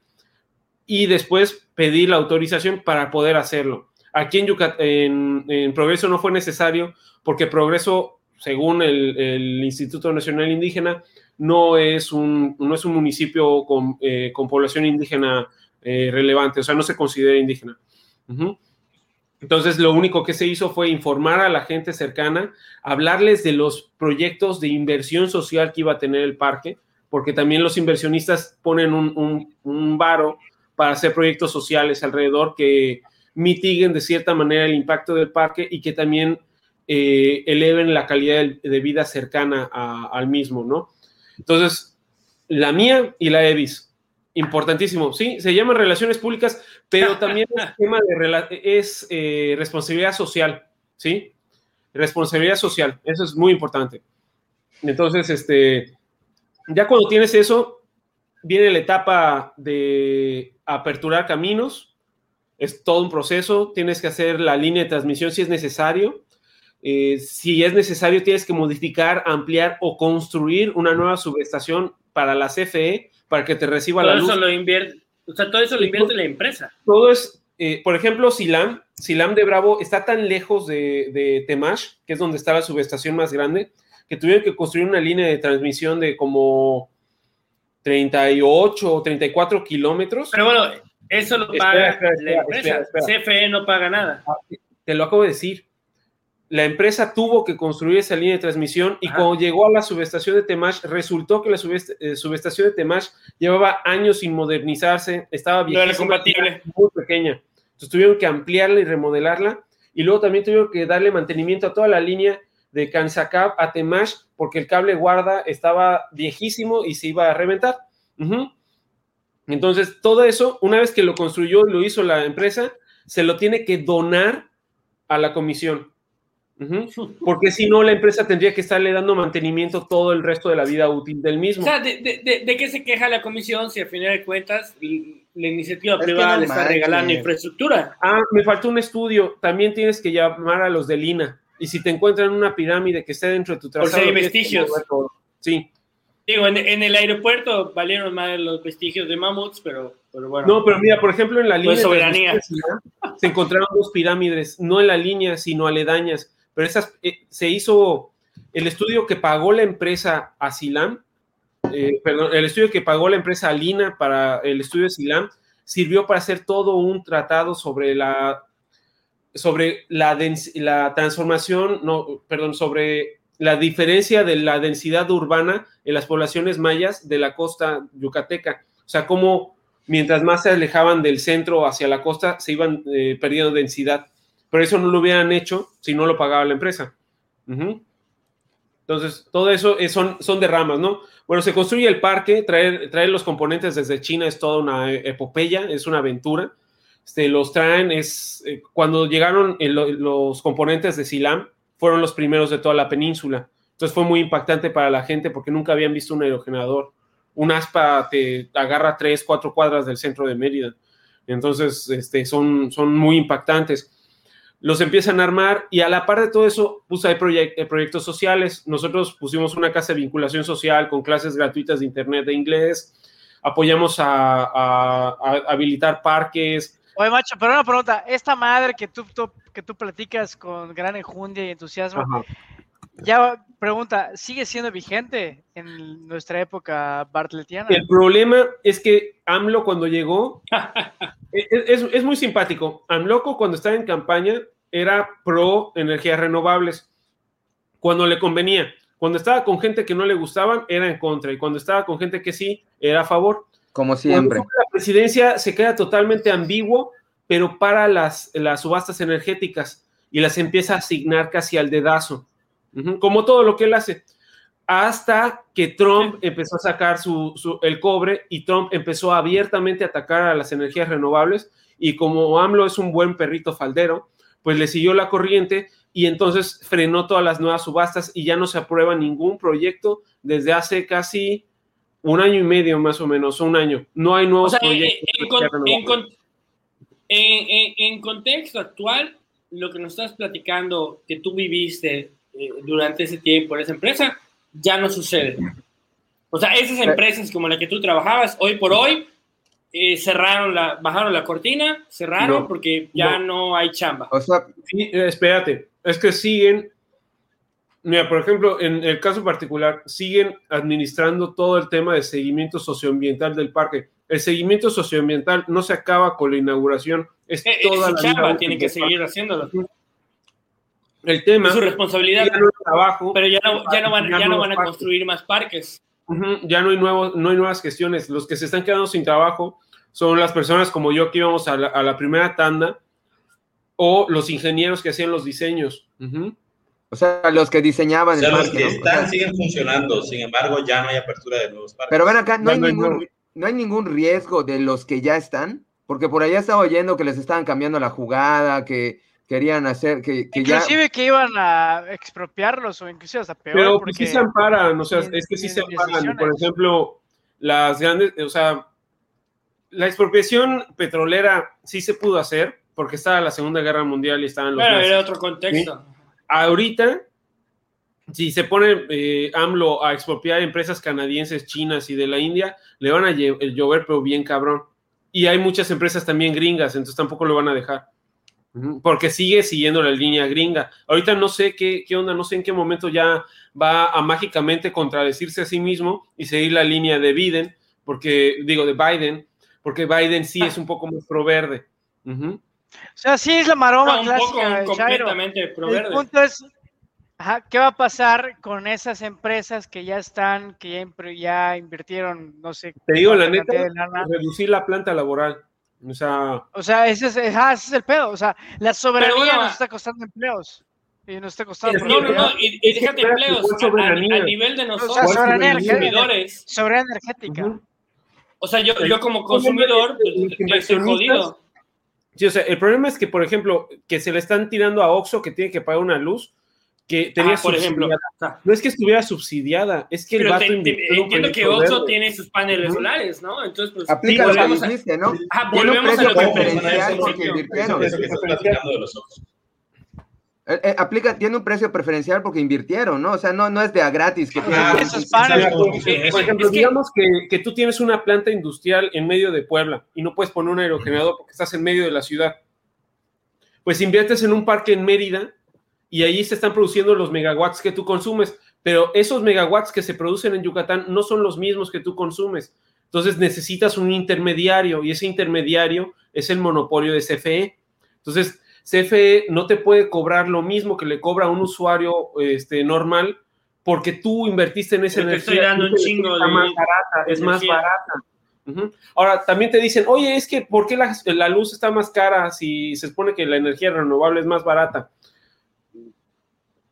y después pedir la autorización para poder hacerlo. Aquí en, Yucat- en, en Progreso no fue necesario porque Progreso, según el, el Instituto Nacional Indígena, no es un, no es un municipio con, eh, con población indígena eh, relevante, o sea, no se considera indígena. Uh-huh. Entonces, lo único que se hizo fue informar a la gente cercana, hablarles de los proyectos de inversión social que iba a tener el parque, porque también los inversionistas ponen un, un, un varo para hacer proyectos sociales alrededor que mitiguen de cierta manera el impacto del parque y que también eh, eleven la calidad de, de vida cercana a, al mismo, ¿no? Entonces, la mía y la E V I S, importantísimo, sí, se llaman relaciones públicas, pero también el tema de rela- es eh, responsabilidad social, ¿sí? Responsabilidad social, eso es muy importante. Entonces, este, ya cuando tienes eso, viene la etapa de aperturar caminos, es todo un proceso, tienes que hacer la línea de transmisión si es necesario. Eh, si es necesario, tienes que modificar, ampliar o construir una nueva subestación para la C F E para que te reciba todo la luz. Eso lo invierte, o sea, todo eso lo invierte la empresa. Todo es, eh, por ejemplo, Silam, Silam de Bravo está tan lejos de, de Temash, que es donde está la subestación más grande, que tuvieron que construir una línea de transmisión de como treinta y ocho o treinta y cuatro kilómetros. Pero bueno, eso lo espera, paga espera, la espera, empresa. espera, espera. C F E no paga nada. Te lo acabo de decir. La empresa tuvo que construir esa línea de transmisión y Ajá. cuando llegó a la subestación de Temash, resultó que la subest- eh, subestación de Temash llevaba años sin modernizarse, estaba viejísima, no era compatible, muy pequeña. Entonces tuvieron que ampliarla y remodelarla y luego también tuvieron que darle mantenimiento a toda la línea de Kansakab a Temash porque el cable guarda estaba viejísimo y se iba a reventar. Uh-huh. Entonces todo eso, una vez que lo construyó y lo hizo la empresa, se lo tiene que donar a la comisión. Uh-huh. Porque si no, la empresa tendría que estarle dando mantenimiento todo el resto de la vida útil del mismo. O sea, ¿de, de, de, de qué se queja la comisión si al final de cuentas la iniciativa es privada no le está manches. regalando infraestructura? Ah, me faltó un estudio. También tienes que llamar a los del I N A. Y si te encuentran una pirámide que esté dentro de tu trazado... Por si hay vestigios. Sí. Digo, en, en el aeropuerto valieron más los vestigios de mamuts, pero, pero bueno. No, pero mira, por ejemplo, en la línea... Pues soberanía. Se encontraron dos pirámides, no en la línea, sino aledañas. Pero esas, eh, se hizo el estudio que pagó la empresa a Silam, eh, perdón, el estudio que pagó la empresa a Lina para el estudio de Silam, sirvió para hacer todo un tratado sobre la, sobre la, dens- la transformación, no, perdón, sobre la diferencia de la densidad urbana en las poblaciones mayas de la costa yucateca. O sea, cómo mientras más se alejaban del centro hacia la costa, se iban eh, perdiendo densidad. Pero eso no lo hubieran hecho si no lo pagaba la empresa. Uh-huh. Entonces, todo eso es, son, son derramas, ¿no? Bueno, se construye el parque, traer, traer los componentes desde China es toda una epopeya, es una aventura. Este, los traen, es eh, cuando llegaron el, los componentes de Silam, fueron los primeros de toda la península. Entonces fue muy impactante para la gente porque nunca habían visto un aerogenerador. Un aspa te agarra tres, cuatro cuadras del centro de Mérida. Entonces, este, son, son muy impactantes. Los empiezan a armar y a la par de todo eso, pues hay proyect, proyectos sociales. Nosotros pusimos una casa de vinculación social con clases gratuitas de internet de inglés. Apoyamos a, a, a habilitar parques. Oye, macho, pero una pregunta. Esta madre que tú, tú, que tú platicas con gran enjundia y entusiasmo, ajá, ya pregunta, ¿sigue siendo vigente en nuestra época bartletiana? El problema es que AMLO cuando llegó, es, es, es muy simpático. AMLO cuando estaba en campaña era pro energías renovables, cuando le convenía. Cuando estaba con gente que no le gustaban, era en contra. Y cuando estaba con gente que sí, era a favor. Como siempre. Cuando la presidencia se queda totalmente ambiguo, pero para las, las subastas energéticas y las empieza a asignar casi al dedazo. Uh-huh. Como todo lo que él hace. Hasta que Trump empezó a sacar su, su, el cobre y Trump empezó abiertamente a atacar a las energías renovables y como AMLO es un buen perrito faldero, pues le siguió la corriente y entonces frenó todas las nuevas subastas y ya no se aprueba ningún proyecto desde hace casi un año y medio más o menos, un año. No hay nuevos o sea, proyectos. En, en, en, con, en, en, en contexto actual, lo que nos estás platicando que tú viviste eh, durante ese tiempo en esa empresa, ya no sucede. O sea, esas empresas como la que tú trabajabas, hoy por hoy, eh, cerraron la, bajaron la cortina, cerraron no, porque ya no. no hay chamba. O sea, sí, espérate, es que siguen, mira, por ejemplo, en el caso particular, siguen administrando todo el tema de seguimiento socioambiental del parque. El seguimiento socioambiental no se acaba con la inauguración, es eh, toda es la chamba, vida tiene que seguir parque. haciéndolo. El tema es su responsabilidad, ya no hay trabajo, pero ya no, ya no van, ya ya no van a construir más parques. Uh-huh, ya no hay, nuevos, no hay nuevas gestiones. Los que se están quedando sin trabajo son las personas como yo que íbamos a la, a la primera tanda o los ingenieros que hacían los diseños. Uh-huh. O sea, los que diseñaban o sea, el los parque, que ¿no? están o sea, siguen funcionando, sin embargo ya no hay apertura de nuevos parques. Pero ven acá, no, no, hay, no, ningún, no. no hay ningún riesgo de los que ya están, porque por allá estaba oyendo que les estaban cambiando la jugada, que querían hacer, que, que inclusive ya... que iban a expropiarlos o inclusive hasta peor. Pero porque pues sí se amparan, o sea, es que sí se amparan. Por ejemplo, las grandes, o sea, la expropiación petrolera sí se pudo hacer porque estaba la Segunda Guerra Mundial y estaban los Pero nazis. era otro contexto. ¿Sí? Ahorita, si se pone eh, AMLO a expropiar empresas canadienses, chinas y de la India, le van a lle- llover, pero bien cabrón. Y hay muchas empresas también gringas, entonces tampoco lo van a dejar. Porque sigue siguiendo la línea gringa. Ahorita no sé qué, qué onda, no sé en qué momento ya va a mágicamente contradecirse a sí mismo y seguir la línea de Biden, porque, digo, de Biden, porque Biden sí es un poco más pro verde. Uh-huh. O sea, sí es la maroma no, un clásica, poco, completamente pro verde. El punto es, ajá, ¿qué va a pasar con esas empresas que ya están, que ya, ya invirtieron, no sé? Te digo, la neta, reducir la planta laboral. O sea, o sea ese, es, ajá, ese es el pedo. O sea, la soberanía bueno, nos está costando empleos. Y nos está costando. No, no, no. Y, y déjate empleos. A, a, a nivel de nosotros, o sea, soberanía consumidores. Soberanía energética. Uh-huh. O sea, yo, yo como consumidor, estoy jodido. Sí, o sea, el problema es que, por ejemplo, que se le están tirando a Oxxo que tiene que pagar una luz que tenía ah, por ejemplo. No es que estuviera subsidiada, es que pero el vato te, te, entiendo que Oxxo tiene sus paneles uh-huh. solares, ¿no? Entonces, pues, aplica lo que dijiste, ¿no? Ah, volvemos a lo que preferencial porque invirtieron. Eh, eh, aplica, tiene un precio preferencial porque invirtieron, ¿no? O sea, no, no es de a gratis. Que ah, esos paneles. Por ejemplo, es que, digamos que, que tú tienes una planta industrial en medio de Puebla y no puedes poner un aerogenerador porque estás en medio de la ciudad. Pues inviertes en un parque en Mérida y ahí se están produciendo los megawatts que tú consumes, pero esos megawatts que se producen en Yucatán no son los mismos que tú consumes. Entonces necesitas un intermediario y ese intermediario es el monopolio de C F E. Entonces, C F E no te puede cobrar lo mismo que le cobra a un usuario este, normal porque tú invertiste en esa Pero energía. Te estoy dando un chingo de más barata, es más barata. Uh-huh. Ahora, también te dicen, oye, es que ¿por qué la, la luz está más cara si se supone que la energía renovable es más barata?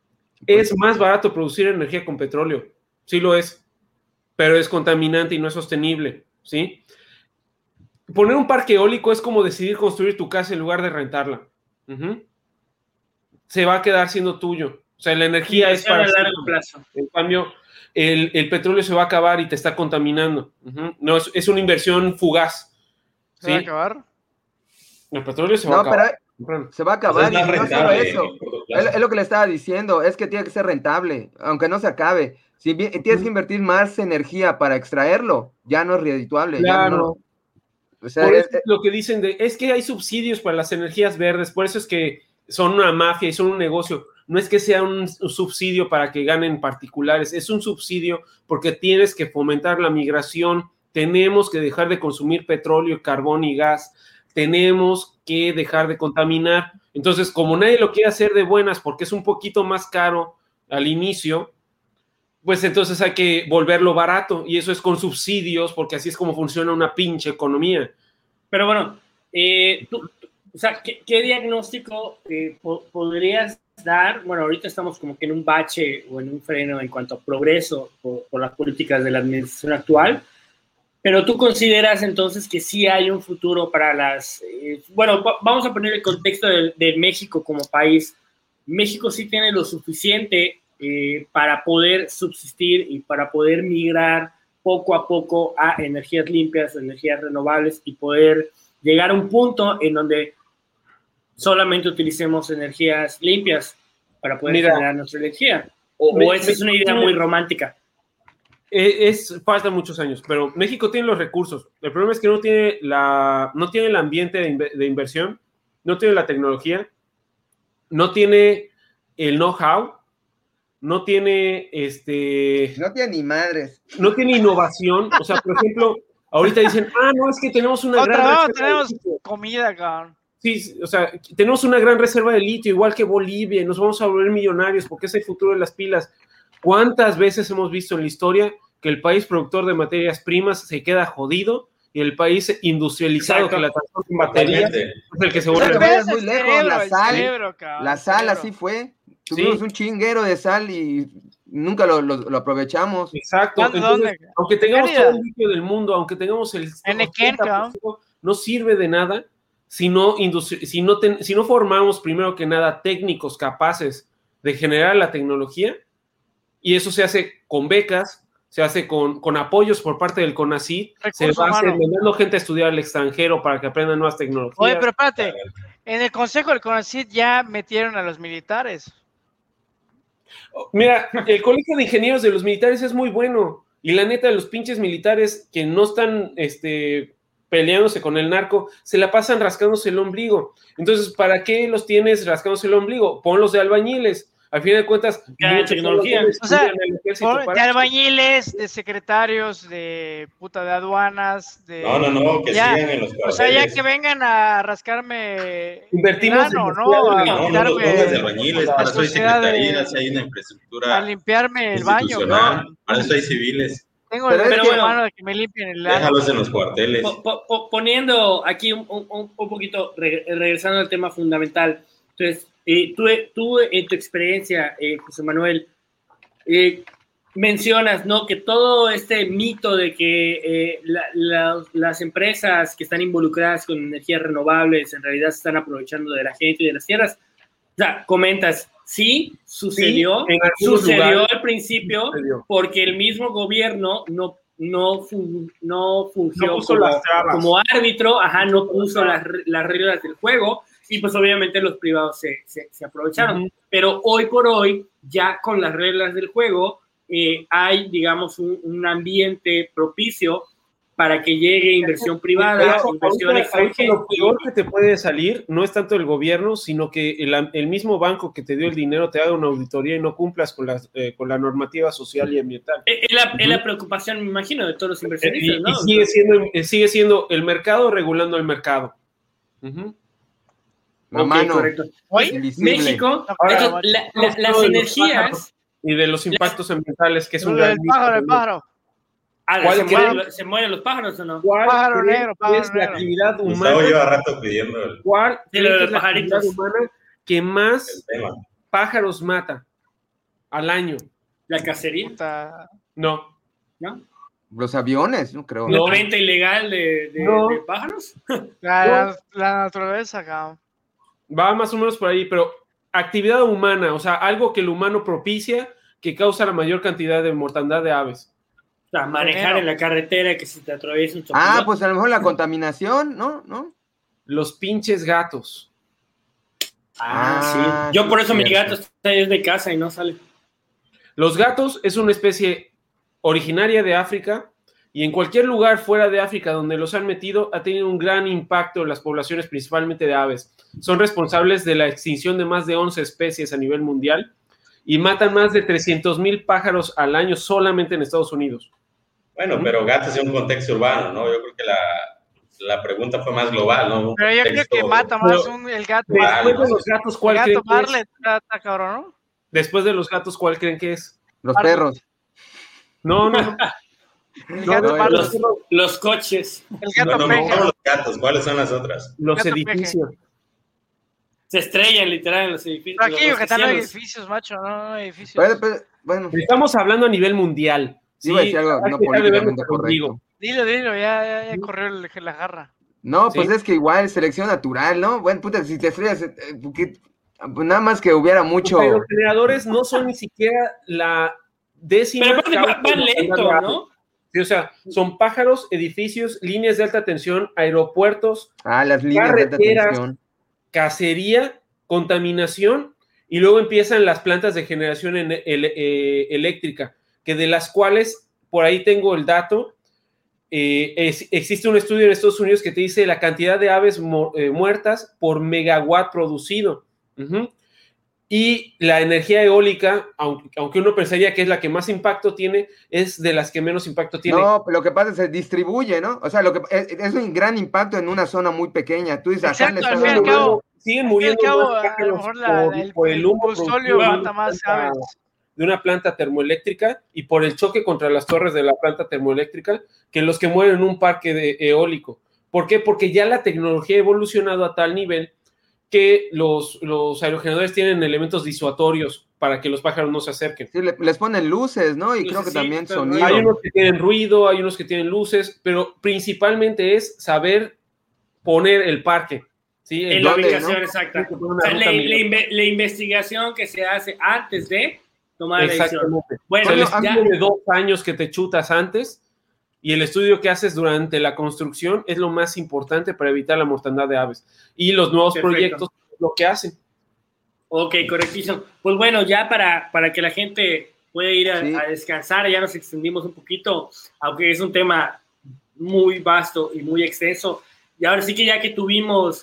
es más barato producir energía con petróleo, sí lo es, pero es contaminante y no es sostenible, ¿sí? Poner un parque eólico es como decidir construir tu casa en lugar de rentarla. Uh-huh. Se va a quedar siendo tuyo. O sea, la energía es para... a largo plazo. En cambio, el, el petróleo se va a acabar y te está contaminando. Uh-huh. No, es, es una inversión fugaz. ¿Sí? ¿Se va a acabar? El petróleo se no, va a acabar. Pero se va a acabar. Pues es y no solo eso. Es, es lo que le estaba diciendo. Es que tiene que ser rentable, aunque no se acabe. Si bien, tienes que invertir más energía para extraerlo, ya no es redituable. Claro. Ya no, o sea, por es, eso es lo que dicen de, es que hay subsidios para las energías verdes, por eso es que son una mafia y son un negocio. No es que sea un, un subsidio para que ganen particulares, es un subsidio porque tienes que fomentar la migración, tenemos que dejar de consumir petróleo, carbón y gas, tenemos que dejar de contaminar. Entonces, como nadie lo quiere hacer de buenas porque es un poquito más caro al inicio, pues entonces hay que volverlo barato, y eso es con subsidios, porque así es como funciona una pinche economía. Pero bueno, eh, tú, o sea, ¿qué, qué diagnóstico eh, po- podrías dar? Bueno, ahorita estamos como que en un bache o en un freno en cuanto a progreso por, por las políticas de la administración actual, pero tú consideras entonces que sí hay un futuro para las... Eh, bueno, va- vamos a poner el contexto de, de México como país. México sí tiene lo suficiente Eh, para poder subsistir y para poder migrar poco a poco a energías limpias, energías renovables, y poder llegar a un punto en donde solamente utilicemos energías limpias para poder Mira, generar nuestra energía. O, me, o esa me, es una idea me, muy romántica. Es, es, faltan muchos años, pero México tiene los recursos. El problema es que no tiene, la, no tiene el ambiente de, inver, de inversión, no tiene la tecnología, no tiene el know-how, no tiene este... No tiene ni madres. No tiene innovación. O sea, por ejemplo, ahorita dicen, ah, no, es que tenemos una Otra, gran... No, tenemos comida, cabrón. Sí, o sea, tenemos una gran reserva de litio, igual que Bolivia, y nos vamos a volver millonarios porque es el futuro de las pilas. ¿Cuántas veces hemos visto en la historia que el país productor de materias primas se queda jodido y el país industrializado Exacto. que la transforma en baterías es el que se vuelve... Pero muy lejos, cerebro, la sal, cerebro, la sal así fue. Tuvimos ¿Sí? un chinguero de sal y nunca lo, lo, lo aprovechamos. Exacto. Entonces, aunque tengamos todo el litio del mundo, aunque tengamos el ochenta por ciento, no sirve de nada si no, industri- si, no ten- si no formamos primero que nada técnicos capaces de generar la tecnología, y eso se hace con becas, se hace con, con apoyos por parte del CONACYT, se va a hacer mandando gente a estudiar al extranjero para que aprendan nuevas tecnologías. Oye, pero espérate, en el consejo del CONACYT ya metieron a los militares. Mira, el colegio de ingenieros de los militares es muy bueno, y la neta, los pinches militares que no están este, peleándose con el narco, se la pasan rascándose el ombligo. Entonces, ¿para qué los tienes rascándose el ombligo? Ponlos de albañiles. Al fin de cuentas, mucha tecnología. O sea, de albañiles, de secretarios, de puta de aduanas, de... No, no, no, que ya, sigan en los cuarteles. O sea, ya que vengan a rascarme... Invertimos plano, en ¿no? A no, no los pongas de albañiles, para eso hay secretarías, hay una infraestructura a limpiarme el baño, ¿no? Para eso hay civiles. Tengo el pero bueno, mano de que me limpien el lado. Déjalos en los cuarteles. Po, po, po, poniendo aquí un, un, un poquito, re, regresando al tema fundamental. Entonces, eh, tú, tú en tu experiencia, eh, José Manuel, eh, mencionas, ¿no?, que todo este mito de que eh, la, la, las empresas que están involucradas con energías renovables en realidad se están aprovechando de la gente y de las tierras. O sea, comentas, sí, sucedió, sí, sucedió al principio sucedió. Porque el mismo gobierno no, no, fun, no fungió no puso como, las como árbitro, ajá, no puso las, las reglas del juego, y pues obviamente los privados se, se, se aprovecharon. Uh-huh. Pero hoy por hoy, ya con las reglas del juego, eh, hay, digamos, un, un ambiente propicio para que llegue inversión privada, Pero, inversión ahorita, extranjera. Lo peor que te puede salir no es tanto el gobierno, sino que el, el mismo banco que te dio el dinero te haga una auditoría y no cumplas con la, eh, con la normativa social y ambiental. Es la, uh-huh. es la preocupación, me imagino, de todos los inversionistas, y, ¿no? Y sigue siendo, sigue siendo el mercado regulando el mercado. Uh-huh. La okay, mano. Correcto. Hoy, México, Ahora, la, la, las energías... Y de los impactos las, ambientales, que es un gran... El pájaro, el pájaro. Ah, ¿se, mueren, ¿Se mueren los pájaros o no? ¿Cuál pájaro negro, pájaro es negro. La actividad humana? Gustavo lleva rato pidiendo el... ¿Cuál sí, lo de es la actividad humana que más pájaros mata? al año. ¿La cacería? Puta. No. ¿No? Los aviones, no creo. ¿La venta ilegal de, de, No. de pájaros? La, la naturaleza, cabrón. Va más o menos por ahí, pero actividad humana, o sea, algo que el humano propicia que causa la mayor cantidad de mortandad de aves. O sea, manejar en la carretera que se te atraviesa un Ah, champurrado. pues a lo mejor la contaminación, ¿no? ¿No? Los pinches gatos. Ah, Ah, sí. Yo sí, por eso mi cierto. gato está desde casa y no sale. Los gatos es una especie originaria de África y en cualquier lugar fuera de África donde los han metido ha tenido un gran impacto en las poblaciones, principalmente de aves. Son responsables de la extinción de más de once especies a nivel mundial y matan más de trescientos mil pájaros al año solamente en Estados Unidos. Bueno, pero gatos en un contexto urbano, ¿no? Yo creo que la, la pregunta fue más global, ¿no? Un Pero yo creo contexto- que mata más Pero- un, el gato. Vale, Después de no los sé. gatos, El ¿cuál creen gato que es? Marley está, está cabrón, ¿no? Después de los gatos, ¿cuál creen que es? Los Pardo. perros. No, no, no. El No, gato no, Marley. Los, los coches. El gato No, no, peje. no, los gatos, ¿cuáles son las otras? Los Gato edificios. Se estrellan literalmente en los edificios. Pero aquí los que están los rascacielos. edificios, macho, no, no hay edificios. Pero, pero, bueno, Estamos hablando a nivel mundial. iba a decir algo hay no que dejar de verlo políticamente conmigo. correcto. Dilo, dilo, ya, ya, ya corrió el- la jarra. No, pues Sí. es que igual, selección natural, ¿no? Bueno, puta, si te estrellas, eh, porque- pues nada más que hubiera mucho. Pero los generadores no son ni siquiera la décima. Pero aparte causa va- de van mortandad lento, de aves. ¿no? Sí, o sea, son pájaros, edificios, líneas de alta tensión, aeropuertos, Ah, las líneas de alta carreteras. tensión. cacería, contaminación, y luego empiezan las plantas de generación en- el- eh, eléctrica, que de las cuales, por ahí tengo el dato, eh, es- existe un estudio en Estados Unidos que te dice la cantidad de aves mu- eh, muertas por megawatt producido. Ujú. Y la energía eólica, aunque, aunque uno pensaría que es la que más impacto tiene, es de las que menos impacto tiene. No, lo que pasa es que se distribuye, ¿no? O sea, lo que es, es un gran impacto en una zona muy pequeña. Tú dices, acá le Exacto, está al fin y al dando- cabo, Siguen al muriendo fin y al cabo, más a lo pájaros mejor la- por, el- por el el humo combustible producido de mata una más planta- aves. de una planta termoeléctrica y por el choque contra las torres de la planta termoeléctrica que los que mueren en un parque de eólico. ¿Por qué? Porque ya la tecnología ha evolucionado a tal nivel que los, los aerogeneradores tienen elementos disuatorios para que los pájaros no se acerquen. Sí, le- les ponen luces, ¿no? Y creo que también Lucecitas, sonido. Hay unos que tienen ruido, hay unos que tienen luces, pero principalmente es saber poner el parque. ¿sí? En la ¿Dónde, ubicación no? exacta. Sí, una O sea, ruta la, la migratoria. inve- la investigación que se hace antes de tomar la decisión. Exactamente. Bueno, O sea, el Bueno, ya- estudio de dos años que te chutas antes y el estudio que haces durante la construcción es lo más importante para evitar la mortandad de aves. Y los nuevos Perfecto. proyectos es lo que hacen. Ok, correctísimo. Pues bueno, ya para, para que la gente pueda ir a, Sí. a descansar, ya nos extendimos un poquito, aunque es un tema muy vasto y muy extenso. Y ahora sí que ya que tuvimos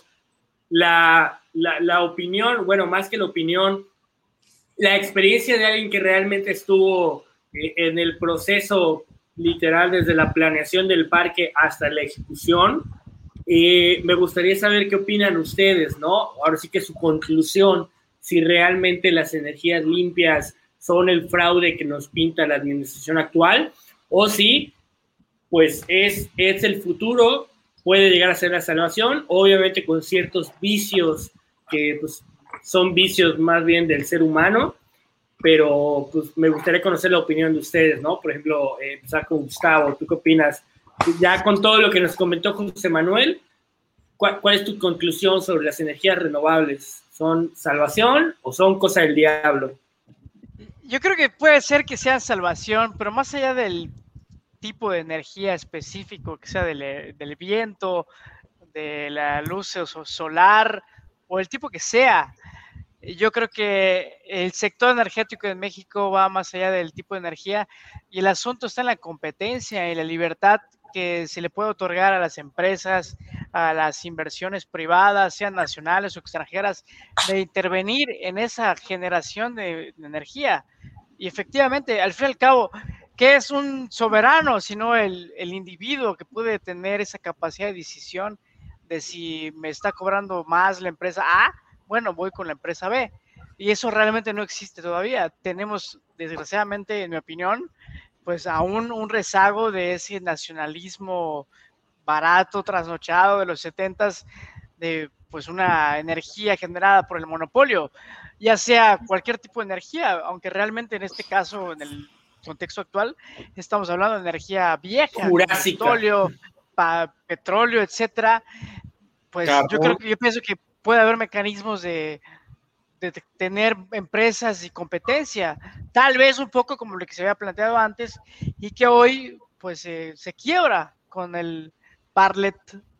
la, la, la opinión, bueno, más que la opinión, la experiencia de alguien que realmente estuvo eh, en el proceso literal desde la planeación del parque hasta la ejecución, eh, me gustaría saber qué opinan ustedes, ¿no? Ahora sí que su conclusión, si realmente las energías limpias son el fraude que nos pinta la administración actual, o si, pues, es, es el futuro, puede llegar a ser la salvación, obviamente con ciertos vicios que, pues, son vicios más bien del ser humano, pero, pues, me gustaría conocer la opinión de ustedes, ¿no? Por ejemplo, eh, empezar con Gustavo, ¿tú qué opinas? Ya con todo lo que nos comentó José Manuel, ¿cuál, cuál es tu conclusión sobre las energías renovables? ¿Son salvación o son cosa del diablo? Yo creo que puede ser que sea salvación, pero más allá del tipo de energía específico, que sea del, del viento, de la luz so- solar o el tipo que sea, yo creo que el sector energético en México va más allá del tipo de energía y el asunto está en la competencia y la libertad que se le puede otorgar a las empresas, a las inversiones privadas, sean nacionales o extranjeras, de intervenir en esa generación de, de energía. Y efectivamente, al fin y al cabo, ¿qué es un soberano sino el, el individuo que puede tener esa capacidad de decisión de si me está cobrando más la empresa A? Bueno, voy con la empresa B. Y eso realmente no existe todavía. Tenemos, desgraciadamente, en mi opinión, pues aún un rezago de ese nacionalismo barato, trasnochado de los setentas, de pues una energía generada por el monopolio, ya sea cualquier tipo de energía, aunque realmente en este caso, en el contexto actual, estamos hablando de energía vieja, Jurásica. petróleo, pa, petróleo, etcétera. Pues Carbón. yo creo que yo pienso que puede haber mecanismos de, de tener empresas y competencia, tal vez un poco como lo que se había planteado antes, y que hoy pues eh, se quiebra con el Barlet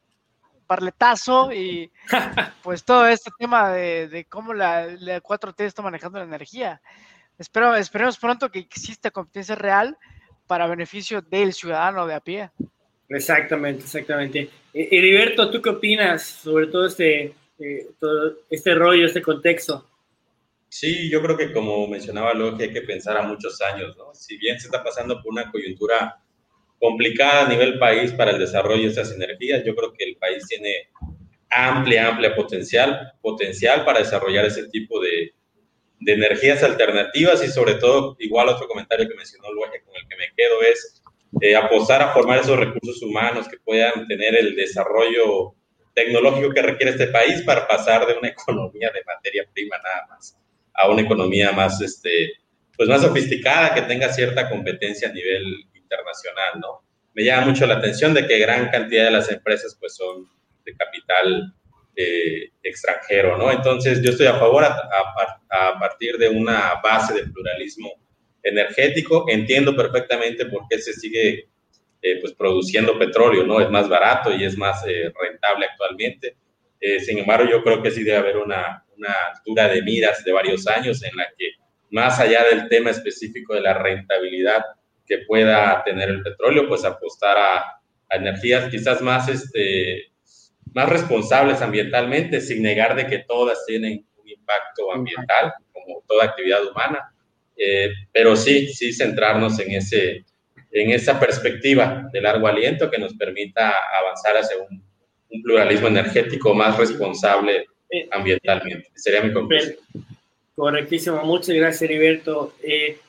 parletazo y pues todo este tema de, de cómo la, la cuatro T está manejando la energía. Espero, esperemos pronto que exista competencia real para beneficio del ciudadano de a pie. Exactamente, exactamente. Heriberto, ¿tú qué opinas sobre todo este, eh, todo este rollo, este contexto? Sí, yo creo que como mencionaba Logi, hay que pensar a muchos años, ¿no? Si bien se está pasando por una coyuntura complicada a nivel país para el desarrollo de estas energías, yo creo que el país tiene amplia, amplia potencial, potencial para desarrollar ese tipo de, de energías alternativas y sobre todo, igual otro comentario que mencionó Logi con el que me quedo es eh, apostar a formar esos recursos humanos que puedan tener el desarrollo tecnológico que requiere este país para pasar de una economía de materia prima nada más a una economía más, este, pues más sofisticada, que tenga cierta competencia a nivel internacional, ¿no? Me llama mucho la atención de que gran cantidad de las empresas pues son de capital eh, extranjero, ¿no? Entonces yo estoy a favor a, a, a partir de una base de pluralismo energético. Entiendo perfectamente por qué se sigue eh, pues produciendo petróleo, ¿no? Es más barato y es más eh, rentable actualmente. Eh, sin embargo, yo creo que sí debe haber una, una altura de miras de varios años en la que, más allá del tema específico de la rentabilidad que pueda tener el petróleo, pues apostar a, a energías quizás más, este, más responsables ambientalmente, sin negar de que todas tienen un impacto ambiental, como toda actividad humana, eh, pero sí, sí centrarnos en, ese, en esa perspectiva de largo aliento que nos permita avanzar hacia un, un pluralismo energético más responsable ambientalmente. Sería mi conclusión. Correctísimo, muchas gracias, Heriberto. Eh,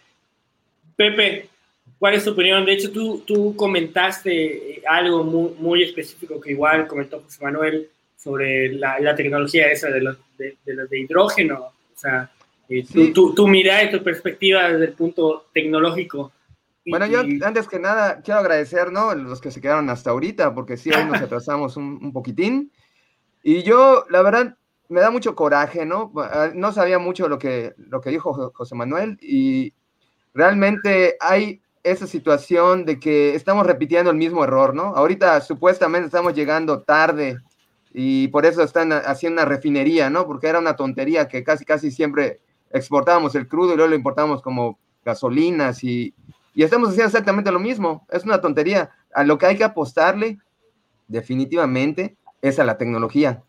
Pepe, ¿cuál es tu opinión? De hecho, tú, tú comentaste algo muy, muy específico que igual comentó José Manuel sobre la, la tecnología esa de los de, de, los de hidrógeno. O sea, eh, sí. tu, tu, tu mirada y tu perspectiva desde el punto tecnológico. Bueno, yo antes que nada quiero agradecer, ¿no?, los que se quedaron hasta ahorita, porque sí, hoy nos atrasamos un, un poquitín. Y yo, la verdad, me da mucho coraje, ¿no? No sabía mucho lo que, lo que dijo José Manuel y realmente hay esa situación de que estamos repitiendo el mismo error, ¿no? Ahorita supuestamente estamos llegando tarde y por eso están haciendo una refinería, ¿no? Porque era una tontería que casi, casi siempre exportábamos el crudo y luego lo importábamos como gasolinas y, y estamos haciendo exactamente lo mismo. Es una tontería. A lo que hay que apostarle definitivamente es a la tecnología.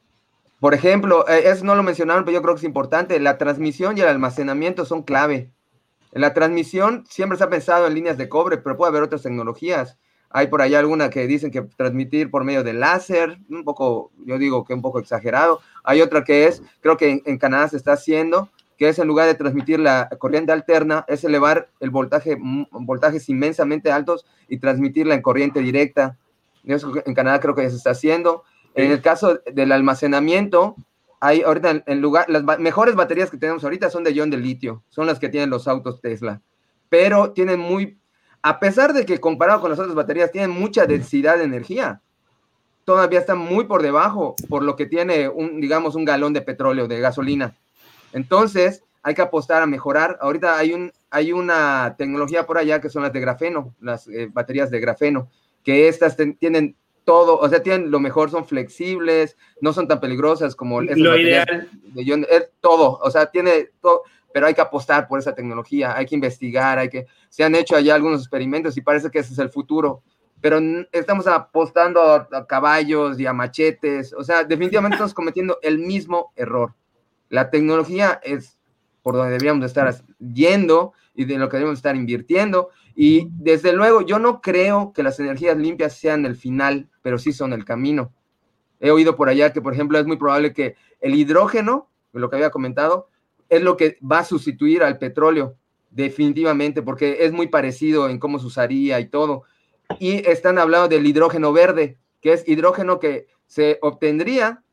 Por ejemplo, eh, eso no lo mencionaron, pero yo creo que es importante. La transmisión y el almacenamiento son clave. En la transmisión siempre se ha pensado en líneas de cobre, pero puede haber otras tecnologías. Hay por allá alguna que dicen que transmitir por medio de láser, un poco, yo digo que un poco exagerado. Hay otra que es, creo que en, en Canadá se está haciendo, que es en lugar de transmitir la corriente alterna, es elevar el voltaje, voltajes inmensamente altos y transmitirla en corriente directa. Eso en Canadá creo que ya se está haciendo. En el caso del almacenamiento, hay ahorita en lugar, las ba- mejores baterías que tenemos ahorita son de ion de litio, son las que tienen los autos Tesla, pero tienen muy, a pesar de que comparado con las otras baterías tienen mucha densidad de energía, todavía están muy por debajo, por lo que tiene un, digamos, un galón de petróleo, de gasolina. Entonces, hay que apostar a mejorar. Ahorita hay, un, hay una tecnología por allá que son las de grafeno, las eh, baterías de grafeno, que estas ten, tienen todo, o sea, tienen lo mejor, son flexibles, no son tan peligrosas como esas lo ideal. De ion, es todo, o sea, tiene todo, pero hay que apostar por esa tecnología, hay que investigar, hay que, se han hecho allá algunos experimentos y parece que ese es el futuro, pero estamos apostando a, a caballos y a machetes, o sea, definitivamente estamos cometiendo el mismo error. La tecnología es por donde deberíamos estar yendo y de lo que debemos estar invirtiendo. Y desde luego, yo no creo que las energías limpias sean el final, pero sí son el camino. He oído por allá que, por ejemplo, es muy probable que el hidrógeno, lo que había comentado, es lo que va a sustituir al petróleo, definitivamente, porque es muy parecido en cómo se usaría y todo. Y están hablando del hidrógeno verde, que es hidrógeno que se obtendría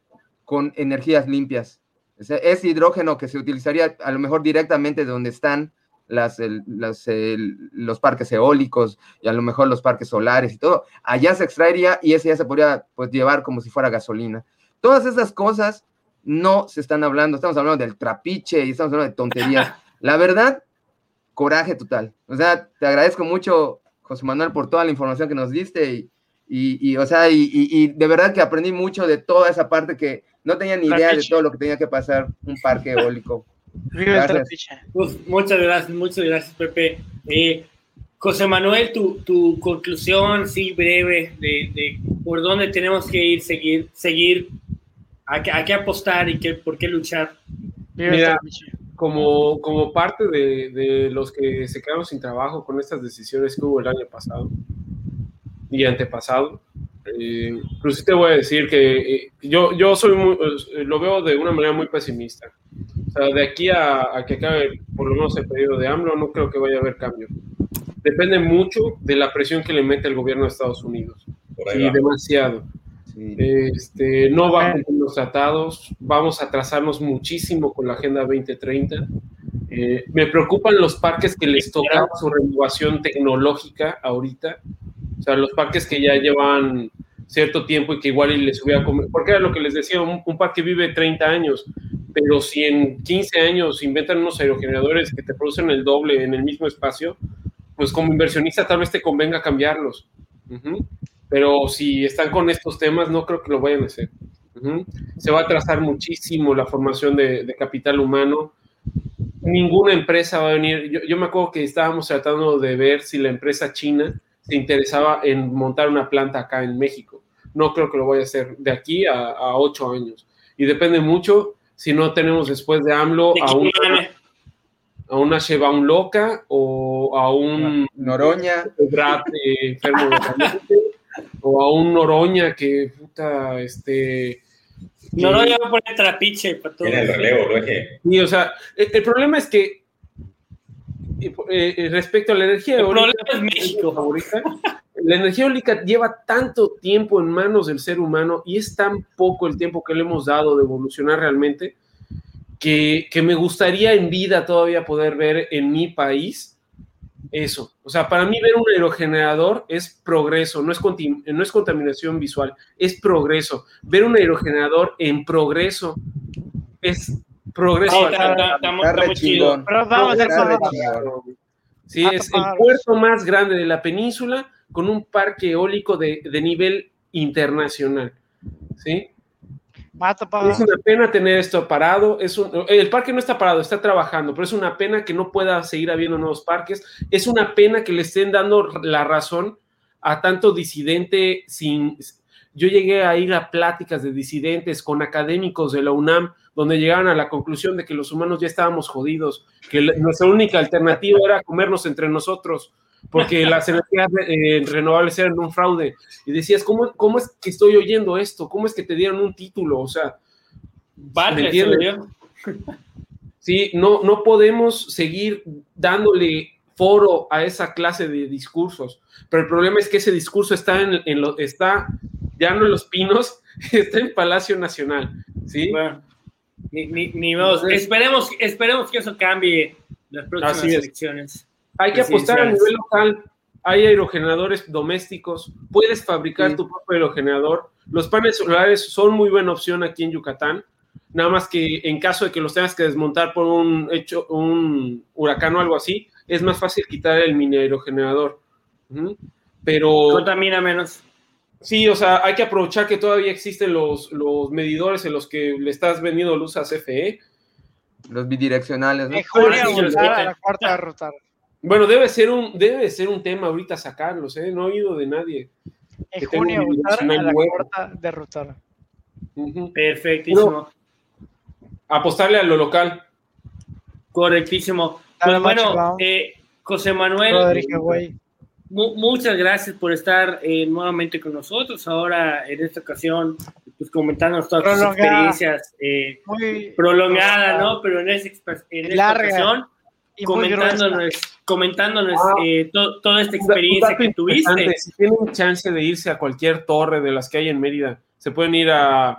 con energías limpias. Es, es hidrógeno que se utilizaría a lo mejor directamente donde están las, el, las, el, los parques eólicos y a lo mejor los parques solares y todo. Allá se extraería y ese ya se podría pues, llevar como si fuera gasolina. Todas esas cosas no se están hablando. Estamos hablando del trapiche y estamos hablando de tonterías. La verdad, coraje total. O sea, te agradezco mucho, José Manuel, por toda la información que nos diste y, y, y o sea, y, y, y de verdad que aprendí mucho de toda esa parte que no tenía ni idea de todo lo que tenía que pasar un parque eólico. Uf, muchas gracias, muchas gracias, Pepe. Eh, José Manuel, tu, tu conclusión, sí, breve, de, de por dónde tenemos que ir, seguir, seguir, a qué, a qué apostar y qué, por qué luchar. Mira, como, como parte de, de los que se quedaron sin trabajo con estas decisiones que hubo el año pasado y antepasado, eh, pues sí te voy a decir que eh, yo, yo soy muy, eh, lo veo de una manera muy pesimista. O sea, de aquí a, a que acabe por lo menos el periodo de AMLO, no creo que vaya a haber cambio. Depende mucho de la presión que le mete el gobierno de Estados Unidos. Y va. demasiado. Sí. Este, no va a cumplir los tratados, vamos a atrasarnos muchísimo con la Agenda veinte treinta. Eh, me preocupan los parques que les toca su renovación tecnológica ahorita. O sea, los parques que ya llevan cierto tiempo y que igual y les hubiera comido. Porque era lo que les decía, un, un parque vive treinta años, pero si en quince años inventan unos aerogeneradores que te producen el doble en el mismo espacio, pues como inversionista tal vez te convenga cambiarlos. Uh-huh. Pero si están con estos temas, no creo que lo vayan a hacer. Uh-huh. Se va a atrasar muchísimo la formación de, de capital humano. Ninguna empresa va a venir. Yo, yo me acuerdo que estábamos tratando de ver si la empresa china se interesaba en montar una planta acá en México. No creo que lo vaya a hacer de aquí a, a ocho años. Y depende mucho si no tenemos después de AMLO a una, a una Sheinbaum loca o a un Noroña Brad, eh, enfermo de la mente, o a un Noroña que puta este que, Noroña va a poner trapiche para todo. Tiene el relevo, lo dije. Y o sea, el, el problema es que eh, respecto a la energía el eólica, problema es México. Favorita, la energía eólica lleva tanto tiempo en manos del ser humano y es tan poco el tiempo que le hemos dado de evolucionar realmente que, que me gustaría en vida todavía poder ver en mi país eso. O sea, para mí ver un aerogenerador es progreso, no es, conti- no es contaminación visual, es progreso. Ver un aerogenerador en progreso es progreso. Oh, está, está, está, está muy chido. Pero vamos a hacer Sí, es el puerto más grande de la península con un parque eólico de, de nivel internacional. ¿Sí? Es una pena tener esto parado. Es un, el parque no está parado, está trabajando, pero es una pena que no pueda seguir habiendo nuevos parques. Es una pena que le estén dando la razón a tanto disidente sin... Yo llegué a ir a pláticas de disidentes con académicos de la UNAM, donde llegaron a la conclusión de que los humanos ya estábamos jodidos, que la, nuestra única alternativa era comernos entre nosotros, porque las energías eh, renovables eran un fraude. Y decías, ¿cómo, ¿cómo es que estoy oyendo esto? ¿Cómo es que te dieron un título? O sea, ¿me entiendes? Sí, no, no podemos seguir dándole foro a esa clase de discursos, pero el problema es que ese discurso está, en, en lo, está ya no en Los Pinos, está en Palacio Nacional, ¿sí? Bueno, ni, ni, ni vamos. Esperemos, esperemos que eso cambie las próximas elecciones. Hay que apostar a nivel local. Hay aerogeneradores domésticos, puedes fabricar sí. tu propio aerogenerador. Los paneles solares son muy buena opción aquí en Yucatán, nada más que en caso de que los tengas que desmontar por un, hecho, un huracán o algo así, es más fácil quitar el mini aerogenerador. Uh-huh. Pero... contamina menos. Sí, o sea, hay que aprovechar que todavía existen los, los medidores en los que le estás vendiendo luz a C F E. Los bidireccionales, ¿no? Mejor a la cuarta derrotar. Bueno, debe ser un debe ser un tema ahorita sacarlos, ¿eh? No he oído de nadie. En junio votar a la cuarta derrotar. Uh-huh. Perfectísimo. Pero, apostarle a lo local. Correctísimo. Pues bueno, eh, José Manuel, mu- muchas gracias por estar eh, nuevamente con nosotros. Ahora, en esta ocasión, pues comentándonos todas tus experiencias eh, muy prolongada, ¿no? Pero en, ese, en esta larga, ocasión, comentándonos, comentándonos ah, eh, to- toda esta experiencia que tuviste. Si tienen chance de irse a cualquier torre de las que hay en Mérida, se pueden ir a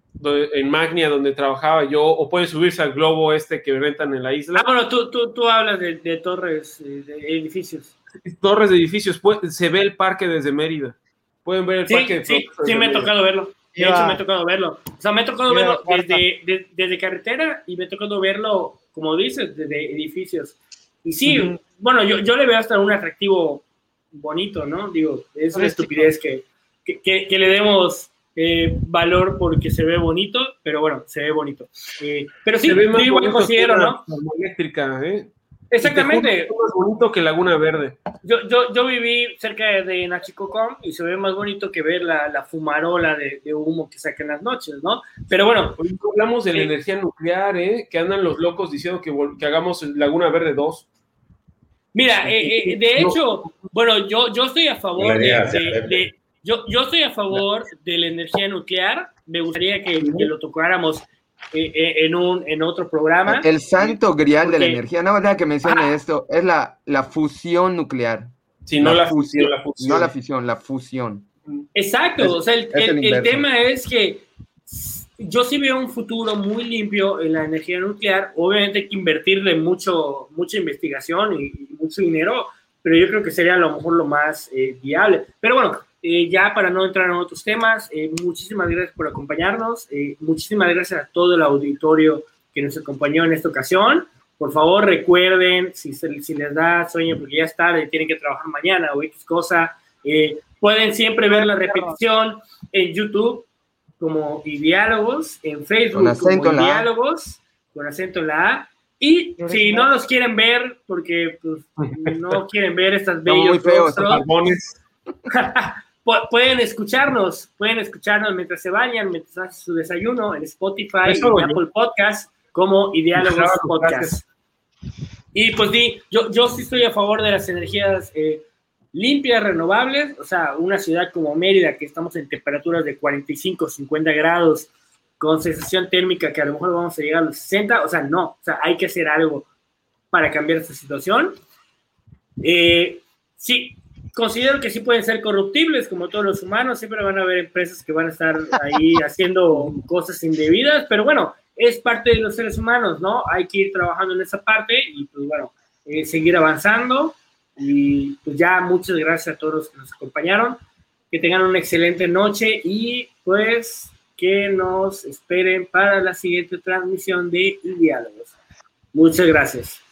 en Magnia, donde trabajaba yo, o pueden subirse al globo este que rentan en la isla. Ah, bueno, tú, tú, tú hablas de, de torres, de edificios. Torres de edificios, se ve el parque desde Mérida. Pueden ver el sí, parque. De sí, sí, me ha tocado verlo. De hecho, me ha tocado verlo. O sea, me ha tocado verlo desde, de, desde carretera y me ha tocado verlo, como dices, desde edificios. Y sí, uh-huh. bueno, yo, yo le veo hasta un atractivo bonito, ¿no? Digo, es una estupidez que, que, que, que le demos eh, valor porque se ve bonito, pero bueno, se ve bonito. Eh, pero sí, se ve más yo igual considero, ¿no? Eléctrica, ¿eh? Exactamente. Es más bonito que Laguna Verde. Yo, yo, yo viví cerca de Nachicocom y se ve más bonito que ver la, la fumarola de, de humo que sacan las noches, ¿no? Pero bueno. Hoy hablamos de la eh, energía nuclear, ¿eh? Que andan los locos diciendo que, que hagamos Laguna Verde dos. Mira, eh, eh, de hecho, bueno, yo, yo estoy a favor de, de, de yo, yo estoy a favor de la energía nuclear. Me gustaría que, que lo tocáramos Eh, en un en otro programa. El santo grial porque, de la energía, no verdad que mencione ah, esto, es la, la fusión nuclear. Sí, no la, la, fusión, la fusión. No la fisión, la fusión. Exacto, es, o sea, el, el, el, el tema es que yo sí veo un futuro muy limpio en la energía nuclear. Obviamente hay que invertirle mucho, mucha investigación y, y mucho dinero, pero yo creo que sería a lo mejor lo más eh, viable. Pero bueno, Eh, ya para no entrar en otros temas, eh, muchísimas gracias por acompañarnos, eh, muchísimas gracias a todo el auditorio que nos acompañó en esta ocasión. Por favor, recuerden, si, se, si les da sueño porque ya es tarde, tienen que trabajar mañana o X cosa, eh, pueden siempre ver la repetición en YouTube como Ideálogos, en Facebook como Ideálogos, con acento en la A, y si no los quieren ver, porque pues, no quieren ver estas bellos rostros, pueden escucharnos, pueden escucharnos mientras se bañan, mientras hacen su desayuno en Spotify y en Apple Podcast como Ideálogos Podcast. Y pues di, yo, yo sí estoy a favor de las energías eh, limpias, renovables, o sea, una ciudad como Mérida, que estamos en temperaturas de cuarenta y cinco, cincuenta grados, con sensación térmica que a lo mejor vamos a llegar a los sesenta, o sea, no, o sea, hay que hacer algo para cambiar esta situación. Eh, sí, considero que sí pueden ser corruptibles, como todos los humanos, siempre van a haber empresas que van a estar ahí haciendo cosas indebidas, pero bueno, es parte de los seres humanos, ¿no? Hay que ir trabajando en esa parte y pues bueno, eh, seguir avanzando y pues ya muchas gracias a todos los que nos acompañaron, que tengan una excelente noche y pues que nos esperen para la siguiente transmisión de Ideálogos. Muchas gracias.